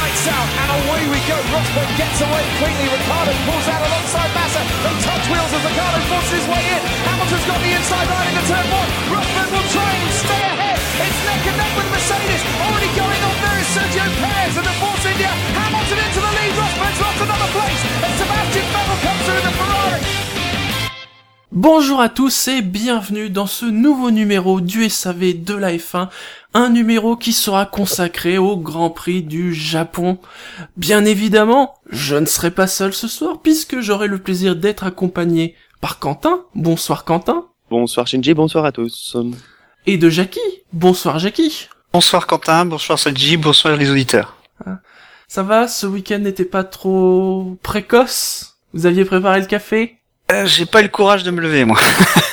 lights out, and away we go. Rosberg gets away quickly. Ricciardo pulls out alongside Massa. They touch wheels as Ricciardo forces his way in. Hamilton's got the inside line into turn one. Rosberg will try and stay ahead. It's neck and neck with Mercedes. Already going on there is Sergio Perez and the Force India. Hamilton into the lead. Rosberg's lost another place. And Sebastian Vettel comes through in the Ferrari. Bonjour à tous et bienvenue dans ce nouveau numéro du SAV de la F1, un numéro qui sera consacré au Grand Prix du Japon. Bien évidemment, je ne serai pas seul ce soir puisque j'aurai le plaisir d'être accompagné par Quentin. Bonsoir Quentin. Bonsoir Shinji, bonsoir à tous. Et de Jackie. Bonsoir Jackie. Bonsoir Quentin, bonsoir Shinji, bonsoir les auditeurs. Ça va, ce week-end n'était pas trop précoce? Vous aviez préparé le café? J'ai pas eu le courage de me lever, moi.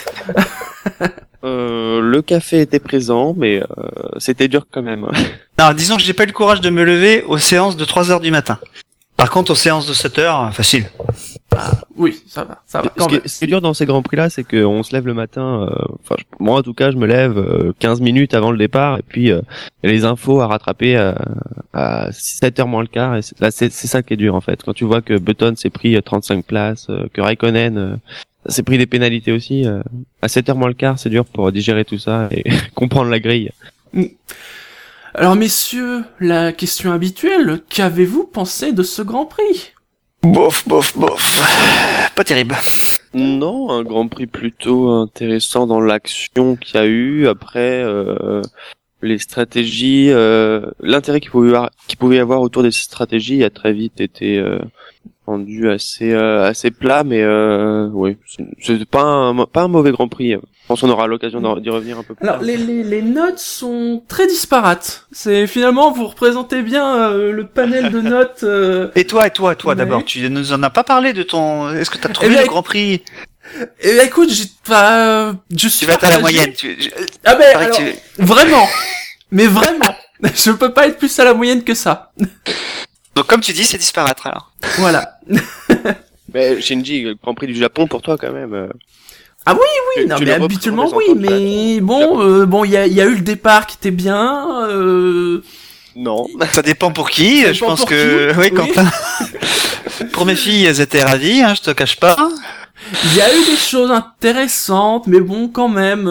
Le café était présent, mais c'était dur quand même. Non, disons que j'ai pas eu le courage de me lever aux séances de 3h du matin. Par contre, aux séances de 7h, facile. Oui, ça va. Ce qui est dur dans ces grands prix-là, c'est qu'on se lève le matin, moi en tout cas, je me lève 15 minutes avant le départ, et puis il y a les infos à rattraper à 7h moins le quart, et c'est ça qui est dur en fait. Quand tu vois que Button s'est pris 35 places, que Raikkonen s'est pris des pénalités aussi, à 7h moins le quart, c'est dur pour digérer tout ça et comprendre la grille. Alors messieurs, la question habituelle, qu'avez-vous pensé de ce Grand Prix ? Bof. Pas terrible. Non, un Grand Prix plutôt intéressant dans l'action qu'il y a eu. Après, les stratégies, l'intérêt qu'il pouvait y avoir autour des stratégies a très vite été rendu assez plat, mais oui, c'est pas un mauvais Grand Prix. Je pense qu'on aura l'occasion d'y revenir un peu plus. Alors les notes sont très disparates. C'est finalement vous représentez bien le panel de notes. Et toi ouais. d'abord, tu nous en as pas parlé de ton. Est-ce que t'as trouvé le Grand Prix? Eh ben écoute, je suis. Tu vas être à la moyenne. Ah ben alors, vraiment, mais vraiment, je peux pas être plus à la moyenne que ça. Donc comme tu dis, c'est disparate alors. Voilà. Mais Shinji, le Grand Prix du Japon pour toi quand même. Ah oui, non mais habituellement oui, mais bon, il y a eu le départ qui était bien. Non. Ça dépend pour qui. Je pense que oui, Quentin. Pour mes filles, elles étaient ravies, je te cache pas. Il y a eu des choses intéressantes, mais bon, quand même.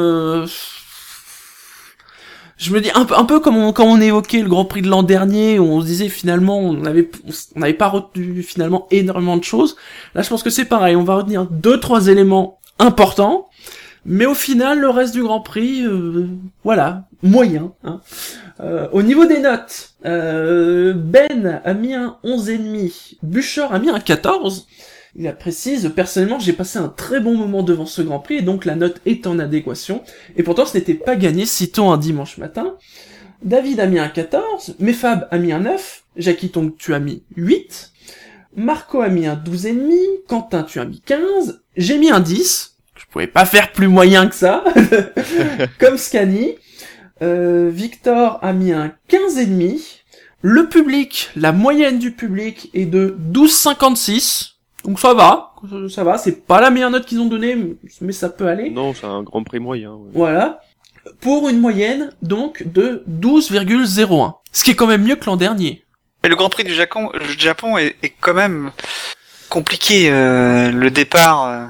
Je me dis un peu comme on évoquait le Grand Prix de l'an dernier, où on se disait finalement on n'avait pas retenu finalement énormément de choses. Là, je pense que c'est pareil. On va retenir 2-3 éléments importants, mais au final, le reste du Grand Prix, voilà, moyen. Au niveau des notes, Ben a mis un 11,5, Buescher a mis un 14. Il précise, personnellement, j'ai passé un très bon moment devant ce Grand Prix, et donc la note est en adéquation. Et pourtant, ce n'était pas gagné sitôt un dimanche matin. David a mis un 14, Mefab a mis un 9, Jackie Tong, tu as mis 8, Marco a mis un 12,5, Quentin, tu as mis 15, j'ai mis un 10, je pouvais pas faire plus moyen que ça, comme Scani, Victor a mis un 15,5, le public, la moyenne du public est de 12,56, donc ça va, c'est pas la meilleure note qu'ils ont donnée, mais ça peut aller. Non, c'est un Grand Prix moyen. Ouais. Voilà. Pour une moyenne, donc, de 12,01. Ce qui est quand même mieux que l'an dernier. Mais le Grand Prix du Japon est quand même compliqué. Le départ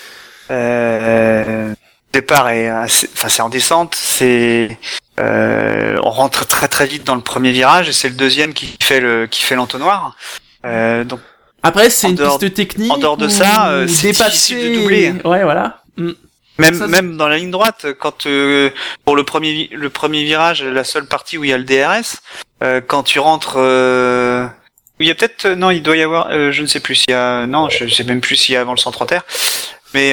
est assez, c'est en descente. On rentre très très vite dans le premier virage et c'est le deuxième qui fait l'entonnoir. Donc après, c'est une piste technique. En dehors de ça, c'est difficile de doubler. Ouais, voilà. Même dans la ligne droite, quand pour le premier virage, la seule partie où il y a le DRS, quand tu rentres, il y a peut-être il doit y avoir, je ne sais plus s'il y a, je sais même plus s'il y a avant le centre terre, mais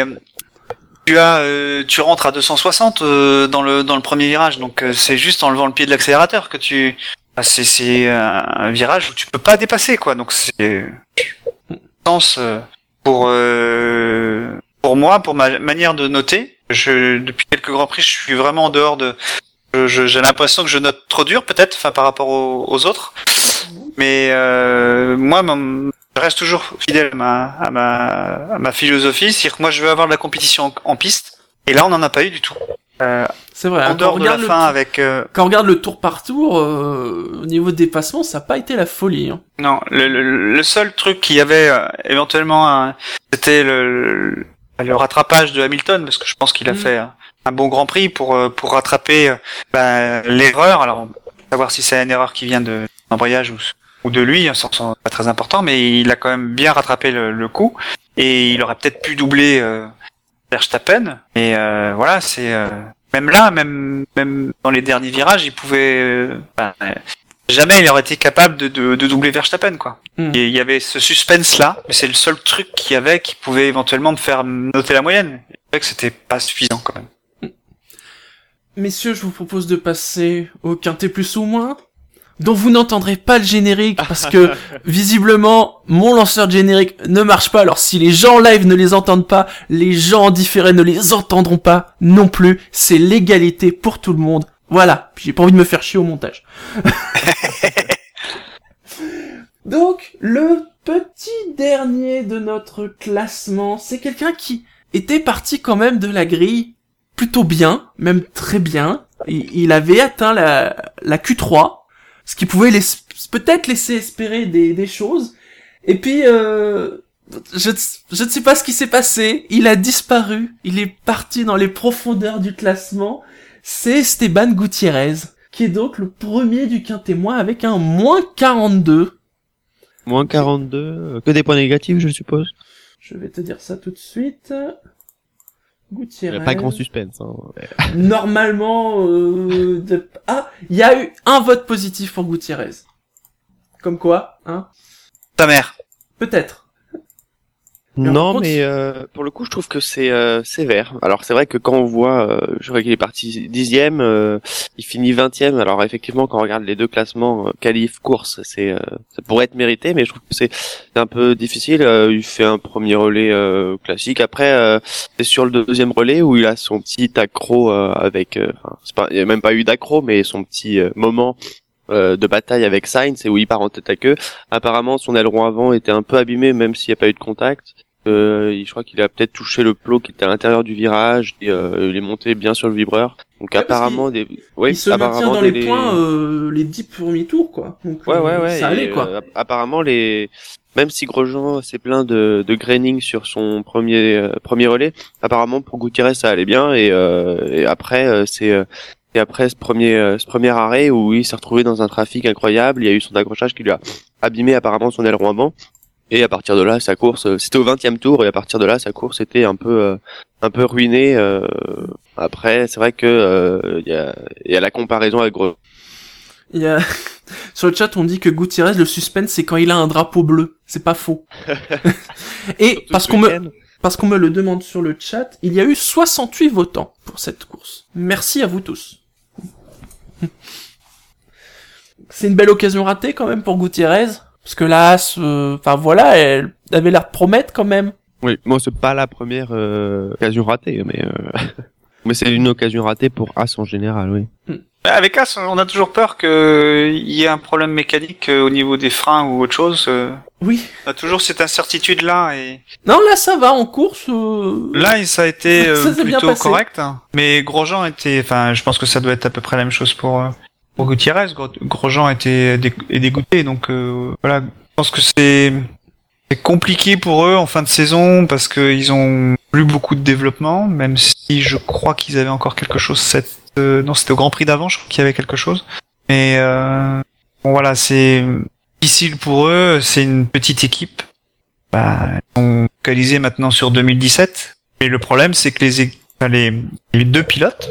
tu rentres à 260 dans le premier virage, donc c'est juste en levant le pied de l'accélérateur que c'est un virage où tu peux pas dépasser quoi, donc c'est sens pour moi, pour ma manière de noter. Depuis quelques grands prix, je suis vraiment en dehors de. J'ai l'impression que je note trop dur peut-être, par rapport aux autres, mais moi, je reste toujours fidèle à ma philosophie, c'est-à-dire que moi je veux avoir de la compétition en piste, et là on n'en a pas eu du tout. C'est vrai. En Quand on dehors de la regarde le fin tour- avec quand on regarde le tour par tour, au niveau de dépassement, ça n'a pas été la folie. Hein. non, le seul truc qu'il y avait éventuellement, c'était le rattrapage de Hamilton, parce que je pense qu'il a fait un bon Grand Prix pour rattraper l'erreur. Alors, savoir si c'est une erreur qui vient de l'embrayage ou de lui, c'est pas très important, mais il a quand même bien rattrapé le coup, et il aurait peut-être pu doubler Verstappen. Et voilà, c'est même là, même dans les derniers virages, il pouvait jamais il aurait été capable de doubler Verstappen, quoi. Et il y avait ce suspense là, mais c'est le seul truc qu'il y avait qui pouvait éventuellement me faire noter la moyenne. C'est vrai que c'était pas suffisant quand même. Messieurs, je vous propose de passer au quintet plus ou moins, dont vous n'entendrez pas le générique parce que visiblement mon lanceur de générique ne marche pas. Alors si les gens en live ne les entendent pas, les gens en différé ne les entendront pas non plus. C'est l'égalité pour tout le monde. Voilà, j'ai pas envie de me faire chier au montage. Donc, le petit dernier de notre classement, c'est quelqu'un qui était parti quand même de la grille plutôt bien, même très bien. Il avait atteint la Q3, ce qui pouvait peut-être laisser espérer des choses. Et puis, je ne sais pas ce qui s'est passé. Il a disparu. Il est parti dans les profondeurs du classement. C'est Esteban Gutiérrez, qui est donc le premier du quintet avec un moins 42. Moins 42, que des points négatifs, je suppose. Je vais te dire ça tout de suite. Gutiérrez. Pas grand suspense. Hein. Normalement, il y a eu un vote positif pour Gutiérrez. Comme quoi, hein? Ta mère. Peut-être. Non, mais pour le coup, je trouve que c'est sévère. Alors c'est vrai que quand on voit, je crois qu'il est parti 10e, il finit 20e. Alors effectivement, quand on regarde les deux classements, qualif, course, ça pourrait être mérité, mais je trouve que c'est un peu difficile. Il fait un premier relais classique. Après, c'est sur le deuxième relais où il a son petit accro avec, il n'y a même pas eu d'accro, mais son petit moment de bataille avec Sainz et où il part en tête à queue. Apparemment, son aileron avant était un peu abîmé, même s'il n'y a pas eu de contact. Je crois qu'il a peut-être touché le plot qui était à l'intérieur du virage et il est monté bien sur le vibreur. Donc ouais, apparemment il se maintient dans les points les 10 premiers tours, quoi. Donc ouais, ça allait, quoi. Apparemment même si Grosjean s'est plaint de graining sur son premier relais, apparemment pour Gutiérrez ça allait bien et après c'est après ce premier arrêt où il s'est retrouvé dans un trafic incroyable, il y a eu son accrochage qui lui a abîmé apparemment son aileron avant. Et à partir de là, sa course, c'était au 20e tour, et à partir de là, sa course était un peu ruinée. Après, c'est vrai que il y a la comparaison avec Grosjean. Il y a sur le chat, on dit que Gutiérrez, le suspense, c'est quand il a un drapeau bleu. C'est pas faux. Et parce qu'on me le demande sur le chat, il y a eu 68 votants pour cette course. Merci à vous tous. C'est une belle occasion ratée quand même pour Gutiérrez. Parce que la As, elle avait l'air de promettre quand même. Oui, moi c'est pas la première occasion ratée, mais c'est une occasion ratée pour As en général, oui. Avec As, on a toujours peur qu'il y ait un problème mécanique au niveau des freins ou autre chose. Oui. On a toujours cette incertitude là et. Non, là ça va en course. Là, ça a été ça plutôt correct. Mais Grosjean je pense que ça doit être à peu près la même chose pour Gutiérrez. Grosjean était dégoûté, donc voilà. Je pense que c'est compliqué pour eux en fin de saison parce qu'ils ont plus beaucoup de développement, même si je crois qu'ils avaient encore quelque chose non, c'était au Grand Prix d'avant, je crois qu'il y avait quelque chose. Mais bon voilà, c'est difficile pour eux, c'est une petite équipe. Ils sont focalisés maintenant sur 2017. Mais le problème, c'est que les deux pilotes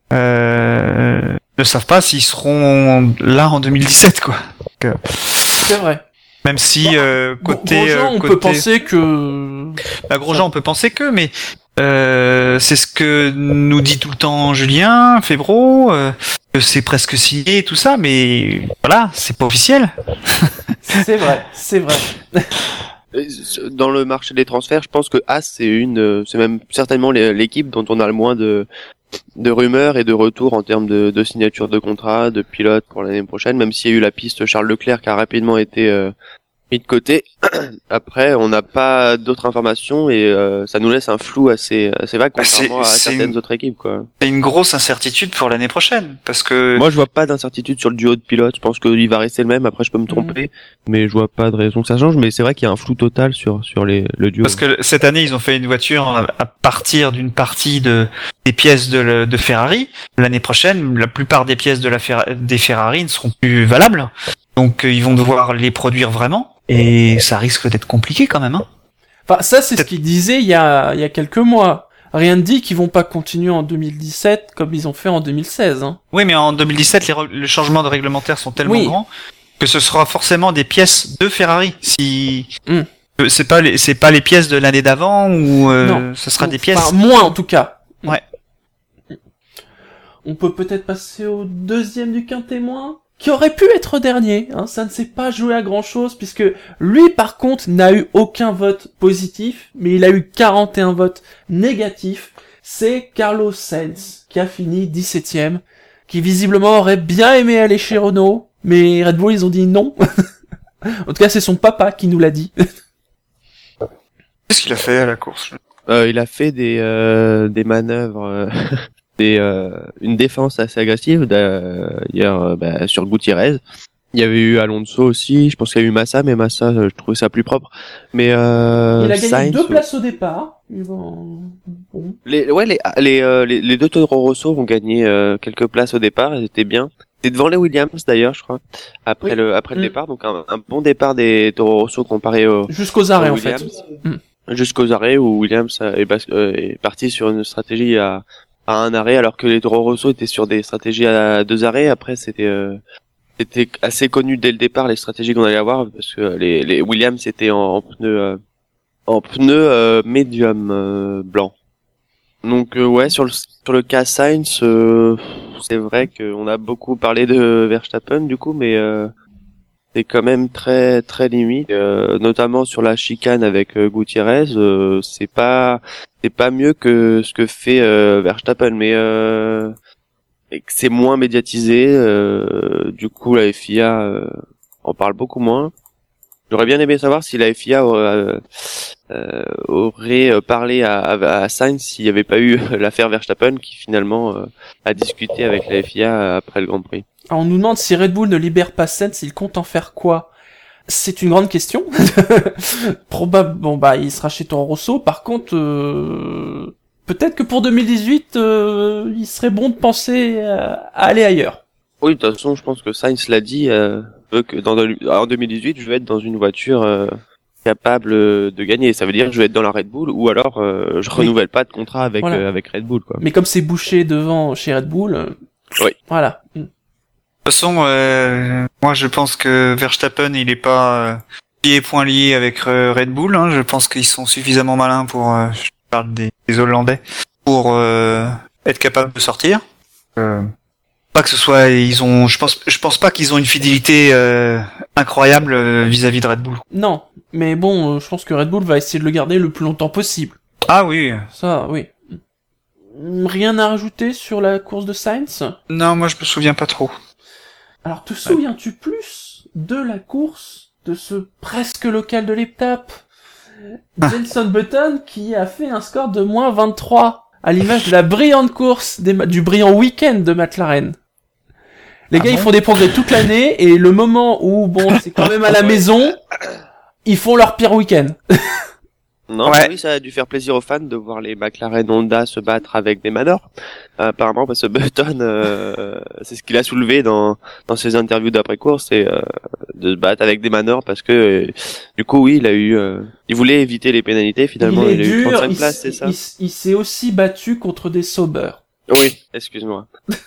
ne savent pas s'ils seront là en 2017, quoi. Donc, c'est vrai. Même si Grosjean, on peut penser que. Grosjean, on peut penser que, mais c'est ce que nous dit tout le temps Julien Febvreau, que c'est presque signé et tout ça, mais voilà, c'est pas officiel. C'est vrai. Dans le marché des transferts, je pense que As c'est même certainement l'équipe dont on a le moins de rumeurs et de retours en termes de signature de contrat, de pilote pour l'année prochaine, même s'il y a eu la piste Charles Leclerc qui a rapidement été mis de côté. Après, on n'a pas d'autres informations et ça nous laisse un flou assez vague contrairement à certaines autres équipes, quoi. C'est une grosse incertitude pour l'année prochaine, parce que Moi, je vois pas d'incertitude sur le duo de pilotes. Je pense qu'il va rester le même. Après, je peux me tromper, mais je vois pas de raison que ça change. Mais c'est vrai qu'il y a un flou total sur le duo. parce que cette année ils ont fait une voiture à partir d'une partie des pièces de Ferrari. L'année prochaine, la plupart des pièces des Ferrari ne seront plus valables, donc ils vont devoir les produire vraiment. Et ça risque d'être compliqué quand même, hein. Enfin, ça, c'est ce qu'ils disaient il y a quelques mois. Rien ne dit qu'ils vont pas continuer en 2017 comme ils ont fait en 2016, hein. Oui, mais en 2017, les changements de réglementaires sont tellement Oui. grands que ce sera forcément des pièces de Ferrari. Si c'est pas les pièces de l'année d'avant ou Non. ce sera des pièces. Enfin, moins en tout cas. Ouais. On peut peut-être passer au deuxième du quintémoin, qui aurait pu être dernier, hein. Ça ne s'est pas joué à grand chose, puisque lui, par contre, n'a eu aucun vote positif, mais il a eu 41 votes négatifs. C'est Carlos Sainz, qui a fini 17ème, qui visiblement aurait bien aimé aller chez Renault, mais Red Bull, ils ont dit non. En tout cas, c'est son papa qui nous l'a dit. Qu'est-ce qu'il a fait à la course? Il a fait des manœuvres, une défense assez agressive d'ailleurs sur Gutiérrez. Il y avait eu Alonso aussi, je pense qu'il y a eu Massa, mais Massa, je trouvais ça plus propre. Mais Il a gagné Sainz, 2 places au départ. Bon. les deux Toro Rosso vont gagner quelques places au départ, ils étaient bien. C'est devant les Williams d'ailleurs, je crois, après le départ, donc un bon départ des Toro Rosso comparé Jusqu'aux arrêts, en fait. Williams. Jusqu'aux arrêts où Williams est parti sur une stratégie à un arrêt, alors que les Toro Rosso étaient sur des stratégies à 2 arrêts. Après, c'était assez connu dès le départ les stratégies qu'on allait avoir, parce que les Williams étaient en pneus médium blanc. Donc ouais, sur le cas Sainz, c'est vrai qu'on a beaucoup parlé de Verstappen du coup, mais c'est quand même très très limite, notamment sur la chicane avec Gutiérrez. C'est pas mieux que ce que fait Verstappen, mais et que c'est moins médiatisé. Du coup, la FIA en parle beaucoup moins. J'aurais bien aimé savoir si la FIA aurait parlé à Sainz s'il n'y avait pas eu l'affaire Verstappen, qui finalement a discuté avec la FIA après le Grand Prix. Alors, on nous demande si Red Bull ne libère pas Sainz, il compte en faire quoi? C'est une grande question. Probable. Bon bah, il sera chez Toro Rosso. Par contre, peut-être que pour 2018, il serait bon de penser à aller ailleurs. Oui, de toute façon, je pense que Sainz l'a dit, veut que en 2018, je vais être dans une voiture capable de gagner. Ça veut dire que je vais être dans la Red Bull, ou alors je renouvelle pas de contrat avec avec Red Bull, quoi. Mais comme c'est bouché devant chez Red Bull, oui. Voilà. De toute façon, moi je pense que Verstappen il est pas pieds et poings liés avec Red Bull. Hein. Je pense qu'ils sont suffisamment malins pour, je parle des Hollandais, pour être capables de sortir. Pas que ce soit, je pense pas qu'ils ont une fidélité incroyable vis-à-vis de Red Bull. Non, mais bon, je pense que Red Bull va essayer de le garder le plus longtemps possible. Ah oui. Ça, oui. Rien à rajouter sur la course de Sainz? Non, moi je me souviens pas trop. Alors, te souviens-tu plus de la course de ce presque local de l'étape, Jenson Button, qui a fait un score de moins 23, à l'image de la brillante course du brillant week-end de McLaren. Les gars, ils font des progrès toute l'année, et le moment où, bon, c'est quand même à la maison, ils font leur pire week-end. Non, oui, ça a dû faire plaisir aux fans de voir les McLaren Honda se battre avec des Manor. Apparemment, parce que Button, c'est ce qu'il a soulevé dans ses interviews d'après-course, c'est de se battre avec des Manor, parce que du coup, oui, il voulait éviter les pénalités. Finalement, il a eu 35 places, c'est ça. Il s'est aussi battu contre des Sauber. Oui, excuse-moi.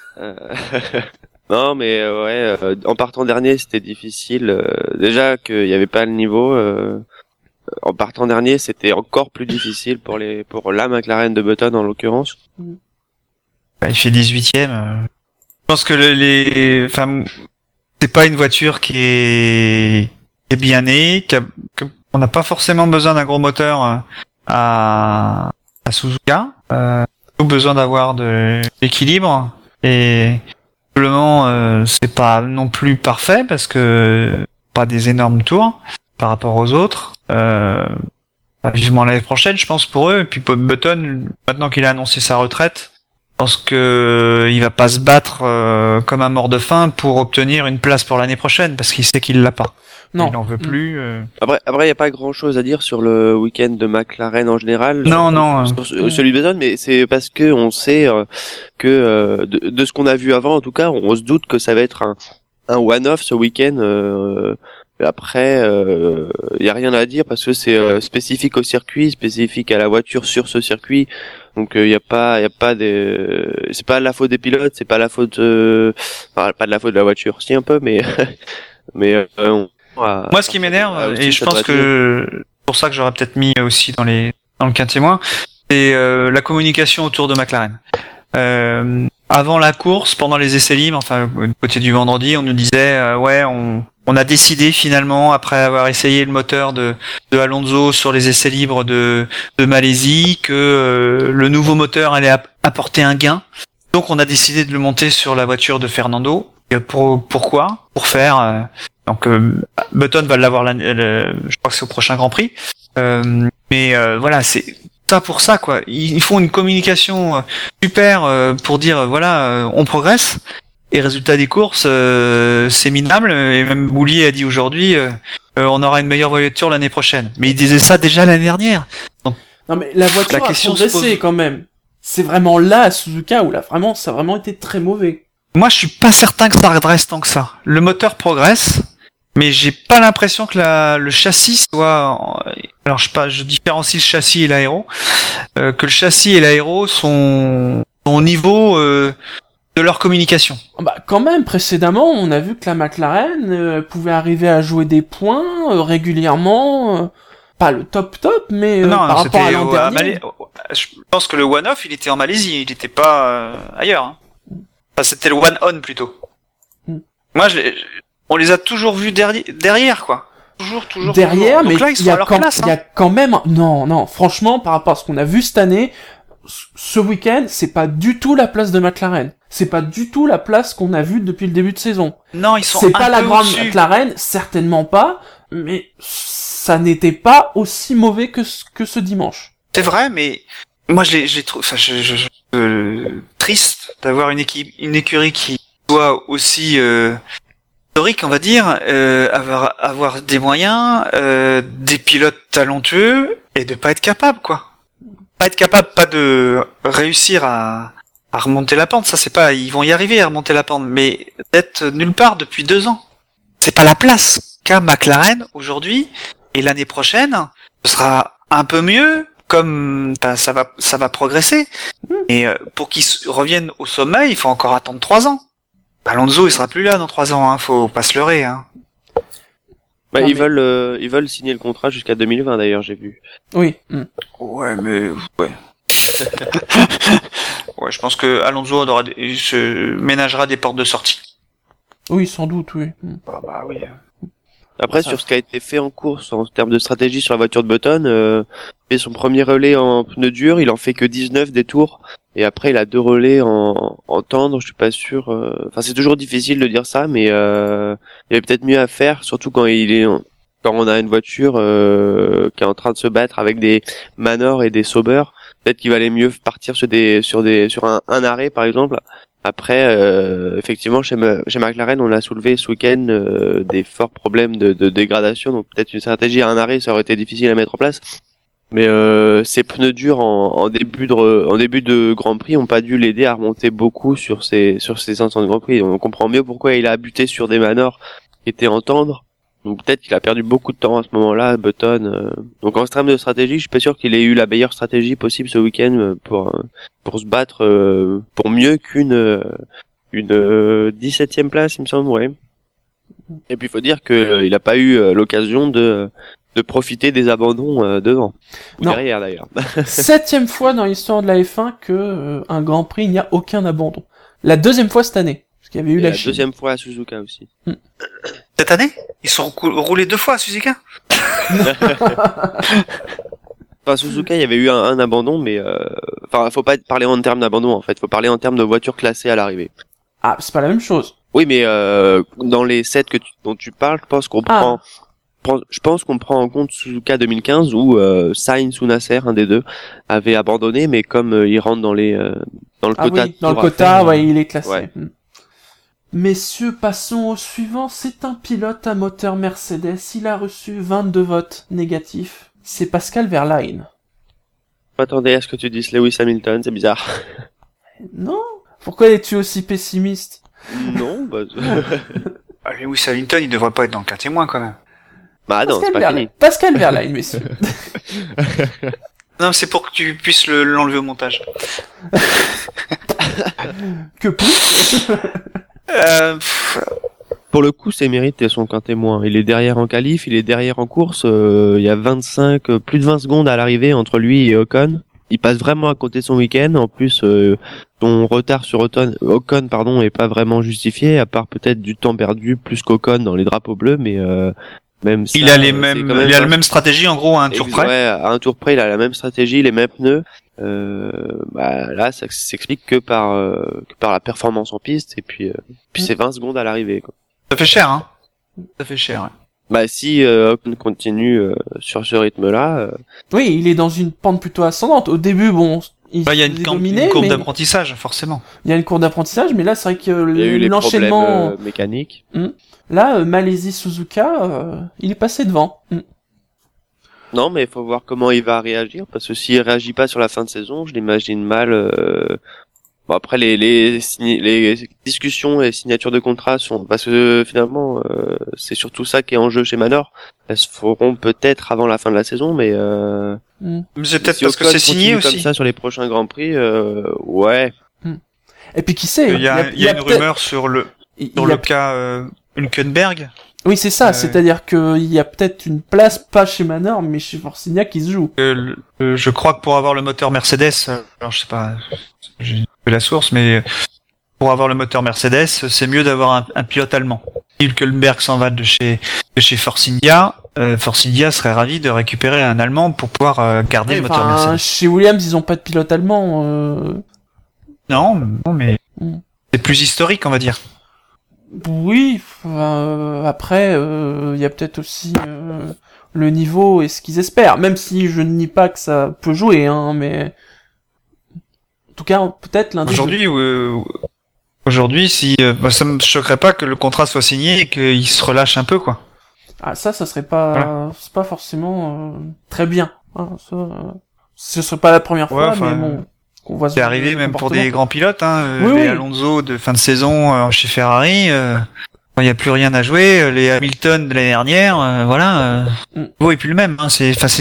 Non, mais en partant dernier, c'était difficile. Déjà qu'il n'y avait pas le niveau. En partant dernier, c'était encore plus difficile pour la McLaren de Button en l'occurrence. Il fait 18ème. Je pense que c'est pas une voiture qui est bien née, qu'on n'a pas forcément besoin d'un gros moteur à Suzuka. On a besoin d'avoir de l'équilibre, et probablement c'est pas non plus parfait parce que pas des énormes tours. par rapport aux autres. Vivement l'année prochaine, je pense, pour eux. Et puis Button, maintenant qu'il a annoncé sa retraite, je pense que il va pas se battre comme un mort de faim pour obtenir une place pour l'année prochaine, parce qu'il sait qu'il l'a pas. Non. Il n'en veut plus. Après, il y a pas grand chose à dire sur le week-end de McLaren en général. Non. Sur celui de Button, mais c'est parce que on sait que de ce qu'on a vu avant, en tout cas, on se doute que ça va être un one-off ce week-end. Après, y a rien à dire parce que c'est spécifique au circuit, spécifique à la voiture sur ce circuit. Donc y a pas c'est pas la faute des pilotes, c'est pas la faute enfin, pas de la faute de la voiture, si un peu, mais moi, ce qui m'énerve, et je pense que c'est pour ça que j'aurais peut-être mis aussi dans le quintémoin, c'est la communication autour de McLaren. Avant la course, pendant les essais libres, enfin du côté du vendredi, on nous disait on a décidé finalement, après avoir essayé le moteur de Alonso sur les essais libres de Malaisie, que le nouveau moteur allait apporter un gain. Donc on a décidé de le monter sur la voiture de Fernando. Pourquoi ? Pour faire... Button va l'avoir, je crois que c'est au prochain Grand Prix. Mais voilà, c'est ça pour ça, quoi. Ils font une communication super pour dire on progresse. Et résultat des courses, c'est minable. Et même Boulier a dit aujourd'hui, on aura une meilleure voiture l'année prochaine. Mais il disait ça déjà l'année dernière. Donc, non mais la voiture a progressé quand même. C'est vraiment là à Suzuka où là vraiment ça a vraiment été très mauvais. Moi, je suis pas certain que ça redresse tant que ça. Le moteur progresse, mais j'ai pas l'impression que le châssis soit. Alors je différencie le châssis et l'aéro. Que le châssis et l'aéro sont au niveau de leur communication. Bah quand même, précédemment, on a vu que la McLaren pouvait arriver à jouer des points régulièrement, pas le top, mais par rapport à l'an dernier. Je pense que le one-off, il était en Malaisie, il était pas ailleurs. Hein. Enfin, c'était le one-on plutôt. Moi, on les a toujours vus derrière, quoi. Toujours. Derrière, donc mais là, ils sont à leur place. Il y a quand même, non, franchement, par rapport à ce qu'on a vu cette année, ce week-end, c'est pas du tout la place de McLaren. C'est pas du tout la place qu'on a vue depuis le début de saison. Non, ils sont c'est pas la grande au-dessus. McLaren, certainement pas, mais ça n'était pas aussi mauvais que ce dimanche. C'est vrai, mais moi je trouve, enfin, triste d'avoir une écurie qui soit aussi historique, on va dire, avoir des moyens, des pilotes talentueux et de pas être capable, quoi. Pas être capable, pas de réussir à remonter la pente, ça c'est pas, ils vont y arriver à remonter la pente, mais d'être nulle part depuis 2 ans. C'est pas la place qu'a McLaren aujourd'hui, et l'année prochaine, ce sera un peu mieux, comme ça va progresser. Et pour qu'ils reviennent au sommet, il faut encore attendre 3 ans. Alonso, il sera plus là dans 3 ans, hein, faut pas se leurrer, hein. Bah, ils veulent signer le contrat jusqu'à 2020 d'ailleurs, j'ai vu. Oui. Ouais, mais ouais. Ouais, je pense que Alonso se ménagera des portes de sortie. Oui, sans doute, oui. Bah oui. Après, sur ce qui a été fait en course, en termes de stratégie sur la voiture de Button, il fait son premier relais en pneu dur, il en fait que 19 des tours, et après il a 2 relais en tendre, je suis pas sûr, enfin c'est toujours difficile de dire ça, mais il y avait peut-être mieux à faire, surtout quand on a une voiture qui est en train de se battre avec des Manor et des Sauber, peut-être qu'il valait mieux partir sur un arrêt par exemple. Après, effectivement, chez McLaren, on a soulevé ce week-end des forts problèmes de dégradation, donc peut-être une stratégie à un arrêt, ça aurait été difficile à mettre en place. Mais ces pneus durs en début de Grand Prix ont pas dû l'aider à remonter beaucoup sur ces instants de Grand Prix. On comprend mieux pourquoi il a buté sur des Manor qui étaient en tendre. Donc peut-être qu'il a perdu beaucoup de temps à ce moment-là, Button. Donc en termes de stratégie, je suis pas sûr qu'il ait eu la meilleure stratégie possible ce week-end pour se battre pour mieux qu'une 17e place, il me semble, ouais. Et puis il faut dire que il a pas eu l'occasion de profiter des abandons devant ou Non. derrière d'ailleurs. 7e fois dans l'histoire de la F1 que un Grand Prix il n'y a aucun abandon. La 2e fois cette année. Parce qu'il y avait eu Et la Chine. 2e fois à Suzuka aussi. Cette année, ils sont roulés 2 fois à Suzuka. Enfin, Suzuka, il y avait eu un abandon, mais enfin, faut pas parler en termes d'abandon en fait, faut parler en termes de voitures classées à l'arrivée. Ah, c'est pas la même chose. Oui, mais dans les sets dont tu parles, je pense qu'on prend je pense qu'on prend en compte Suzuka 2015 où Sainz ou Nasser, un des deux, avait abandonné, mais comme il rentre dans le quota. Oui, dans le quota, il est classé. Ouais. Messieurs, passons au suivant. C'est un pilote à moteur Mercedes. Il a reçu 22 votes négatifs. C'est Pascal Wehrlein. Attendez à ce que tu dises Lewis Hamilton, c'est bizarre. Non. Pourquoi es-tu aussi pessimiste? Non, bah... Lewis Hamilton, il devrait pas être dans le cas témoin, quand même. Bah non, c'est pas fini. Pascal Wehrlein, messieurs. Non, c'est pour que tu puisses l'enlever au montage. Que plus? Pour le coup, ses mérites sont qu'un témoin. Il est derrière en qualif, il est derrière en course. Il y a plus de 20 secondes à l'arrivée entre lui et Ocon. Il passe vraiment à côté de son week-end. En plus, son retard sur Ocon, est pas vraiment justifié, à part peut-être du temps perdu plus qu'Ocon dans les drapeaux bleus, mais même ça, il a la même stratégie en gros à un tour près. Ouais, à un tour près, il a la même stratégie, les mêmes pneus. Là, ça s'explique que par la performance en piste et puis c'est 20 secondes à l'arrivée, quoi. Ça fait cher, hein. Ça fait cher, ouais. Bah si Ocon continue sur ce rythme-là. Oui, il est dans une pente plutôt ascendante. Au début, il y a une courbe mais... d'apprentissage, forcément. Il y a une courbe d'apprentissage, mais là, c'est vrai que il y a eu l'enchaînement les problèmes mécaniques. Là, Malaisie Suzuka, il est passé devant. Non, mais il faut voir comment il va réagir, parce que s'il réagit pas sur la fin de saison, je l'imagine mal. Bon, après les discussions et signatures de contrats sont, parce que finalement c'est surtout ça qui est en jeu chez Manor. Elles se feront peut-être avant la fin de la saison, mais c'est peut-être si parce que Ocon c'est signé continue aussi. comme ça sur les prochains grands prix, ouais. Et puis qui sait, il y a une rumeur sur le cas Hülkenberg. Oui, c'est ça, c'est-à-dire qu'il y a peut-être une place, pas chez Manor, mais chez Force India qui se joue. Je crois que pour avoir le moteur Mercedes, alors je sais pas, j'ai la source, mais pour avoir le moteur Mercedes, c'est mieux d'avoir un pilote allemand. Si Hülkenberg s'en va de chez Force India, Force India serait ravi de récupérer un Allemand pour pouvoir garder le moteur Mercedes. Chez Williams, ils ont pas de pilote allemand. Non, mais c'est plus historique, on va dire. Oui, après, il y a peut-être aussi le niveau et ce qu'ils espèrent, même si je ne nie pas que ça peut jouer, hein, mais en tout cas, peut-être l'un des Aujourd'hui, si ça me choquerait pas que le contrat soit signé et qu'il se relâche un peu, quoi. Ah, ça serait pas, voilà. C'est pas forcément très bien. Hein, ce serait pas la première fois, mais bon. C'est arrivé même pour des grands pilotes, hein. Oui, les Alonso de fin de saison chez Ferrari, il n'y a plus rien à jouer. Les Hamilton de l'année dernière, voilà, et plus le même. Hein.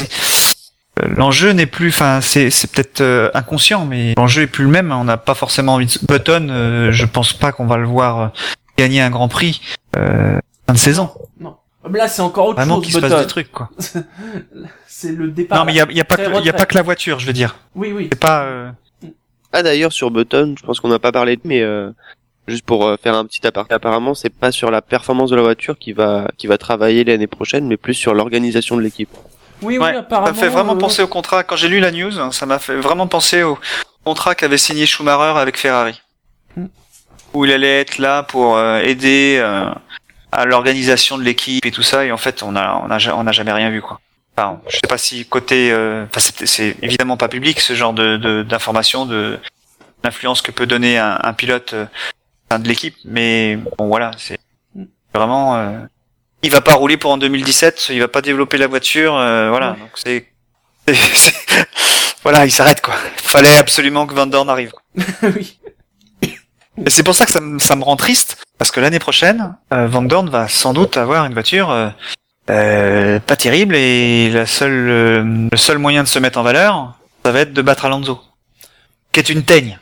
L'enjeu n'est plus, c'est peut-être inconscient, mais l'enjeu est plus le même. On n'a pas forcément envie de Button. Je pense pas qu'on va le voir gagner un Grand Prix fin de saison. Non. Mais là, c'est encore autre vraiment chose. Vraiment qu'il se passe des trucs, quoi. C'est le départ. Non, mais il y a pas que la voiture, je veux dire. Oui. C'est pas. Ah d'ailleurs sur Button, je pense qu'on n'a pas parlé, mais juste pour faire un petit aparté, apparemment c'est pas sur la performance de la voiture qui va travailler l'année prochaine, mais plus sur l'organisation de l'équipe. Oui, Ça apparemment. m'a fait vraiment penser au contrat. Quand j'ai lu la news, ça m'a fait vraiment penser au contrat qu'avait signé Schumacher avec Ferrari, où il allait être là pour aider à l'organisation de l'équipe et tout ça, et en fait on a jamais rien vu, quoi. Enfin, je sais pas si côté, c'est évidemment pas public ce genre d'information, d'influence que peut donner un pilote de l'équipe, mais bon voilà, c'est vraiment, il va pas rouler pour en 2017, il va pas développer la voiture, voilà, donc c'est voilà, il s'arrête, quoi. Fallait absolument que Van Dorn arrive, quoi. Oui. Et c'est pour ça que ça me rend triste, parce que l'année prochaine, Van Dorn va sans doute avoir une voiture pas terrible, et le seul moyen de se mettre en valeur, ça va être de battre Alonso, qui est une teigne.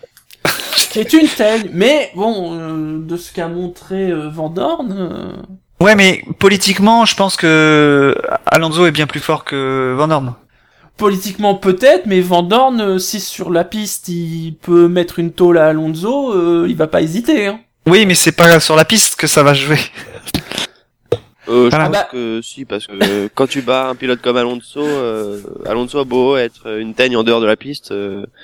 Mais bon, de ce qu'a montré Van Dorn. Ouais, mais politiquement, je pense que Alonso est bien plus fort que Van Dorn. Politiquement peut-être, mais Van Dorn, si sur la piste il peut mettre une tôle à Alonso, il va pas hésiter. Hein. Oui, mais c'est pas sur la piste que ça va jouer. Je pense que si, parce que quand tu bats un pilote comme Alonso, Alonso a beau être une teigne en dehors de la piste,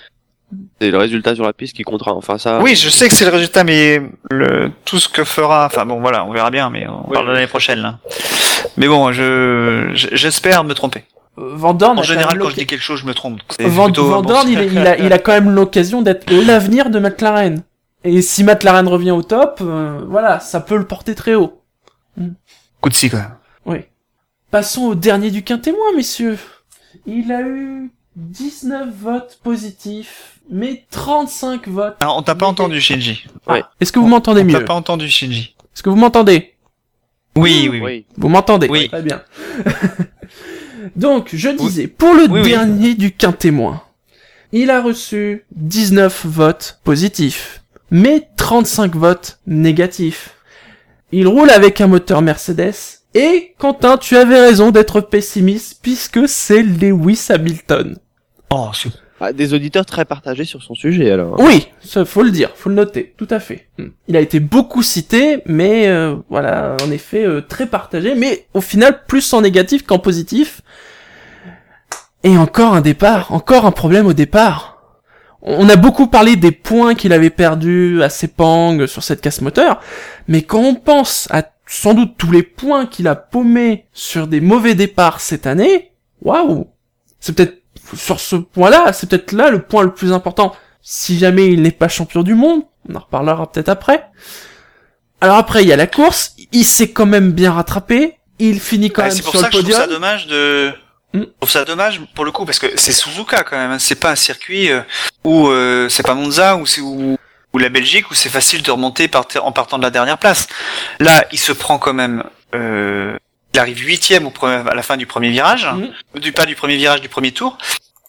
C'est le résultat sur la piste qui comptera. Enfin ça. Oui, je sais que c'est le résultat, mais tout ce que fera, enfin bon, voilà, on verra bien, mais on parle de l'année prochaine là. Mais bon, j'espère me tromper. Van Dorn En général, quand je dis quelque chose, je me trompe. Van Dorn, il a quand même l'occasion d'être l'avenir de McLaren. Et si McLaren revient au top, voilà, ça peut le porter très haut. Coup de scie, quand même. Oui. Passons au dernier du quintémoin, messieurs. Il a eu 19 votes positifs, mais 35 votes. Alors, on t'a pas entendu, Shinji. Ouais. Est-ce que vous m'entendez mieux? On t'a pas entendu, Shinji. Est-ce que vous m'entendez? Oui. Vous m'entendez? Oui. Très bien. Donc, je disais, pour le dernier du quintémoin, il a reçu 19 votes positifs, mais 35 votes négatifs. Il roule avec un moteur Mercedes, et Quentin, tu avais raison d'être pessimiste, puisque c'est Lewis Hamilton. Oh, c'est... Des auditeurs très partagés sur son sujet alors. Oui, ça faut le dire, faut le noter, tout à fait. Il a été beaucoup cité, mais voilà, en effet, très partagé, mais au final, plus en négatif qu'en positif. Et encore un problème au départ. On a beaucoup parlé des points qu'il avait perdus à Sepang sur cette casse moteur, mais quand on pense à sans doute tous les points qu'il a paumés sur des mauvais départs cette année, waouh, c'est peut-être sur ce point-là, c'est peut-être là le point le plus important. Si jamais il n'est pas champion du monde, on en reparlera peut-être après. Alors après, il y a la course, il s'est quand même bien rattrapé, il finit quand même sur le podium. C'est pour ça que je trouve ça dommage je trouve ça dommage pour le coup parce que c'est Suzuka quand même, c'est pas un circuit où c'est pas Monza ou la Belgique où c'est facile de remonter en partant de la dernière place. Là, il se prend quand même il arrive 8e à la fin du premier virage, pas du premier virage du premier tour.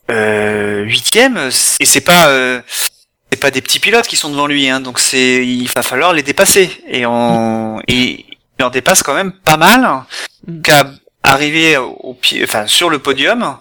8e et c'est pas des petits pilotes qui sont devant lui hein, donc il va falloir les dépasser et il en dépasse quand même pas mal qu'à arriver sur le podium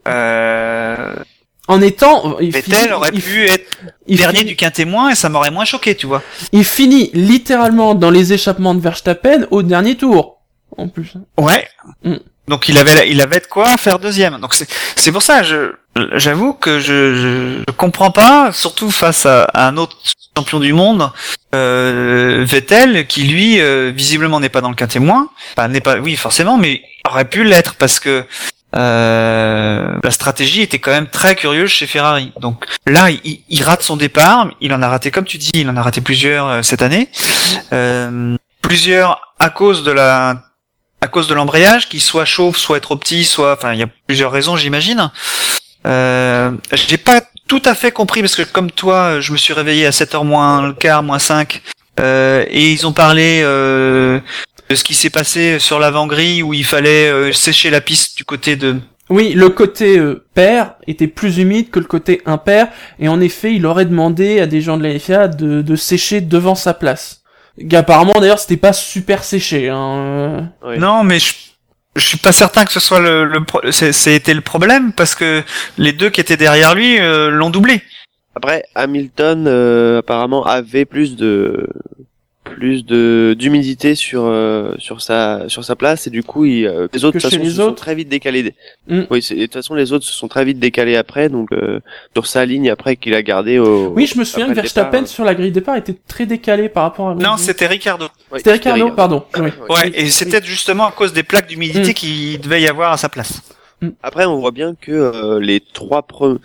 en étant Vettel aurait pu être dernier du quintémoin et ça m'aurait moins choqué, tu vois. Il finit littéralement dans les échappements de Verstappen au dernier tour en plus. Ouais. Donc il avait de quoi faire deuxième. Donc c'est pour ça j'avoue que je comprends pas, surtout face à un autre champion du monde, Vettel, qui lui visiblement n'est pas dans le quintémoin. Enfin n'est pas, oui forcément, mais aurait pu l'être parce que la stratégie était quand même très curieuse chez Ferrari. Donc là il rate son départ, il en a raté comme tu dis, il en a raté plusieurs cette année, plusieurs à cause de l'embrayage, qui soit chauffe, soit est trop petit, enfin, il y a plusieurs raisons, j'imagine. J'ai pas tout à fait compris, parce que comme toi, je me suis réveillé à 7h moins le quart, moins 5, et ils ont parlé, de ce qui s'est passé sur l'avant-grille, où il fallait, sécher la piste du côté de... Oui, le côté pair était plus humide que le côté impair, et en effet, il aurait demandé à des gens de la FIA de sécher devant sa place. Apparemment d'ailleurs c'était pas super séché hein. Oui. Non mais je suis pas certain que ce soit c'était le problème parce que les deux qui étaient derrière lui l'ont doublé. Après Hamilton apparemment avait plus d'humidité sur sa place et du coup les autres de toute façon se sont très vite décalés. Oui, de toute façon les autres se sont très vite décalés après donc sur sa ligne après qu'il a gardé au... Oui, je me souviens que Verstappen sur la grille de départ était très décalé par rapport à... Non, c'était Ricciardo. Oui, c'était Ricciardo, pardon. Oui. Ouais, et c'était justement à cause des plaques d'humidité qu'il devait y avoir à sa place. Après, on voit bien que les trois premiers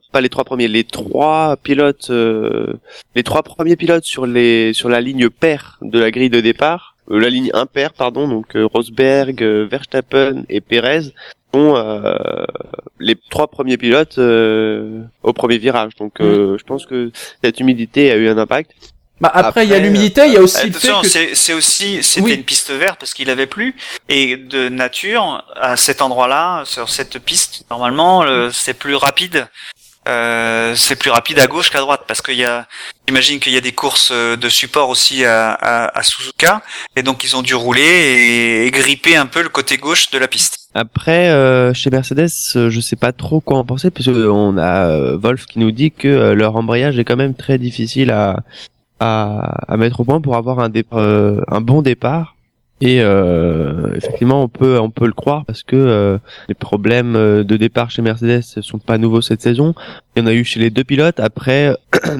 pilotes sur la ligne paire de la grille de départ, la ligne impaire, pardon, donc Rosberg, Verstappen et Perez sont les trois premiers pilotes au premier virage. Donc, je pense que cette humidité a eu un impact. Bah après il y a l'humidité, il y a aussi le fait que c'était une piste verte parce qu'il avait plu et de nature à cet endroit-là sur cette piste normalement c'est plus rapide à gauche qu'à droite parce j'imagine qu'il y a des courses de support aussi à Suzuka et donc ils ont dû rouler et gripper un peu le côté gauche de la piste. Après chez Mercedes, je sais pas trop quoi en penser parce que on a Wolf qui nous dit que leur embrayage est quand même très difficile à mettre au point pour avoir un bon départ Et effectivement, on peut le croire parce que les problèmes de départ chez Mercedes sont pas nouveaux cette saison. Il y en a eu chez les deux pilotes. Après,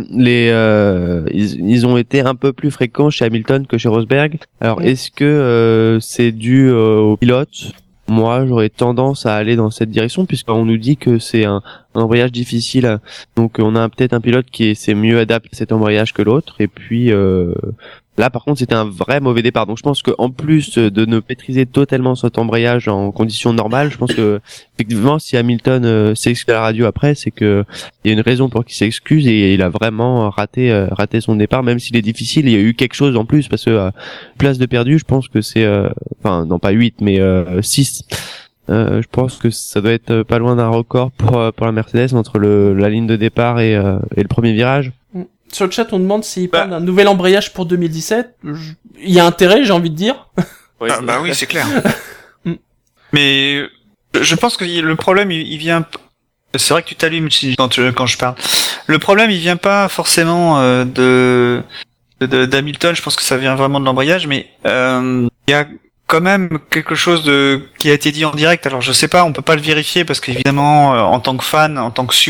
ils ont été un peu plus fréquents chez Hamilton que chez Rosberg. Alors, est-ce que c'est dû aux pilotes? Moi, j'aurais tendance à aller dans cette direction puisqu'on nous dit que c'est un embrayage difficile. Donc, on a peut-être un pilote qui s'est mieux adapté à cet embrayage que l'autre. Et puis, là, par contre, c'était un vrai mauvais départ. Donc, je pense qu'en plus de ne maîtriser totalement cet embrayage en conditions normales, je pense que effectivement, si Hamilton s'excuse à la radio après, c'est que il y a une raison pour qu'il s'excuse et il a vraiment raté son départ, même s'il est difficile. Il y a eu quelque chose en plus parce que place de perdu, je pense que c'est, enfin, non pas 8, mais 6. Je pense que ça doit être pas loin d'un record pour la Mercedes entre la ligne de départ et le premier virage. Sur le chat, on demande s'il parle d'un nouvel embrayage pour 2017. Il y a intérêt, j'ai envie de dire. Oui, oui, c'est clair. Mais je pense que le problème, il vient. C'est vrai que tu t'allumes quand je parle. Le problème, il vient pas forcément d'Hamilton. Je pense que ça vient vraiment de l'embrayage, mais il y a quand même quelque chose qui a été dit en direct. Alors je sais pas, on peut pas le vérifier parce qu'évidemment, en tant que fan, en tant que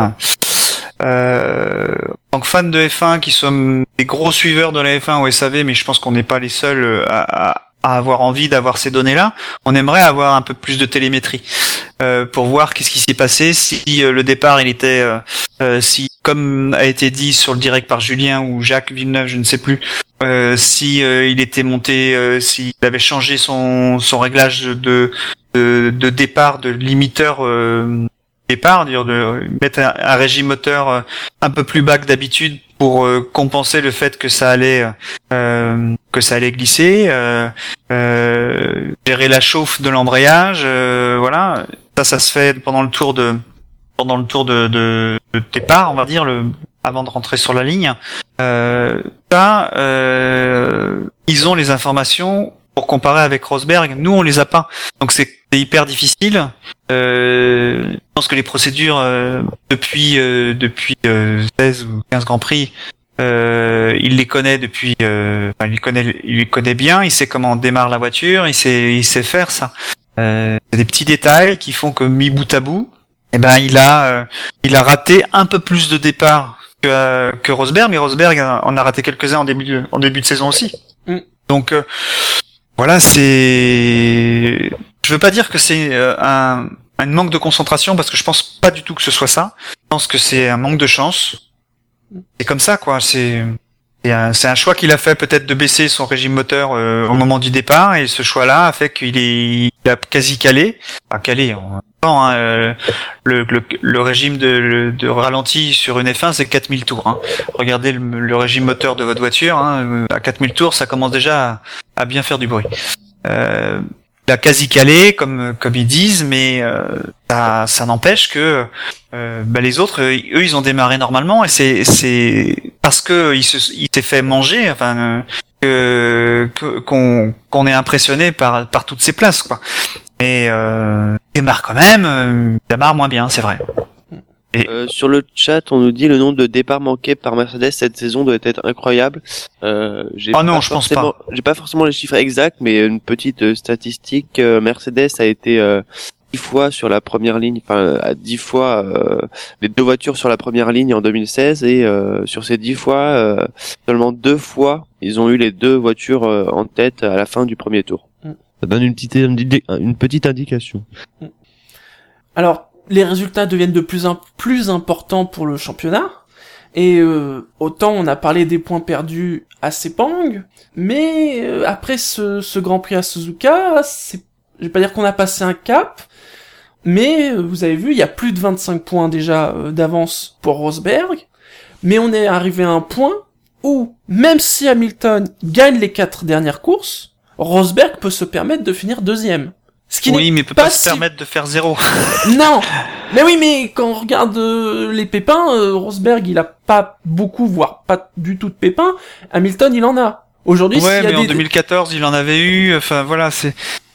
en tant que fan de F1 qui sommes des gros suiveurs de la F1 au SAV, mais je pense qu'on n'est pas les seuls à avoir envie d'avoir ces données-là. On aimerait avoir un peu plus de télémétrie pour voir qu'est-ce qui s'est passé, si le départ il était, si comme a été dit sur le direct par Julien ou Jacques Villeneuve, je ne sais plus, si il était monté, s'il avait changé son réglage de départ, de limiteur. Départ, dire de mettre un régime moteur un peu plus bas que d'habitude pour compenser le fait que ça allait glisser, gérer la chauffe de l'embrayage, voilà. Ça se fait pendant le tour de départ, on va dire, avant de rentrer sur la ligne. Ils ont les informations pour comparer avec Rosberg. Nous, on les a pas. Donc c'est hyper difficile. Je pense que les procédures depuis 16 ou 15 Grands Prix, il les connaît depuis. Il les connaît bien. Il sait comment on démarre la voiture. Il sait faire ça. Des petits détails qui font que mis bout à bout, eh ben il a raté un peu plus de départs que Rosberg, mais Rosberg en a raté quelques-uns en début de saison aussi. Donc voilà, je veux pas dire que c'est un manque de concentration parce que je pense pas du tout que ce soit ça. Je pense que c'est un manque de chance. C'est comme ça, quoi. C'est un choix qu'il a fait, peut-être de baisser son régime moteur au moment du départ, et ce choix-là a fait qu'il a quasi calé. Pas calé, en temps, hein, le régime de ralenti sur une F1, c'est 4000 tours. Hein. Regardez le régime moteur de votre voiture, hein, à 4000 tours, ça commence déjà à bien faire du bruit. Il a quasi calé, comme ils disent, mais ça n'empêche que les autres, eux, ils ont démarré normalement, et c'est parce que il s'est fait manger, enfin qu'on est impressionné par toutes ces places, quoi. Et il démarre quand même, il démarre moins bien, c'est vrai. Sur le chat, on nous dit le nombre de départs manqués par Mercedes cette saison doit être incroyable. Je pense pas. J'ai pas forcément les chiffres exacts, mais une petite statistique. Mercedes a été 10 fois sur la première ligne, enfin à 10 fois les deux voitures sur la première ligne en 2016, et sur ces 10 fois, seulement 2 fois ils ont eu les deux voitures en tête à la fin du premier tour. Ça donne une petite indication. Alors, les résultats deviennent de plus en plus importants pour le championnat, et autant on a parlé des points perdus à Sepang, mais après ce Grand Prix à Suzuka, je vais pas dire qu'on a passé un cap, mais vous avez vu, il y a plus de 25 points déjà d'avance pour Rosberg, mais on est arrivé à un point où, même si Hamilton gagne les 4 dernières courses, Rosberg peut se permettre de finir deuxième. Oui, mais il peut pas se permettre de faire 0. Non, mais oui, mais quand on regarde les pépins, Rosberg il a pas beaucoup, voire pas du tout de pépins. Hamilton il en a. Aujourd'hui, ouais, mais en 2014 il en avait eu. Enfin voilà, c'est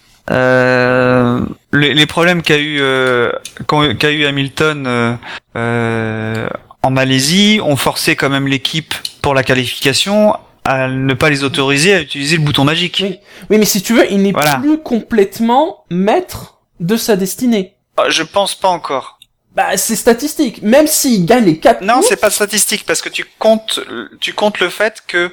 les problèmes qu'a eu Hamilton en Malaisie ont forcé quand même l'équipe pour la qualification à ne pas les autoriser à utiliser le bouton magique. Oui, mais si tu veux, il n'est Voilà. plus complètement maître de sa destinée. Je pense pas encore. Bah, c'est statistique. Même s'il gagne les 4 Non, courses, c'est pas statistique parce que tu comptes le fait que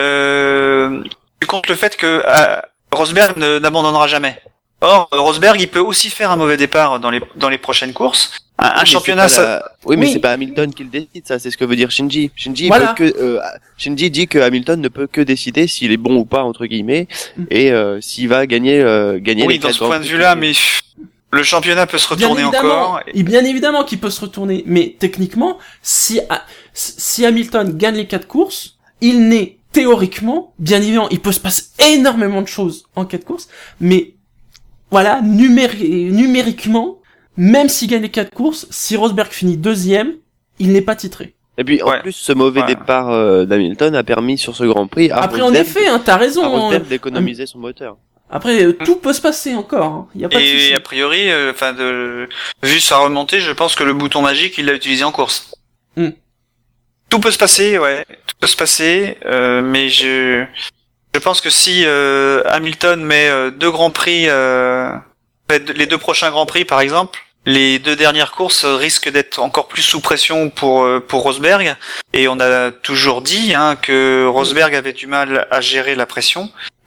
Rosberg n'abandonnera jamais. Or, Rosberg, il peut aussi faire un mauvais départ dans les prochaines courses. Un mais championnat, c'est pas Oui, mais Oui. c'est pas Hamilton qui le décide, ça, c'est ce que veut dire Shinji. Shinji, Voilà. Shinji dit que Hamilton ne peut que décider s'il est bon ou pas, entre guillemets, Mm. et s'il va gagner oui, les dans 4 ce grands point de prix. vue-là, mais le championnat peut se retourner encore. Bien évidemment qu'il peut se retourner, mais techniquement, si Hamilton gagne les 4 courses, il n'est théoriquement, bien évidemment, il peut se passer énormément de choses en 4 courses, mais voilà, numériquement, même s'il gagne les 4 courses, si Rosberg finit deuxième, il n'est pas titré. Et puis, en Ouais. plus, ce mauvais Ouais. départ d'Hamilton a permis sur ce Grand Prix à Après, en Rosberg, effet, t'as raison. Rosberg d'économiser son moteur. Après, tout peut se passer encore. Hein. Y a pas de souci. Et a priori, vu sa remontée, je pense que le bouton magique, il l'a utilisé en course. Mm. Tout peut se passer, ouais. Tout peut se passer, mais je pense que si Hamilton met 2 grands prix, fait les 2 prochains grands prix par exemple, les 2 dernières courses risquent d'être encore plus sous pression pour Rosberg. Et on a toujours dit que Rosberg avait du mal à gérer la pression.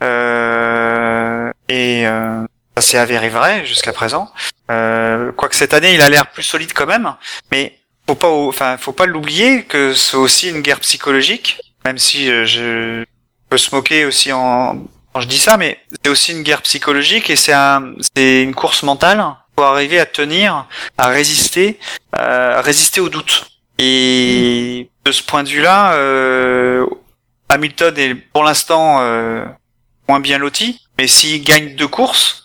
Ça s'est avéré vrai jusqu'à présent. Quoique cette année, il a l'air plus solide quand même, mais faut pas l'oublier que c'est aussi une guerre psychologique, même si je peux se moquer aussi quand je dis ça, mais c'est aussi une guerre psychologique et c'est une course mentale pour arriver à tenir, à résister au doute. Et de ce point de vue-là, Hamilton est pour l'instant moins bien loti, mais s'il gagne 2 courses,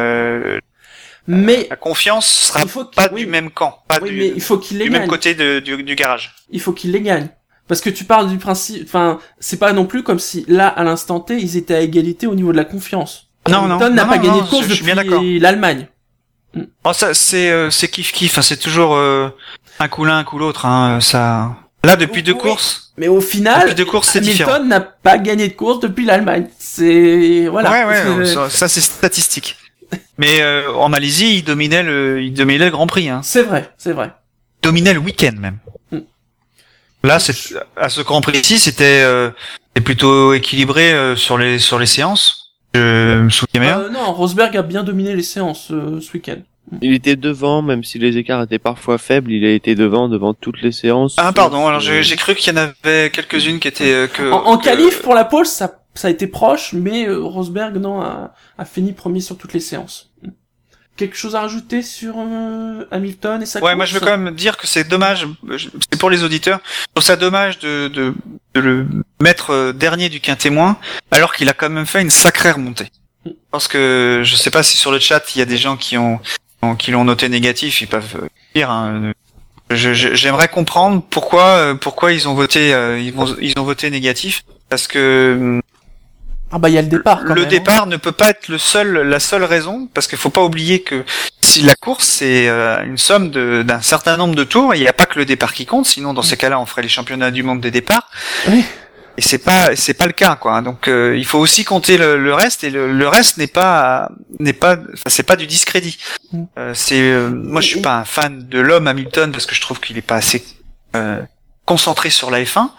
Mais la confiance sera il faut qu'il- pas oui. du même camp, pas oui, mais il faut qu'il les du gagne. même côté du garage. Il faut qu'il les gagne. Parce que tu parles du principe, enfin, c'est pas non plus comme si là, à l'instant T, ils étaient à égalité au niveau de la confiance. Non, Hamilton non, n'a non, pas non, gagné non, de course je suis bien d'accord. depuis l'Allemagne. Oh, ça, c'est kiff-kiff, c'est toujours un coup l'un, un coup l'autre, ça. Là, depuis 2 Oui. courses. Mais au final, Depuis 2 courses, c'est différent. Hamilton n'a pas gagné de course depuis l'Allemagne. C'est, voilà. Ouais, C'est- ça c'est statistique. Mais en Malaisie, il dominait le Grand Prix, C'est vrai, c'est vrai. dominait le week-end même. Mm. Là, à ce Grand Prix-ci, c'était plutôt équilibré sur les séances. Je me souviens bien. Non, Rosberg a bien dominé les séances ce week-end. Il était devant, même si les écarts étaient parfois faibles, il a été devant toutes les séances. Ah pardon, alors j'ai cru qu'il y en avait quelques-unes qui étaient En qualif pour la pole, ça a été proche, mais Rosberg non a fini premier sur toutes les séances. Quelque chose à rajouter sur Hamilton et sa course? Ouais, moi je veux quand même dire que c'est dommage, c'est pour les auditeurs, je trouve ça dommage de le mettre dernier du quintémoin, alors qu'il a quand même fait une sacrée remontée. Parce que je sais pas si sur le chat il y a des gens qui l'ont noté négatif, ils peuvent dire. J'aimerais comprendre pourquoi ils ont voté ils ont voté négatif, parce que Ah bah il y a le départ quand le même. départ ne peut pas être la seule raison, parce qu'il faut pas oublier que si la course c'est une somme d'un certain nombre de tours, il n'y a pas que le départ qui compte, sinon dans ces cas-là on ferait les championnats du monde des départs. Oui. Et c'est pas le cas quoi. Donc il faut aussi compter le reste, et le reste c'est pas du discrédit. Moi je suis pas un fan de l'homme Hamilton parce que je trouve qu'il est pas assez concentré sur la F1,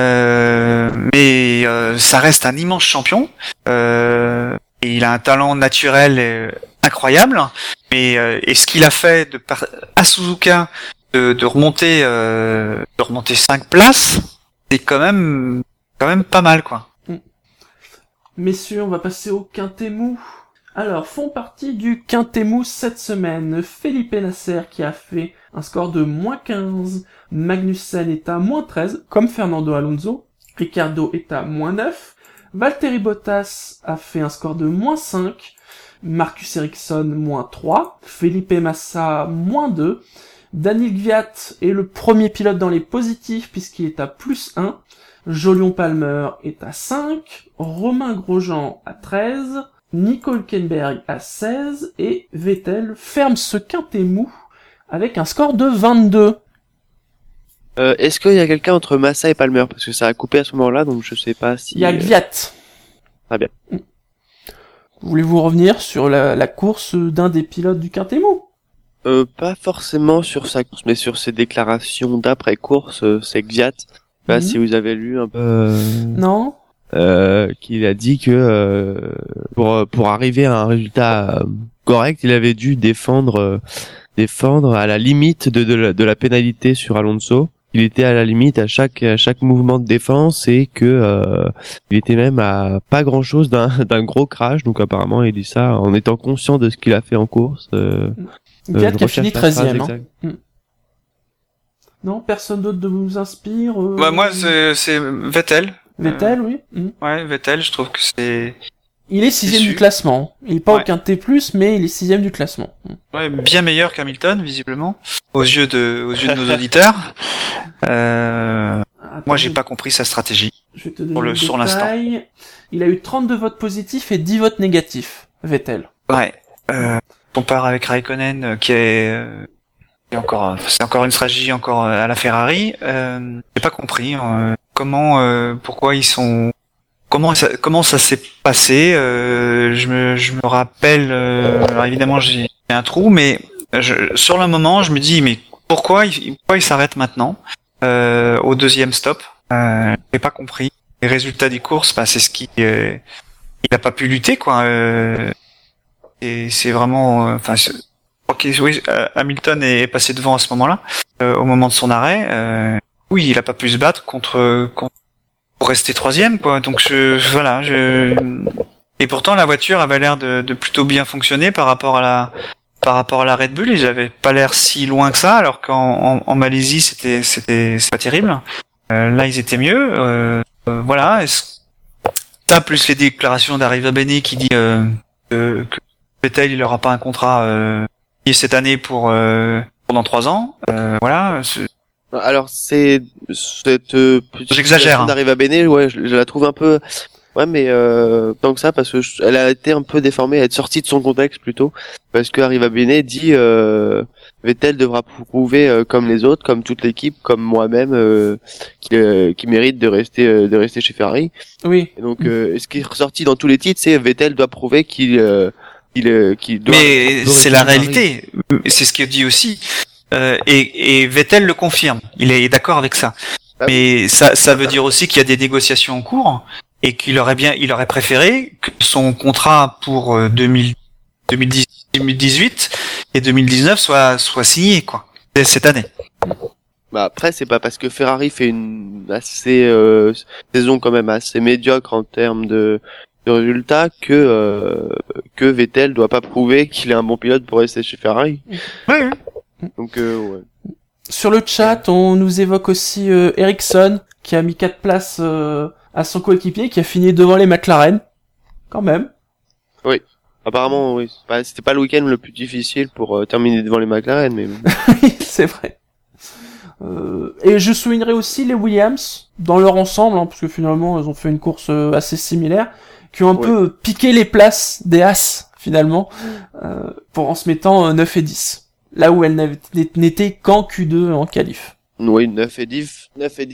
mais ça reste un immense champion, et il a un talent naturel incroyable, mais et ce qu'il a fait à Suzuka de remonter 5 places, c'est quand même pas mal quoi. Messieurs, on va passer au quintet mou. Alors, font partie du quintet mou cette semaine Felipe Nasser qui a fait un score de -15, Magnussen est à -13, comme Fernando Alonso, Ricciardo est à -9, Valtteri Bottas a fait un score de -5, Marcus Ericsson -3, Felipe Massa -2, Daniil Kvyat est le premier pilote dans les positifs puisqu'il est à +1, Jolion Palmer est à 5, Romain Grosjean à 13, Nico Hülkenberg à 16 et Vettel ferme ce quintet mou avec un score de 22. Est-ce qu'il y a quelqu'un entre Massa et Palmer? Parce que ça a coupé à ce moment-là, donc je sais pas si... Il y a Gviat. Très bien. Voulez-vous revenir sur la course d'un des pilotes du Quintémo? Pas forcément sur sa course, mais sur ses déclarations d'après-course, c'est Gviat. Je sais pas si vous avez lu un peu... Non. Qu'il a dit que pour arriver à un résultat correct, il avait dû défendre à la limite de la pénalité sur Alonso. Il était à la limite à chaque mouvement de défense et que il était même à pas grand chose d'un gros crash. Donc apparemment il dit ça en étant conscient de ce qu'il a fait en course. Gviat qui a fini 13e. Hein. Non, personne d'autre de vous inspire Bah moi c'est Vettel. Vettel, oui. Ouais, Vettel, je trouve que c'est... Il est 6e du classement. Il est pas au quintet plus, mais il est 6e du classement. Ouais, bien meilleur qu'Hamilton, visiblement, aux yeux de nos auditeurs. Moi, j'ai pas compris sa stratégie. Je vais te donner sur l'instant. Il a eu 32 votes positifs et 10 votes négatifs, Vettel. Ouais. Compare avec Raikkonen, qui est encore, c'est encore une stratégie encore à la Ferrari. J'ai pas compris pourquoi ils sont. Comment ça s'est passé. Je me rappelle. Alors évidemment, j'ai un trou, mais sur le moment, je me dis mais pourquoi il s'arrête maintenant au deuxième stop. J'ai pas compris. Les résultats des courses, c'est ce qui il a pas pu lutter quoi. Et c'est vraiment. Hamilton est passé devant à ce moment-là, au moment de son arrêt. Oui, il a pas pu se battre pour rester 3e quoi. Donc et pourtant la voiture avait l'air de plutôt bien fonctionner par rapport à la Red Bull. Ils avaient pas l'air si loin que ça, alors qu'en Malaisie c'était pas terrible. Là ils étaient mieux. Voilà. Ça plus les déclarations d'Arriva Bene qui dit que Vettel il aura pas un contrat cette année pendant 3 ans. Voilà. Alors cette j'exagère d'Arriva Bene, ouais, je la trouve un peu, ouais, mais tant que ça, parce que elle a été un peu déformée, elle est sortie de son contexte plutôt, parce que Arriva Bene dit Vettel devra prouver comme les autres, comme toute l'équipe, comme moi-même, qui mérite de rester chez Ferrari. Oui. Et donc ce qui est ressorti dans tous les titres, c'est Vettel doit prouver qu'il doit. Mais c'est la réalité, c'est ce qu'il dit aussi. Et Vettel le confirme. Il est d'accord avec ça. Mais ça veut dire aussi qu'il y a des négociations en cours et il aurait préféré que son contrat pour 2018 et 2019 soit signé quoi. Cette année. Bah après c'est pas parce que Ferrari fait une saison quand même assez médiocre en termes de résultats que Vettel doit pas prouver qu'il est un bon pilote pour rester chez Ferrari. Ouais. Donc ouais. Sur le chat, on nous évoque aussi Ericsson qui a mis 4 places à son coéquipier, qui a fini devant les McLaren. Quand même. Oui. Apparemment, oui. C'était pas le week-end le plus difficile pour terminer devant les McLaren, mais. Oui, c'est vrai. Et je soulignerai aussi les Williams dans leur ensemble, parce que finalement, ils ont fait une course assez similaire, qui ont un peu piqué les places des As finalement, en se mettant 9 et 10. Là où elle n'était qu'en Q2 en qualif. Oui, 9 et 10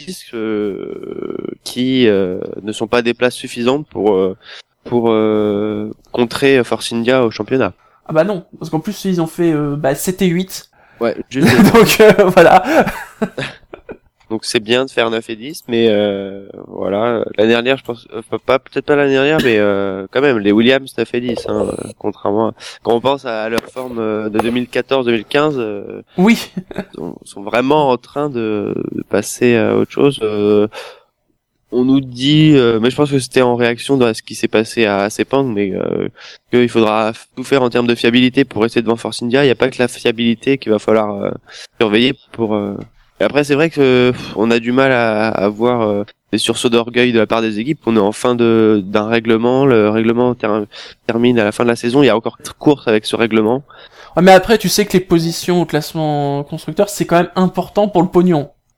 qui ne sont pas des places suffisantes pour contrer Force India au championnat. Ah bah non, parce qu'en plus ils ont fait 7 et 8. Ouais, juste donc voilà. Donc c'est bien de faire 9 et 10, mais voilà, l'année dernière, je pense, peut-être pas l'année dernière, mais quand même, les Williams 9 et 10, contrairement quand on pense à leur forme de 2014-2015, oui, sont vraiment en train de passer à autre chose. On nous dit, mais je pense que c'était en réaction à ce qui s'est passé à Sepang, mais qu'il faudra tout faire en termes de fiabilité pour rester devant Force India. Il n'y a pas que la fiabilité qu'il va falloir surveiller pour... Et après, c'est vrai que on a du mal à voir des sursauts d'orgueil de la part des équipes. On est en fin d'un règlement. Le règlement termine à la fin de la saison. Il y a encore 4 courses avec ce règlement. Ouais, mais après, tu sais que les positions au classement constructeur, c'est quand même important pour le pognon.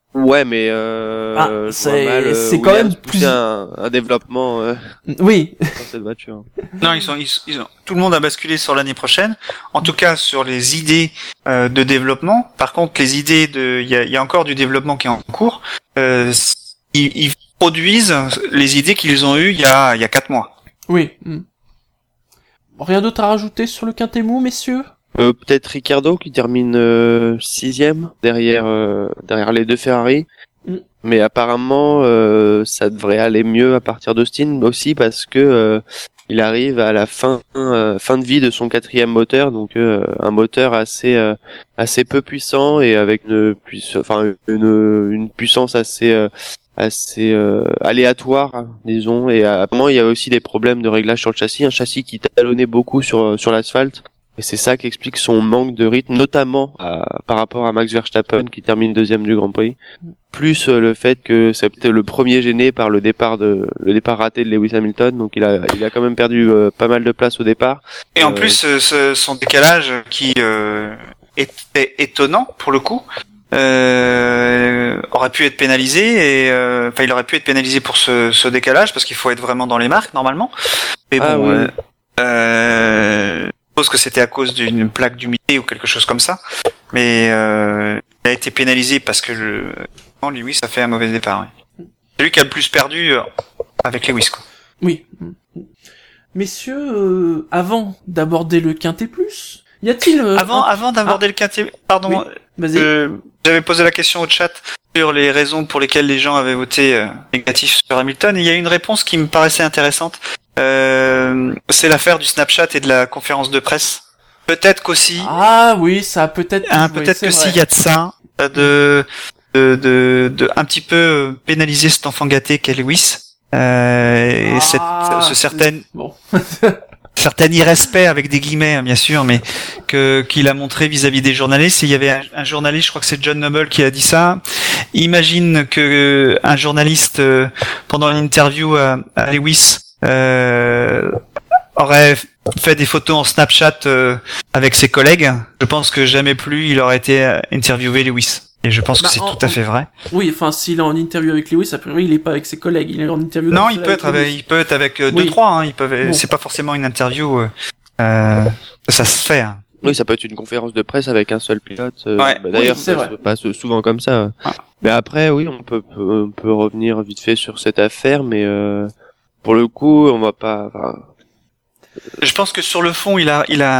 Ouais, mais je vois mal, c'est quand Williams même pousser plus. un développement Oui. dans cette voiture. Non, ils ont, tout le monde a basculé sur l'année prochaine. En tout cas, sur les idées de développement. Par contre, les idées il y a encore du développement qui est en cours. Ils produisent les idées qu'ils ont eues il y a 4 mois. Oui. Rien d'autre à rajouter sur le quintet mou, messieurs? Peut-être Ricciardo qui termine 6e derrière les deux Ferrari. Mais apparemment ça devrait aller mieux à partir d'Austin aussi parce que il arrive à la fin de vie de son 4e moteur, donc un moteur assez peu puissant et avec une puissance assez aléatoire, disons. Et apparemment il y a aussi des problèmes de réglage sur le châssis, un châssis qui talonnait beaucoup sur l'asphalte. Et c'est ça qui explique son manque de rythme, notamment par rapport à Max Verstappen qui termine 2e du Grand Prix. Plus le fait que c'est peut-être le premier gêné par le départ raté de Lewis Hamilton, donc il a quand même perdu pas mal de place au départ. Et en plus, son décalage qui était étonnant pour le coup, aurait pu être pénalisé et enfin il aurait pu être pénalisé pour ce décalage parce qu'il faut être vraiment dans les marques normalement. Mais bon, je suppose que c'était à cause d'une plaque d'humidité ou quelque chose comme ça. Mais il a été pénalisé parce que Lewis a fait un mauvais départ. Oui. C'est lui qui a le plus perdu avec Lewis, quoi. Oui. Messieurs, avant d'aborder le quintet plus, y a-t-il avant d'aborder le quintet, pardon, oui, vas-y. J'avais posé la question au chat sur les raisons pour lesquelles les gens avaient voté négatif sur Hamilton, et il y a une réponse qui me paraissait intéressante. C'est l'affaire du Snapchat et de la conférence de presse. Peut-être qu'aussi. Ah oui, ça peut-être. Peut-être que s'il y a de ça, de un petit peu pénaliser cet enfant gâté qu'est Lewis. Et ce certain irrespect avec des guillemets, hein, bien sûr, mais qu'il a montré vis-à-vis des journalistes. Et il y avait un journaliste, je crois que c'est John Noble qui a dit ça. Imagine que un journaliste pendant une interview à Lewis aurait fait des photos en Snapchat avec ses collègues. Je pense que jamais plus il aurait été interviewé Lewis. Et je pense que c'est tout à fait vrai. Oui, enfin, s'il est en interview avec Lewis, a priori, il est pas avec ses collègues, il est en interview. Non, il peut être avec deux, trois, hein, bon. C'est pas forcément une interview, ça se fait, hein. Oui, ça peut être une conférence de presse avec un seul pilote. Ouais. D'ailleurs, oui, ça se passe souvent comme ça. Ah. Mais après, oui, on peut revenir vite fait sur cette affaire, mais pour le coup, on va pas. Je pense que sur le fond, il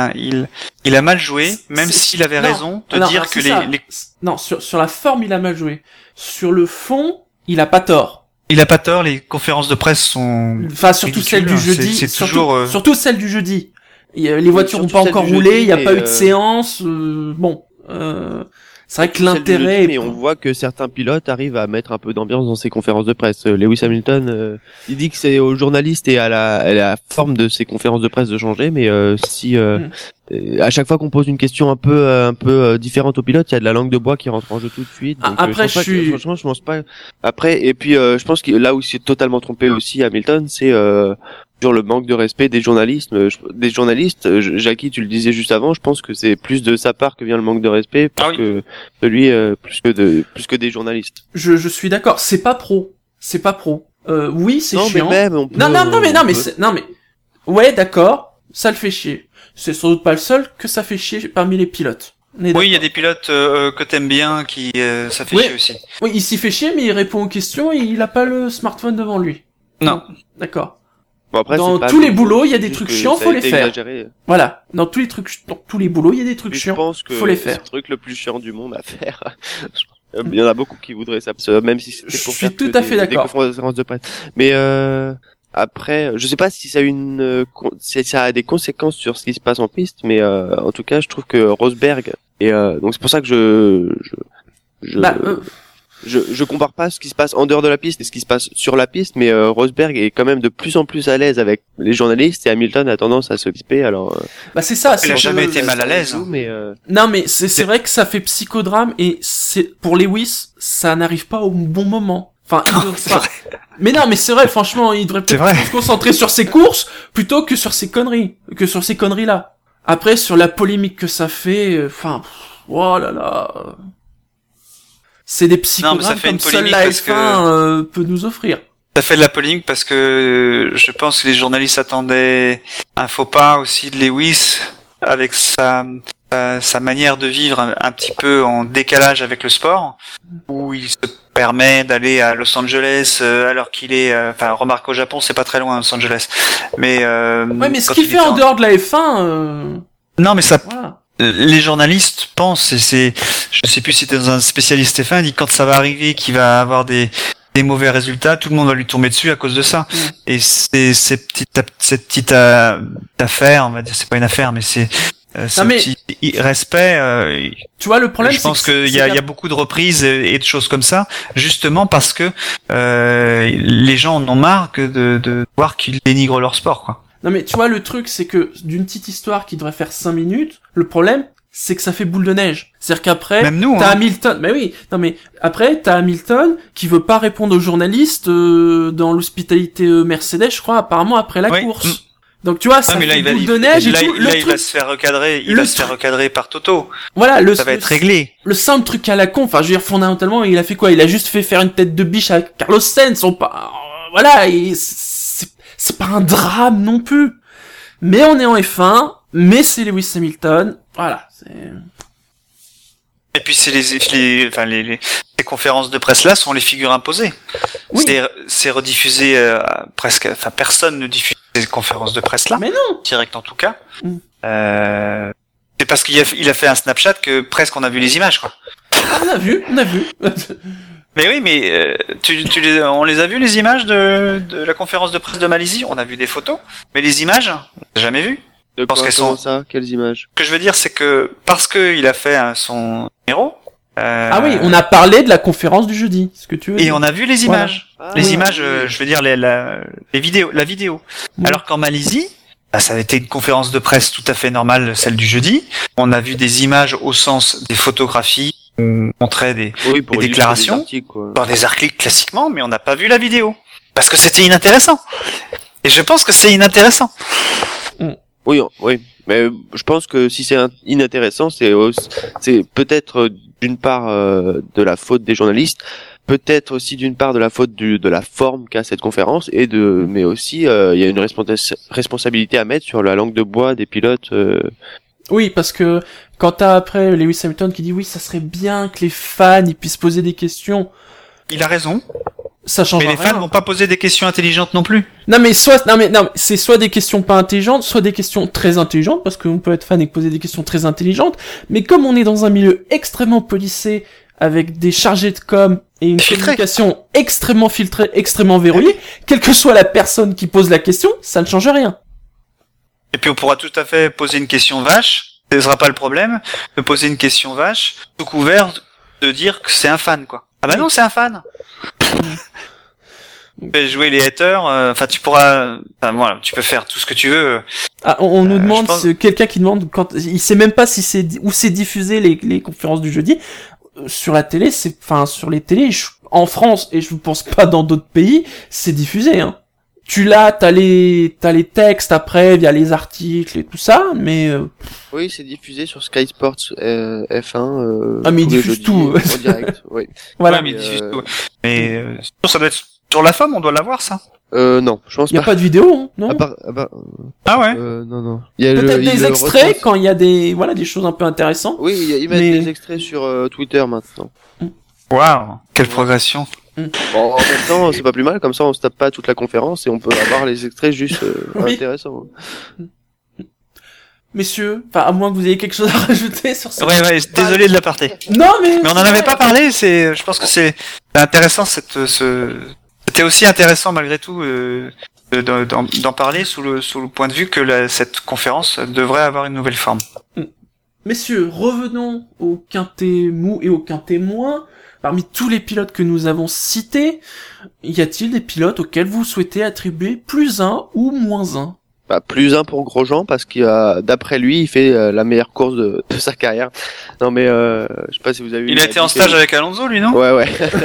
a mal joué, même s'il avait raison de dire que Non, sur la forme, il a mal joué. Sur le fond, il a pas tort. Il a pas tort, les conférences de presse sont... Enfin, surtout celles du jeudi. C'est toujours... Surtout celles du jeudi. Les voitures n'ont pas encore roulé, il n'y a pas eu de séance, c'est vrai que l'intérêt... Mais on voit que certains pilotes arrivent à mettre un peu d'ambiance dans ces conférences de presse. Lewis Hamilton, il dit que c'est aux journalistes et à la forme de ces conférences de presse de changer, mais si à chaque fois qu'on pose une question un peu différente aux pilotes, il y a de la langue de bois qui rentre en jeu tout de suite. Donc, après, franchement, je pense pas. Après, et puis je pense que là où il s'est totalement trompé aussi Hamilton, c'est sur le manque de respect des journalistes. Jackie, tu le disais juste avant, je pense que c'est plus de sa part que vient le manque de respect que de lui, plus que des journalistes. Je suis d'accord, c'est pas pro. Oui, c'est chiant. Mais même, on peut, non mais ouais, d'accord, ça le fait chier. C'est sans doute pas le seul que ça fait chier parmi les pilotes. Oui, il y a des pilotes que t'aimes bien qui ça fait chier aussi. Oui, il s'y fait chier, mais il répond aux questions et il a pas le smartphone devant lui. Non. D'accord. Bon, après, dans tous les boulots, il y a des trucs chiants, faut les faire. Exagéré. Voilà. Dans tous les boulots, il y a des trucs chiants, faut les faire. C'est le truc le plus chiant du monde à faire. Il y en a beaucoup qui voudraient ça, même si c'était pour faire tout à fait d'accord. Des conférences de presse. Mais après, je sais pas si ça a ça a des conséquences sur ce qui se passe en piste, mais en tout cas, je trouve que Rosberg et donc c'est pour ça que je compare pas ce qui se passe en dehors de la piste et ce qui se passe sur la piste, mais Rosberg est quand même de plus en plus à l'aise avec les journalistes et Hamilton a tendance à se pisper. Alors c'est ça. Il a jamais été mal à l'aise. Non, mais c'est vrai que ça fait psychodrame et c'est pour Lewis, ça n'arrive pas au bon moment. Enfin, mais non, mais c'est vrai. Franchement, il devrait peut-être se concentrer sur ses courses plutôt que sur ses conneries-là. Après, sur la polémique que ça fait, oh là là. C'est des Non, mais psychogrammes ça fait comme une seul polémique la parce F1 peut nous offrir. Ça fait de la polémique parce que je pense que les journalistes attendaient un faux pas aussi de Lewis avec sa manière de vivre un petit peu en décalage avec le sport, où il se permet d'aller à Los Angeles alors qu'il est... Enfin, remarque au Japon, c'est pas très loin, Los Angeles. Mais Ouais, mais ce quand qu'il il fait était en dehors de la F1, Non, mais ça... voilà. Les journalistes pensent, et je sais plus si c'était dans un spécialiste F1, il dit quand ça va arriver, qu'il va avoir des mauvais résultats, tout le monde va lui tomber dessus à cause de ça. Et cette petite affaire, on va dire, c'est pas une affaire, mais c'est ce mais- petit respect. Tu vois, le problème, Je pense c'est que qu'il y a beaucoup de reprises et de choses comme ça, justement parce que les gens en ont marre que de voir qu'ils dénigrent leur sport, quoi. Non mais tu vois, le truc, c'est que d'une petite histoire qui devrait faire 5 minutes, le problème, c'est que ça fait boule de neige. C'est-à-dire qu'après, Même nous, t'as hein. Hamilton, mais oui, non mais après, t'as Hamilton qui veut pas répondre aux journalistes dans l'hospitalité Mercedes, je crois, apparemment après la Oui. course. Donc tu vois, ça mais là, fait boule de neige et tout. il va se faire recadrer, le truc- par Toto. Voilà, Ça va être réglé. Le simple truc à la con, enfin, je veux dire, fondamentalement, il a fait quoi? Il a juste fait faire une tête de biche à Carlos Sainz, voilà, et c'est pas un drame non plus. Mais on est en F1, mais c'est Lewis Hamilton, voilà, c'est... Et puis c'est les conférences de presse là sont les figures imposées. Oui. C'est rediffusé presque, enfin personne ne diffuse ces conférences de presse là. Mais non. Direct en tout cas. Mm. C'est parce qu'il a fait un Snapchat que presque on a vu les images, quoi. Ah, on a vu. Mais oui, mais on les a vu les images de la conférence de presse de Malaisie. On a vu des photos, mais les images, on les a jamais vues. De Parce quoi, qu'elles comment sont- ça? Quelles images? Ce que je veux dire, c'est que parce que il a fait son numéro. Ah oui, on a parlé de la conférence du jeudi, ce que tu veux Et dire. on a vu les images. Ah, Les oui. images, je veux dire les vidéos, la vidéo. Oui. Alors qu'en Malaisie, bah, ça avait été une conférence de presse tout à fait normale, celle du jeudi. On a vu des images au sens des photographies, on montrait des Oui, pour des illustrer déclarations. des articles, quoi. dans des articles classiquement, mais on n'a pas vu la vidéo parce que c'était inintéressant. Et je pense que c'est inintéressant. Oui, oui. Mais je pense que si c'est inintéressant, c'est peut-être d'une part de la faute des journalistes, peut-être aussi d'une part de la faute de la forme qu'a cette conférence, mais aussi il y a une responsabilité à mettre sur la langue de bois des pilotes. Oui, parce que quand t'as après Lewis Hamilton qui dit oui, ça serait bien que les fans ils puissent poser des questions, Il a raison, ça change mais les rien. fans vont pas poser des questions intelligentes non plus. Non mais c'est soit des questions pas intelligentes, soit des questions très intelligentes, parce qu'on peut être fan et poser des questions très intelligentes, mais comme on est dans un milieu extrêmement policé, avec des chargés de com et une Filtré. communication extrêmement filtrée, extrêmement verrouillée, quelle que soit la personne qui pose la question, ça ne change rien. Et puis on pourra tout à fait poser une question vache, ce sera pas le problème, de poser une question vache, sous couvert de dire que c'est un fan, quoi. Ah bah non, c'est un fan. Tu peux jouer les haters, enfin tu pourras, enfin voilà, tu peux faire tout ce que tu veux. Ah, on nous demande, je pense- c'est quelqu'un qui demande quand il sait même pas si c'est où c'est diffusé les conférences du jeudi sur la télé, sur les télés en France et je pense pas dans d'autres pays, c'est diffusé hein. T'as les textes après via les articles et tout ça, mais Oui, c'est diffusé sur Sky Sports F1. Ah, mais ils tous les diffusent jeudis, tout. en direct. Oui. voilà. Ouais, mais ils Mais, diffusent tout. Mais ça doit être sur la femme, on doit l'avoir ça. Non, je pense Il y a pas. pas de vidéo, hein, non? Ah ouais. Non. Il y a Peut-être il des le extraits retransmet- quand il y a des choses un peu intéressantes. Oui, ils mettent Mais- des extraits sur Twitter maintenant. Waouh, quelle progression. Bon, en même temps, c'est pas plus mal, comme ça on se tape pas toute la conférence et on peut avoir les extraits juste Oui. intéressants. Messieurs, enfin à moins que vous ayez quelque chose à rajouter sur ce. Ouais, désolé de l'aparté. Non mais. Mais on en avait pas parlé, je pense que c'est intéressant c'était aussi intéressant malgré tout d'en parler sous le point de vue que cette conférence devrait avoir une nouvelle forme. Messieurs, revenons au quintet mou et au quintet moins. Parmi tous les pilotes que nous avons cités, y a-t-il des pilotes auxquels vous souhaitez attribuer plus 1 ou moins 1? Bah, plus un pour Grosjean parce qu'il a, d'après lui, il fait la meilleure course de sa carrière. Non mais je sais pas si vous avez vu. Il a été en dit que- stage avec Alonso, lui, non? Ouais.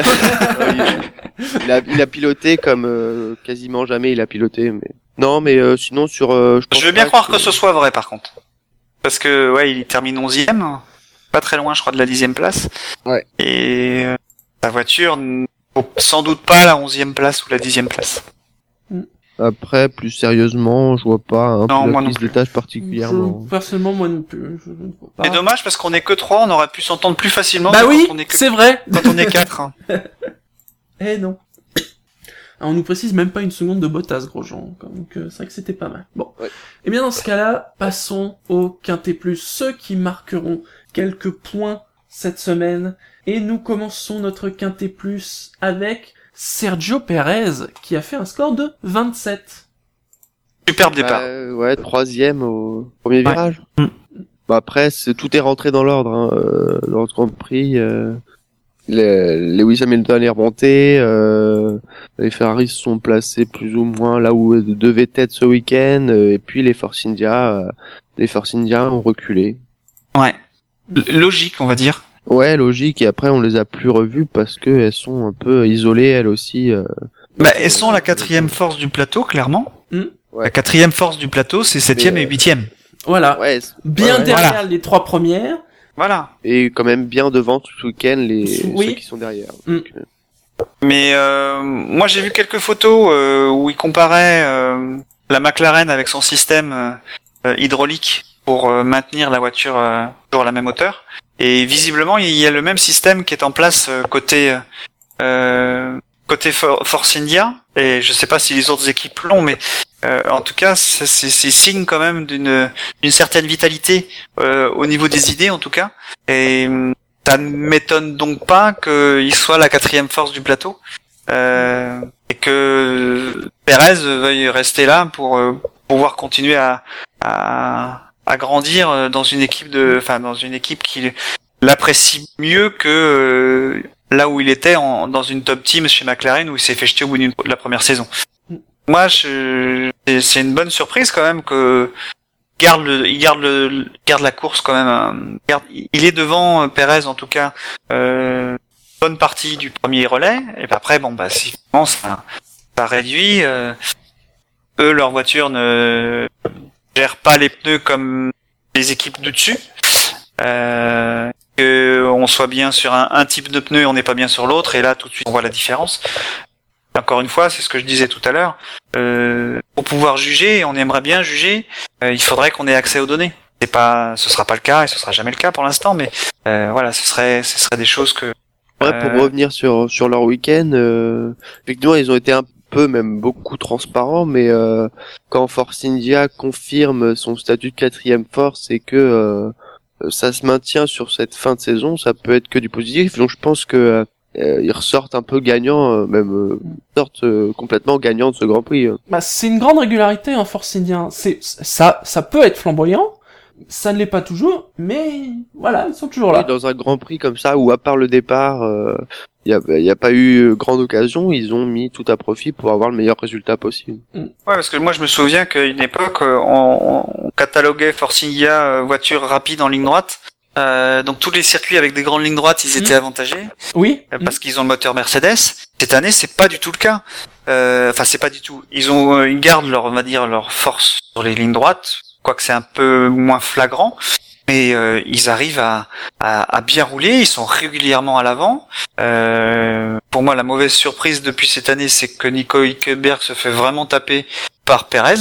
il a piloté comme quasiment jamais il a piloté. Mais non, mais sinon sur. Je veux bien croire que ce soit vrai, par contre. Parce que, ouais, il termine 11e. Pas très loin, je crois, de la 10e place. Ouais. Et la voiture faut sans doute pas la 11e place ou la 10e place. Après, plus sérieusement, je vois pas un Non, moi pilote non de tâche particulièrement. Personnellement, moi non plus. Je ne vois pas. C'est dommage parce qu'on est que 3, on aurait pu s'entendre plus facilement Bah que oui, quand on est que c'est vrai. quand on est 4. Hein. Eh non. Ah, on nous précise même pas une seconde de Bottas, Grosjean. Donc c'est vrai que c'était pas mal. Bon. Ouais. Et bien dans ce cas-là, passons au Quintet Plus, ceux qui marqueront quelques points cette semaine. Et nous commençons notre Quintet Plus avec Sergio Pérez, qui a fait un score de 27. Superbe départ. Ouais, 3e au premier Ouais. virage. Bah après, tout est rentré dans l'ordre. Dans le Grand Prix, Lewis Hamilton est remonté. Les Ferrari se sont placés plus ou moins là où elles devaient être ce week-end. Et puis les Force India ont reculé. Ouais. Logique, on va dire. Ouais, logique. Et après, on les a plus revues parce que elles sont un peu isolées elles aussi. Bah, elles sont la 4e force du plateau, clairement. Ouais. La 4e force du plateau, c'est 7e et 8e. Voilà. Ouais. Bien ouais. derrière Voilà. les 3 premières. Voilà. Et quand même bien devant tout ce week-end Oui. ceux qui sont derrière. Mm. Donc, Mais moi j'ai vu quelques photos où il comparait la McLaren avec son système hydraulique pour maintenir la voiture toujours à la même hauteur. Et visiblement il y a le même système qui est en place côté Force India. Et je sais pas si les autres équipes l'ont, mais en tout cas c'est signe quand même d'une certaine vitalité au niveau des idées en tout cas. Et ça ne m'étonne donc pas qu'il soit la 4e force du plateau et que Pérez veuille rester là pour pouvoir continuer à grandir dans une équipe qui l'apprécie mieux que là où il était dans une top team chez McLaren où il s'est fait jeter au bout de la première saison. Moi, c'est une bonne surprise quand même que il garde la course quand même. Il est devant Pérez en tout cas bonne partie du premier relais. Et puis après, bon bah si vraiment ça réduit. Eux, leur voiture ne gère pas les pneus comme les équipes de dessus. Que on soit bien sur un type de pneu, on n'est pas bien sur l'autre. Et là, tout de suite, on voit la différence. Encore une fois, c'est ce que je disais tout à l'heure. Pour pouvoir juger, on aimerait bien juger, il faudrait qu'on ait accès aux données. Ce sera pas le cas et ce sera jamais le cas pour l'instant, mais voilà, ce serait des choses que. Ouais, pour revenir sur leur week-end, effectivement, ils ont été un peu, même beaucoup transparents, mais quand Force India confirme son statut de 4e force et que ça se maintient sur cette fin de saison, ça peut être que du positif. Donc je pense que ils ressortent un peu gagnants, sortent complètement gagnants de ce Grand Prix. Bah, c'est une grande régularité en Force India. Ça peut être flamboyant, ça ne l'est pas toujours, mais voilà, ils sont toujours là. Oui, dans un Grand Prix comme ça, où à part le départ, il y a pas eu grande occasion, ils ont mis tout à profit pour avoir le meilleur résultat possible. Ouais, parce que moi je me souviens qu'à une époque, on cataloguait Force India voiture rapide en ligne droite. Donc tous les circuits avec des grandes lignes droites, ils étaient avantagés. Oui. Parce qu'ils ont le moteur Mercedes. Cette année, c'est pas du tout le cas. Enfin, c'est pas du tout. Ils gardent leur force sur les lignes droites, quoique c'est un peu moins flagrant. Mais ils arrivent à bien rouler. Ils sont régulièrement à l'avant. Pour moi, la mauvaise surprise depuis cette année, c'est que Nico Hülkenberg se fait vraiment taper par Pérez.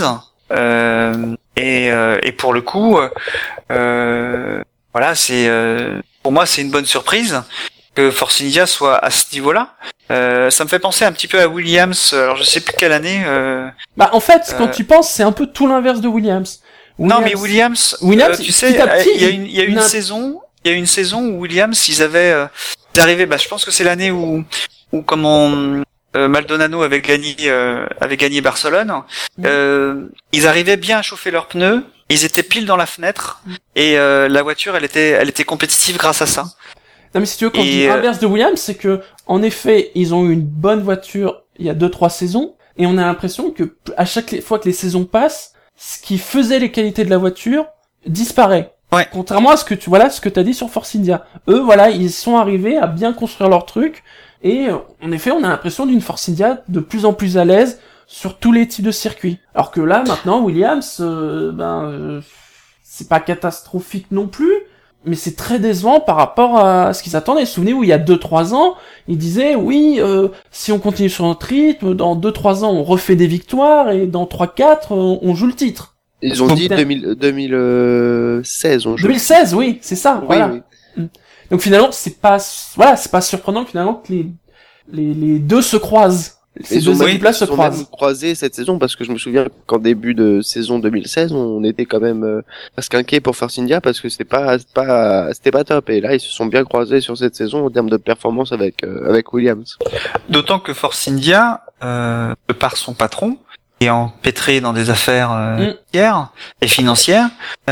Et pour le coup. Voilà, pour moi c'est une bonne surprise que Force India soit à ce niveau-là. Ça me fait penser un petit peu à Williams. Alors je sais plus quelle année. Bah en fait, quand tu penses, c'est un peu tout l'inverse de Williams. Non mais Williams, tu sais, petit à petit, il y a une saison où Williams ils arrivaient. Bah je pense que c'est l'année où Maldonado avait gagné Barcelone. Ils arrivaient bien à chauffer leurs pneus. Ils étaient pile dans la fenêtre et la voiture elle était compétitive grâce à ça. Non mais si tu veux, quand je dis l'inverse de Williams, c'est que en effet ils ont eu une bonne voiture il y a 2-3 saisons et on a l'impression que à chaque fois que les saisons passent, ce qui faisait les qualités de la voiture disparaît. Ouais. Contrairement à ce que t'as dit sur Force India. Eux voilà, ils sont arrivés à bien construire leur truc et en effet on a l'impression d'une Force India de plus en plus à l'aise sur tous les types de circuits. Alors que là, maintenant, Williams, c'est pas catastrophique non plus, mais c'est très décevant par rapport à ce qu'ils attendaient. Souvenez-vous, il y a 2-3 ans, ils disaient, oui, si on continue sur notre rythme, dans 2-3 ans, on refait des victoires, et dans 3-4, on joue le titre. Ils ont dit 2016, on joue. 2016, oui, c'est ça, Oui, voilà. oui. Donc finalement, c'est pas surprenant finalement que les deux se croisent. Ces Ils ont deux même, équipes-là se ils ont même croisent. croisé cette saison parce que je me souviens qu'en début de saison 2016, on était quand même presque inquiet pour Force India parce que c'était pas top. Et là, ils se sont bien croisés sur cette saison en termes de performance avec Williams. D'autant que Force India, de par son patron, est empêtré dans des affaires financières,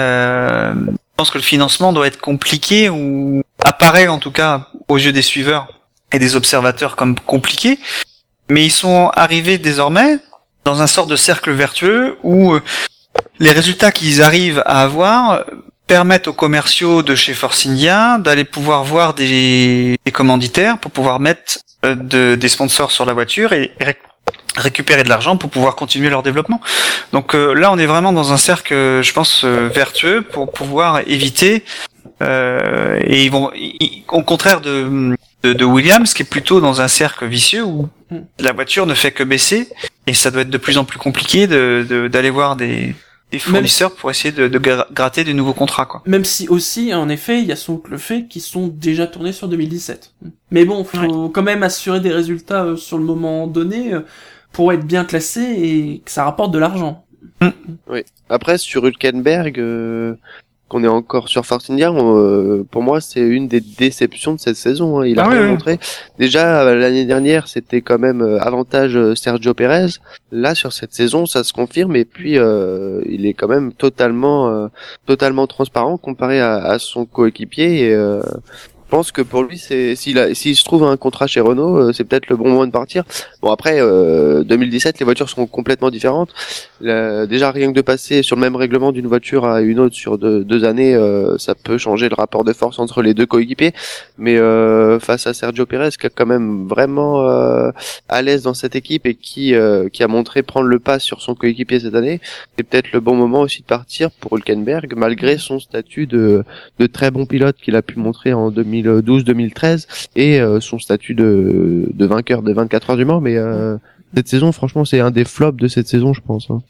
je pense que le financement doit être compliqué ou apparaît en tout cas aux yeux des suiveurs et des observateurs comme compliqué. Mais ils sont arrivés désormais dans un sort de cercle vertueux où les résultats qu'ils arrivent à avoir permettent aux commerciaux de chez Force India d'aller pouvoir voir des commanditaires pour pouvoir mettre des sponsors sur la voiture et récupérer de l'argent pour pouvoir continuer leur développement. Donc là, on est vraiment dans un cercle, je pense, vertueux pour pouvoir éviter et ils vont, au contraire de Williams, qui est plutôt dans un cercle vicieux où la voiture ne fait que baisser et ça doit être de plus en plus compliqué d'aller voir des fournisseurs pour essayer de gratter de nouveaux contrats, quoi. Même si aussi, en effet, il y a sans doute le fait qu'ils sont déjà tournés sur 2017. Mais bon, faut quand même assurer des résultats sur le moment donné pour être bien classé et que ça rapporte de l'argent. Oui. Après, sur Hülkenberg, qu'on est encore sur Force India, pour moi, c'est une des déceptions de cette saison. Hein. Il a rien montré. Déjà, l'année dernière, c'était quand même avantage Sergio Pérez. Là, sur cette saison, ça se confirme. Et puis, il est quand même totalement transparent comparé à son coéquipier. Et je pense que pour lui, s'il se trouve un contrat chez Renault, c'est peut-être le bon moment de partir. Bon, après 2017, les voitures seront complètement différentes. Déjà, rien que de passer sur le même règlement d'une voiture à une autre sur deux années, ça peut changer le rapport de force entre les deux coéquipiers. Mais face à Sergio Pérez, qui est quand même vraiment à l'aise dans cette équipe et qui a montré prendre le pas sur son coéquipier cette année, c'est peut-être le bon moment aussi de partir pour Hülkenberg, malgré son statut de très bon pilote qu'il a pu montrer en 2012-2013 et son statut de vainqueur de 24 heures du Mans. Mais cette saison, franchement, c'est un des flops de cette saison, je pense. Hein.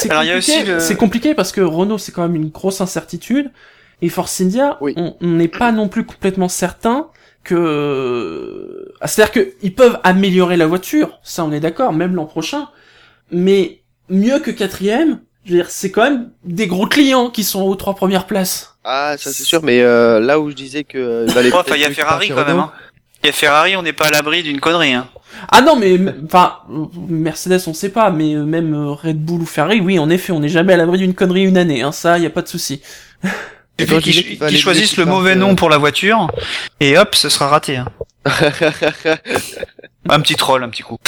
C'est compliqué parce que Renault, c'est quand même une grosse incertitude. Et Force India, on n'est pas non plus complètement certain que... C'est-à-dire qu'ils peuvent améliorer la voiture, ça on est d'accord, même l'an prochain. Mais mieux que 4ème, je veux dire, c'est quand même des gros clients qui sont aux 3 premières places. Ah, ça c'est sûr, mais là où je disais que... il y a Ferrari quand même. Hein. Il y a Ferrari, on n'est pas à l'abri d'une connerie. Hein. Ah non, mais enfin, Mercedes, on sait pas, mais même Red Bull ou Ferrari, oui, en effet, on n'est jamais à l'abri d'une connerie une année. Hein, ça, y a pas de souci. Il suffit qu'ils choisissent le mauvais nom pour la voiture, et hop, ce sera raté. Hein. Un petit troll, un petit coup.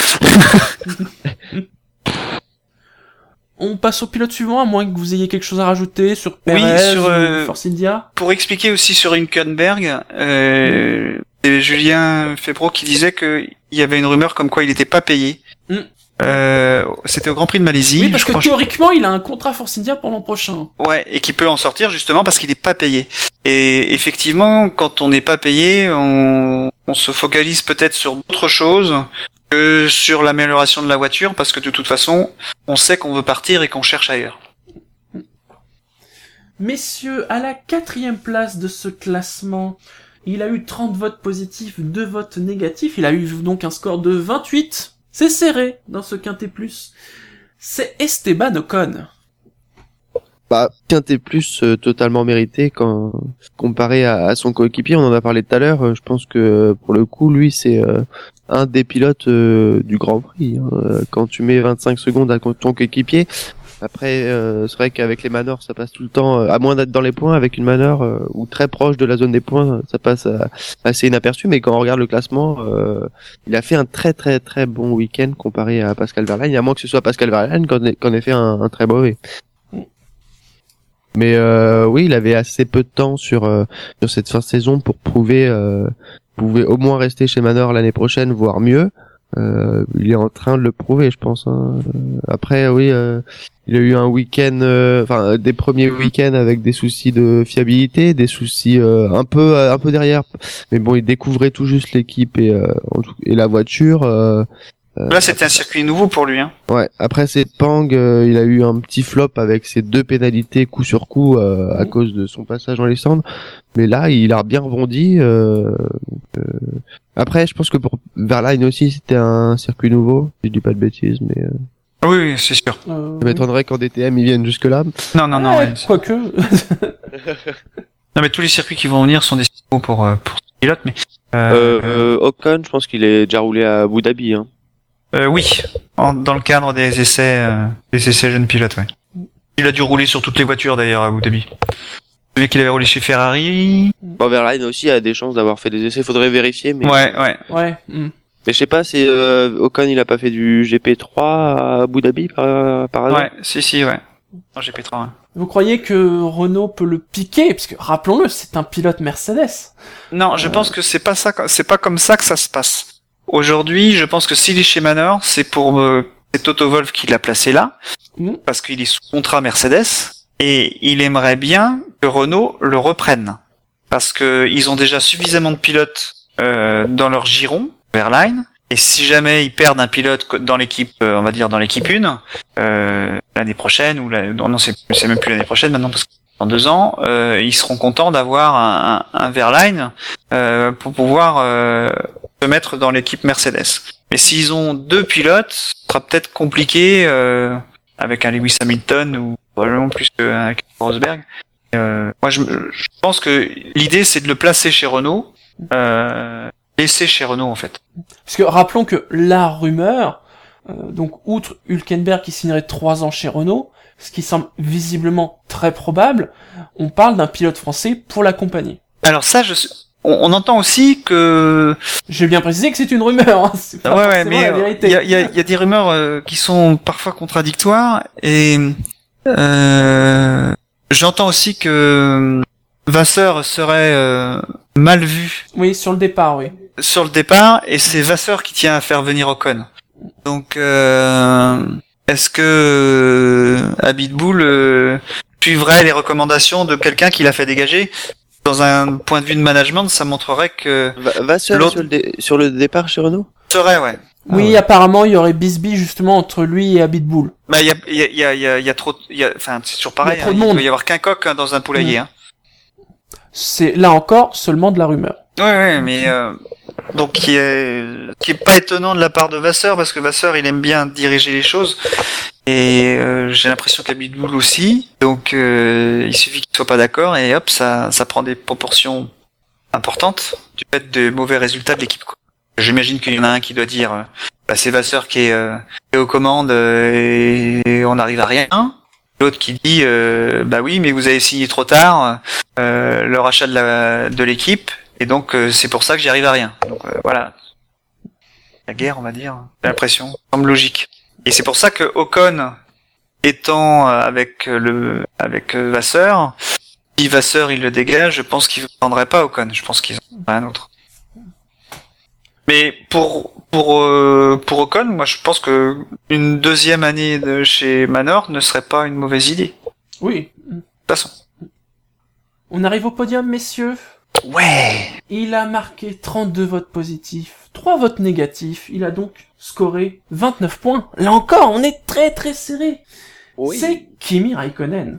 On passe au pilote suivant, à moins que vous ayez quelque chose à rajouter sur Perez ou Force India. Pour expliquer aussi sur Hülkenberg, c'est Julien Febvre qui disait qu'il y avait une rumeur comme quoi il n'était pas payé. C'était au Grand Prix de Malaisie. Oui, parce que théoriquement, il a un contrat Force India pour l'an prochain. Ouais, et qu'il peut en sortir justement parce qu'il n'est pas payé. Et effectivement, quand on n'est pas payé, on se focalise peut-être sur d'autres choses que sur l'amélioration de la voiture, parce que de toute façon, on sait qu'on veut partir et qu'on cherche ailleurs. Messieurs, à la 4ème place de ce classement, il a eu 30 votes positifs, 2 votes négatifs, il a eu donc un score de 28. C'est serré dans ce Quintet Plus. C'est Esteban Ocon. Quintet Plus totalement mérité quand comparé à son coéquipier, on en a parlé tout à l'heure. Je pense que pour le coup, lui, c'est un des pilotes du Grand Prix. Hein. Quand tu mets 25 secondes à ton coéquipier, après, c'est vrai qu'avec les manœuvres, ça passe tout le temps, à moins d'être dans les points, avec une manœuvre ou très proche de la zone des points, ça passe assez inaperçu. Mais quand on regarde le classement, il a fait un très très très bon week-end comparé à Pascal Wehrlein. À moins que ce soit Pascal Wehrlein qu'on ait fait un très mauvais. Mais oui, il avait assez peu de temps sur cette fin de saison pour prouver pouvait au moins rester chez Manor l'année prochaine, voire mieux. Il est en train de le prouver, je pense. Hein. Après, oui, il a eu un week-end, des premiers week-ends avec des soucis de fiabilité, des soucis un peu derrière. Mais bon, il découvrait tout juste l'équipe et la voiture. Là, c'était un circuit nouveau pour lui. Hein. Ouais. Après Sepang, il a eu un petit flop avec ses 2 pénalités coup sur coup à cause de son passage dans les cendres. Mais là, il a bien rebondi. Après, je pense que pour Verlaine aussi, c'était un circuit nouveau. Je dis pas de bêtises, mais Oui, c'est sûr. ça m'étonnerait qu'en DTM ils viennent jusque là. Non. Ouais, quoique. Non, mais tous les circuits qui vont venir sont des circuits pour pilotes, mais. Ocon, je pense qu'il est déjà roulé à Abu Dhabi. Hein. Oui, dans le cadre des essais jeunes pilotes, ouais. Il a dû rouler sur toutes les voitures d'ailleurs à Abu Dhabi. Le mec qu'il avait roulé chez Ferrari. Bon, Verlaine aussi a des chances d'avoir fait des essais. Faudrait vérifier, mais. Ouais. Mais je sais pas si Ocon il a pas fait du GP3 à Abu Dhabi par hasard. Ouais, si, ouais. En GP3. Ouais. Vous croyez que Renault peut le piquer? Parce que, rappelons-le, c'est un pilote Mercedes. Non, je pense que c'est pas comme ça que ça se passe. Aujourd'hui, je pense que s'il est chez Manor, c'est pour c'est Toto Wolff qui l'a placé là, parce qu'il est sous contrat Mercedes, et il aimerait bien que Renault le reprenne, parce que ils ont déjà suffisamment de pilotes dans leur giron, Verlaine, et si jamais ils perdent un pilote dans l'équipe, on va dire dans l'équipe 1, l'année prochaine, non, c'est même plus l'année prochaine maintenant, parce que dans 2 ans, ils seront contents d'avoir un Verlaine pour pouvoir se mettre dans l'équipe Mercedes. Mais s'ils ont 2 pilotes, ce sera peut-être compliqué avec un Lewis Hamilton ou probablement plus qu'un Rosberg. Moi, je pense que l'idée, c'est de le placer chez Renault, laisser chez Renault en fait. Parce que rappelons que la rumeur, donc outre Hülkenberg qui signerait 3 ans chez Renault, ce qui semble visiblement très probable, on parle d'un pilote français pour l'accompagner. Alors ça, on entend aussi que... J'ai bien précisé que c'est une rumeur. Hein. C'est pas ouais, mais il y a des rumeurs qui sont parfois contradictoires et j'entends aussi que Vasseur serait mal vu. Oui, sur le départ, oui. Sur le départ, et c'est Vasseur qui tient à faire venir Ocon. Donc, est-ce que Abitbull suivrait les recommandations de quelqu'un qui l'a fait dégager? Dans un point de vue de management, ça montrerait que Vasseur sur le départ chez Renault serait, ouais. Oui, ouais. Apparemment, il y aurait bisbille justement entre lui et Abitbull. Bah, il y a trop, enfin, c'est toujours pareil. Il y a trop de monde. Il doit y avoir qu'un coq dans un poulailler. Hein. C'est là encore seulement de la rumeur. Ouais, mais donc qui est pas étonnant de la part de Vasseur parce que Vasseur il aime bien diriger les choses et j'ai l'impression qu'Abitbull aussi. Donc il suffit qu'il soit pas d'accord et hop ça prend des proportions importantes du fait de mauvais résultats de l'équipe. Quoi. J'imagine qu'il y en a un qui doit dire c'est Vasseur qui est aux commandes et on n'arrive à rien. L'autre qui dit bah oui mais vous avez signé trop tard le rachat de l'équipe et donc c'est pour ça que j'y arrive à rien. Donc voilà. La guerre on va dire, j'ai l'impression, semble logique. Et c'est pour ça que Ocon étant avec Vasseur, si Vasseur il le dégage, je pense qu'il ne prendrait pas Ocon, je pense qu'ils en auraient un autre. Mais pour Ocon, moi je pense que une 2e année de chez Manor ne serait pas une mauvaise idée. Oui. De toute façon. On arrive au podium, messieurs. Ouais. Il a marqué 32 votes positifs, 3 votes négatifs. Il a donc scoré 29 points. Là encore, on est très très serré. Oui. C'est Kimi Raikkonen.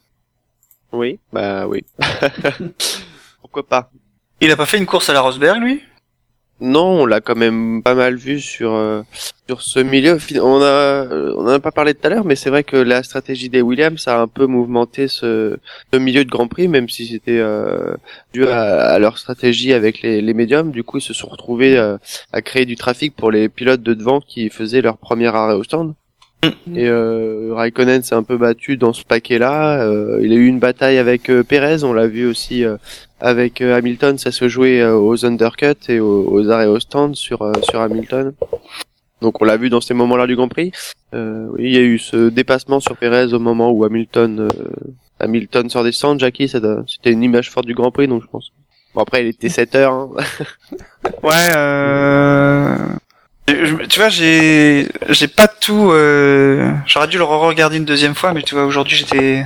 Oui, bah oui. Pourquoi pas. Il a pas fait une course à la Rosberg, lui? Non, on l'a quand même pas mal vu sur ce milieu. On en a pas parlé tout à l'heure, mais c'est vrai que la stratégie des Williams a un peu mouvementé ce milieu de Grand Prix, même si c'était dû à leur stratégie avec les médiums. Du coup, ils se sont retrouvés à créer du trafic pour les pilotes de devant qui faisaient leur premier arrêt au stand. Et Raikkonen s'est un peu battu dans ce paquet-là. Il a eu une bataille avec Perez, on l'a vu aussi avec Hamilton, ça se jouait aux undercuts et aux arrêts au stand sur Hamilton. Donc on l'a vu dans ces moments-là du Grand Prix. Oui, il y a eu ce dépassement sur Perez au moment où Hamilton sort des stands. Jackie, c'était une image forte du Grand Prix, donc je pense. Bon après, il était 7 heures. Hein. Ouais. Tu vois, j'ai pas tout. J'aurais dû le re-regarder une deuxième fois, mais tu vois, aujourd'hui j'étais.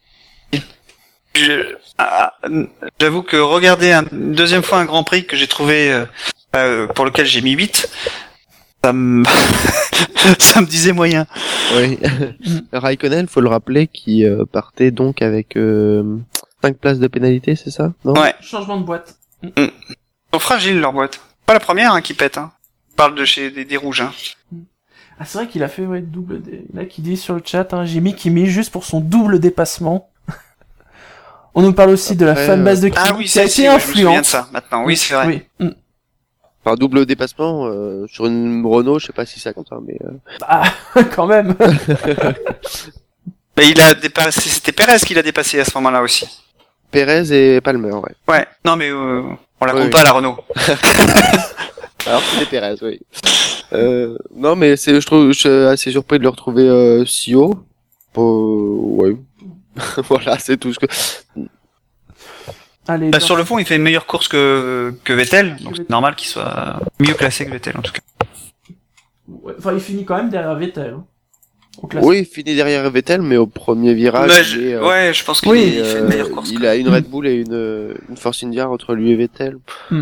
J'avoue que regarder une deuxième fois un Grand Prix que j'ai trouvé pour lequel j'ai mis 8, ça me ça me disait moyen. Oui. Raikkonen, faut le rappeler, qui partait donc avec 5 places de pénalité, c'est ça? Non? Ouais. Changement de boîte. Ils sont fragiles leur boîte. Pas la première qui pète. On parle de chez des rouges. Ah, c'est vrai qu'il a fait double. Il y en a qui dit sur le chat, j'ai mis Kimi juste pour son double dépassement. On nous parle aussi de la fanbase de Kimi Ah oui, qui a été je me souviens influente. de ça maintenant. Oui, c'est vrai. Oui. Enfin, double dépassement sur une Renault, je sais pas si ça compte, mais. Ah, quand même. Mais il a dépassé. C'était Perez qui l'a dépassé à ce moment-là aussi. Perez et Palmer, ouais. Ouais. Non mais on la compte Oui. pas la Renault. Alors c'était Perez, oui. Non, mais je suis assez surpris de le retrouver si haut. Ouais. Voilà, c'est tout ce que. Allez. Sur le fond, il fait une meilleure course que Vettel, donc c'est normal qu'il soit mieux classé que Vettel en tout cas. Ouais, enfin, il finit quand même derrière Vettel. Au classement. Oui, il finit derrière Vettel, mais au premier virage, Mais ouais, je pense qu'il fait une meilleure course. il a une Red Bull et une Force India entre lui et Vettel.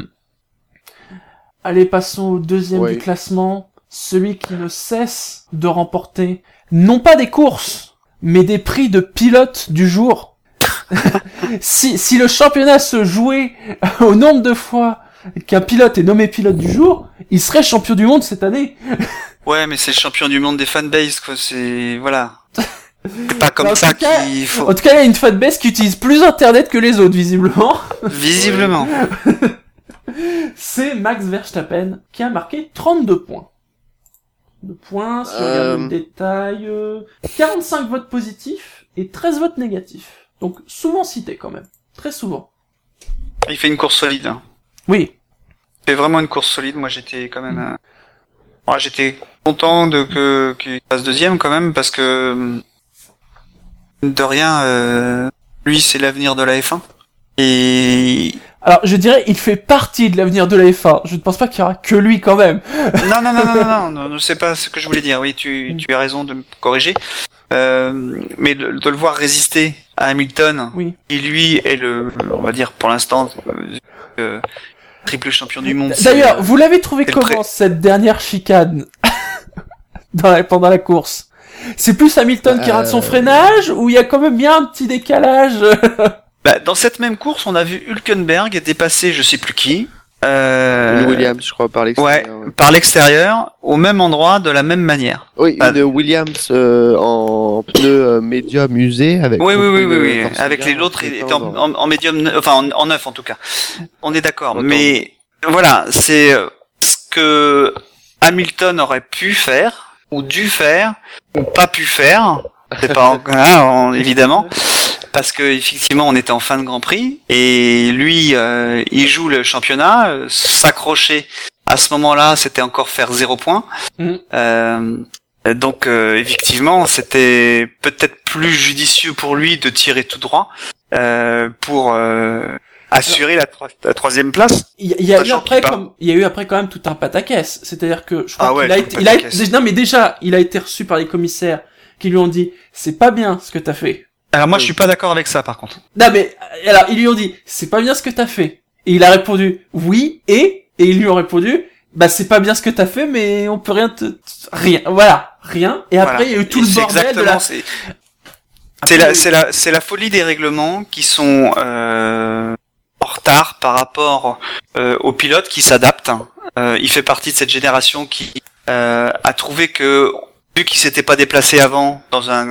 Allez, passons au deuxième du classement. Celui qui ne cesse de remporter, non pas des courses, mais des prix de pilote du jour. si le championnat se jouait au nombre de fois qu'un pilote est nommé pilote du jour, il serait champion du monde cette année. Ouais, mais c'est le champion du monde des fanbases, quoi. C'est voilà. C'est pas comme En ça tout cas- qu'il faut. En tout cas, il y a une fanbase qui utilise plus Internet que les autres, visiblement. Visiblement. C'est Max Verstappen qui a marqué 32 points. 2 points, si on regarde le détail, 45 votes positifs et 13 votes négatifs. Donc souvent cité quand même. Très souvent. Il fait une course solide. Oui. Il fait vraiment une course solide. Moi, j'étais quand même. J'étais content qu'il passe deuxième quand même parce que de rien, lui, c'est l'avenir de la F1. Et Alors, je dirais, il fait partie de l'avenir de la F1. Je ne pense pas qu'il y aura que lui quand même. non, c'est pas ce que je voulais dire. Oui, tu as raison de me corriger. Mais de le voir résister à Hamilton, Oui. qui lui est on va dire pour l'instant, triple champion du monde. D'ailleurs, vous l'avez trouvé c'est comment cette dernière chicane pendant la course? C'est plus Hamilton qui rate son freinage ou il y a quand même bien un petit décalage? Dans cette même course, on a vu Hülkenberg dépasser je sais plus qui. Une Williams, je crois, par l'extérieur. Ouais, par l'extérieur, au même endroit, de la même manière. Oui, une Williams en pneu médium usé avec. Oui. Avec les autres, il était en médium, enfin en neuf en tout cas. On est d'accord. Autant. Mais voilà, c'est ce que Hamilton aurait pu faire, ou dû faire, ou pas pu faire. C'est pas évidemment. Parce que effectivement, on était en fin de Grand Prix et lui, il joue le championnat. S'accrocher à ce moment-là, c'était encore faire 0 point. Donc effectivement, c'était peut-être plus judicieux pour lui de tirer tout droit pour assurer la troisième place. Il y a eu après quand même tout un pataquès. C'est-à-dire que je crois il a été reçu par les commissaires qui lui ont dit c'est pas bien ce que t'as fait. Alors moi je suis pas d'accord avec ça par contre. Non mais alors ils lui ont dit c'est pas bien ce que t'as fait et il a répondu oui et ils lui ont répondu c'est pas bien ce que t'as fait mais on peut rien et après il y a eu tout le bordel de la... c'est la folie des règlements qui sont en retard par rapport aux pilotes qui s'adaptent. Il fait partie de cette génération qui a trouvé que vu qu'il s'était pas déplacé avant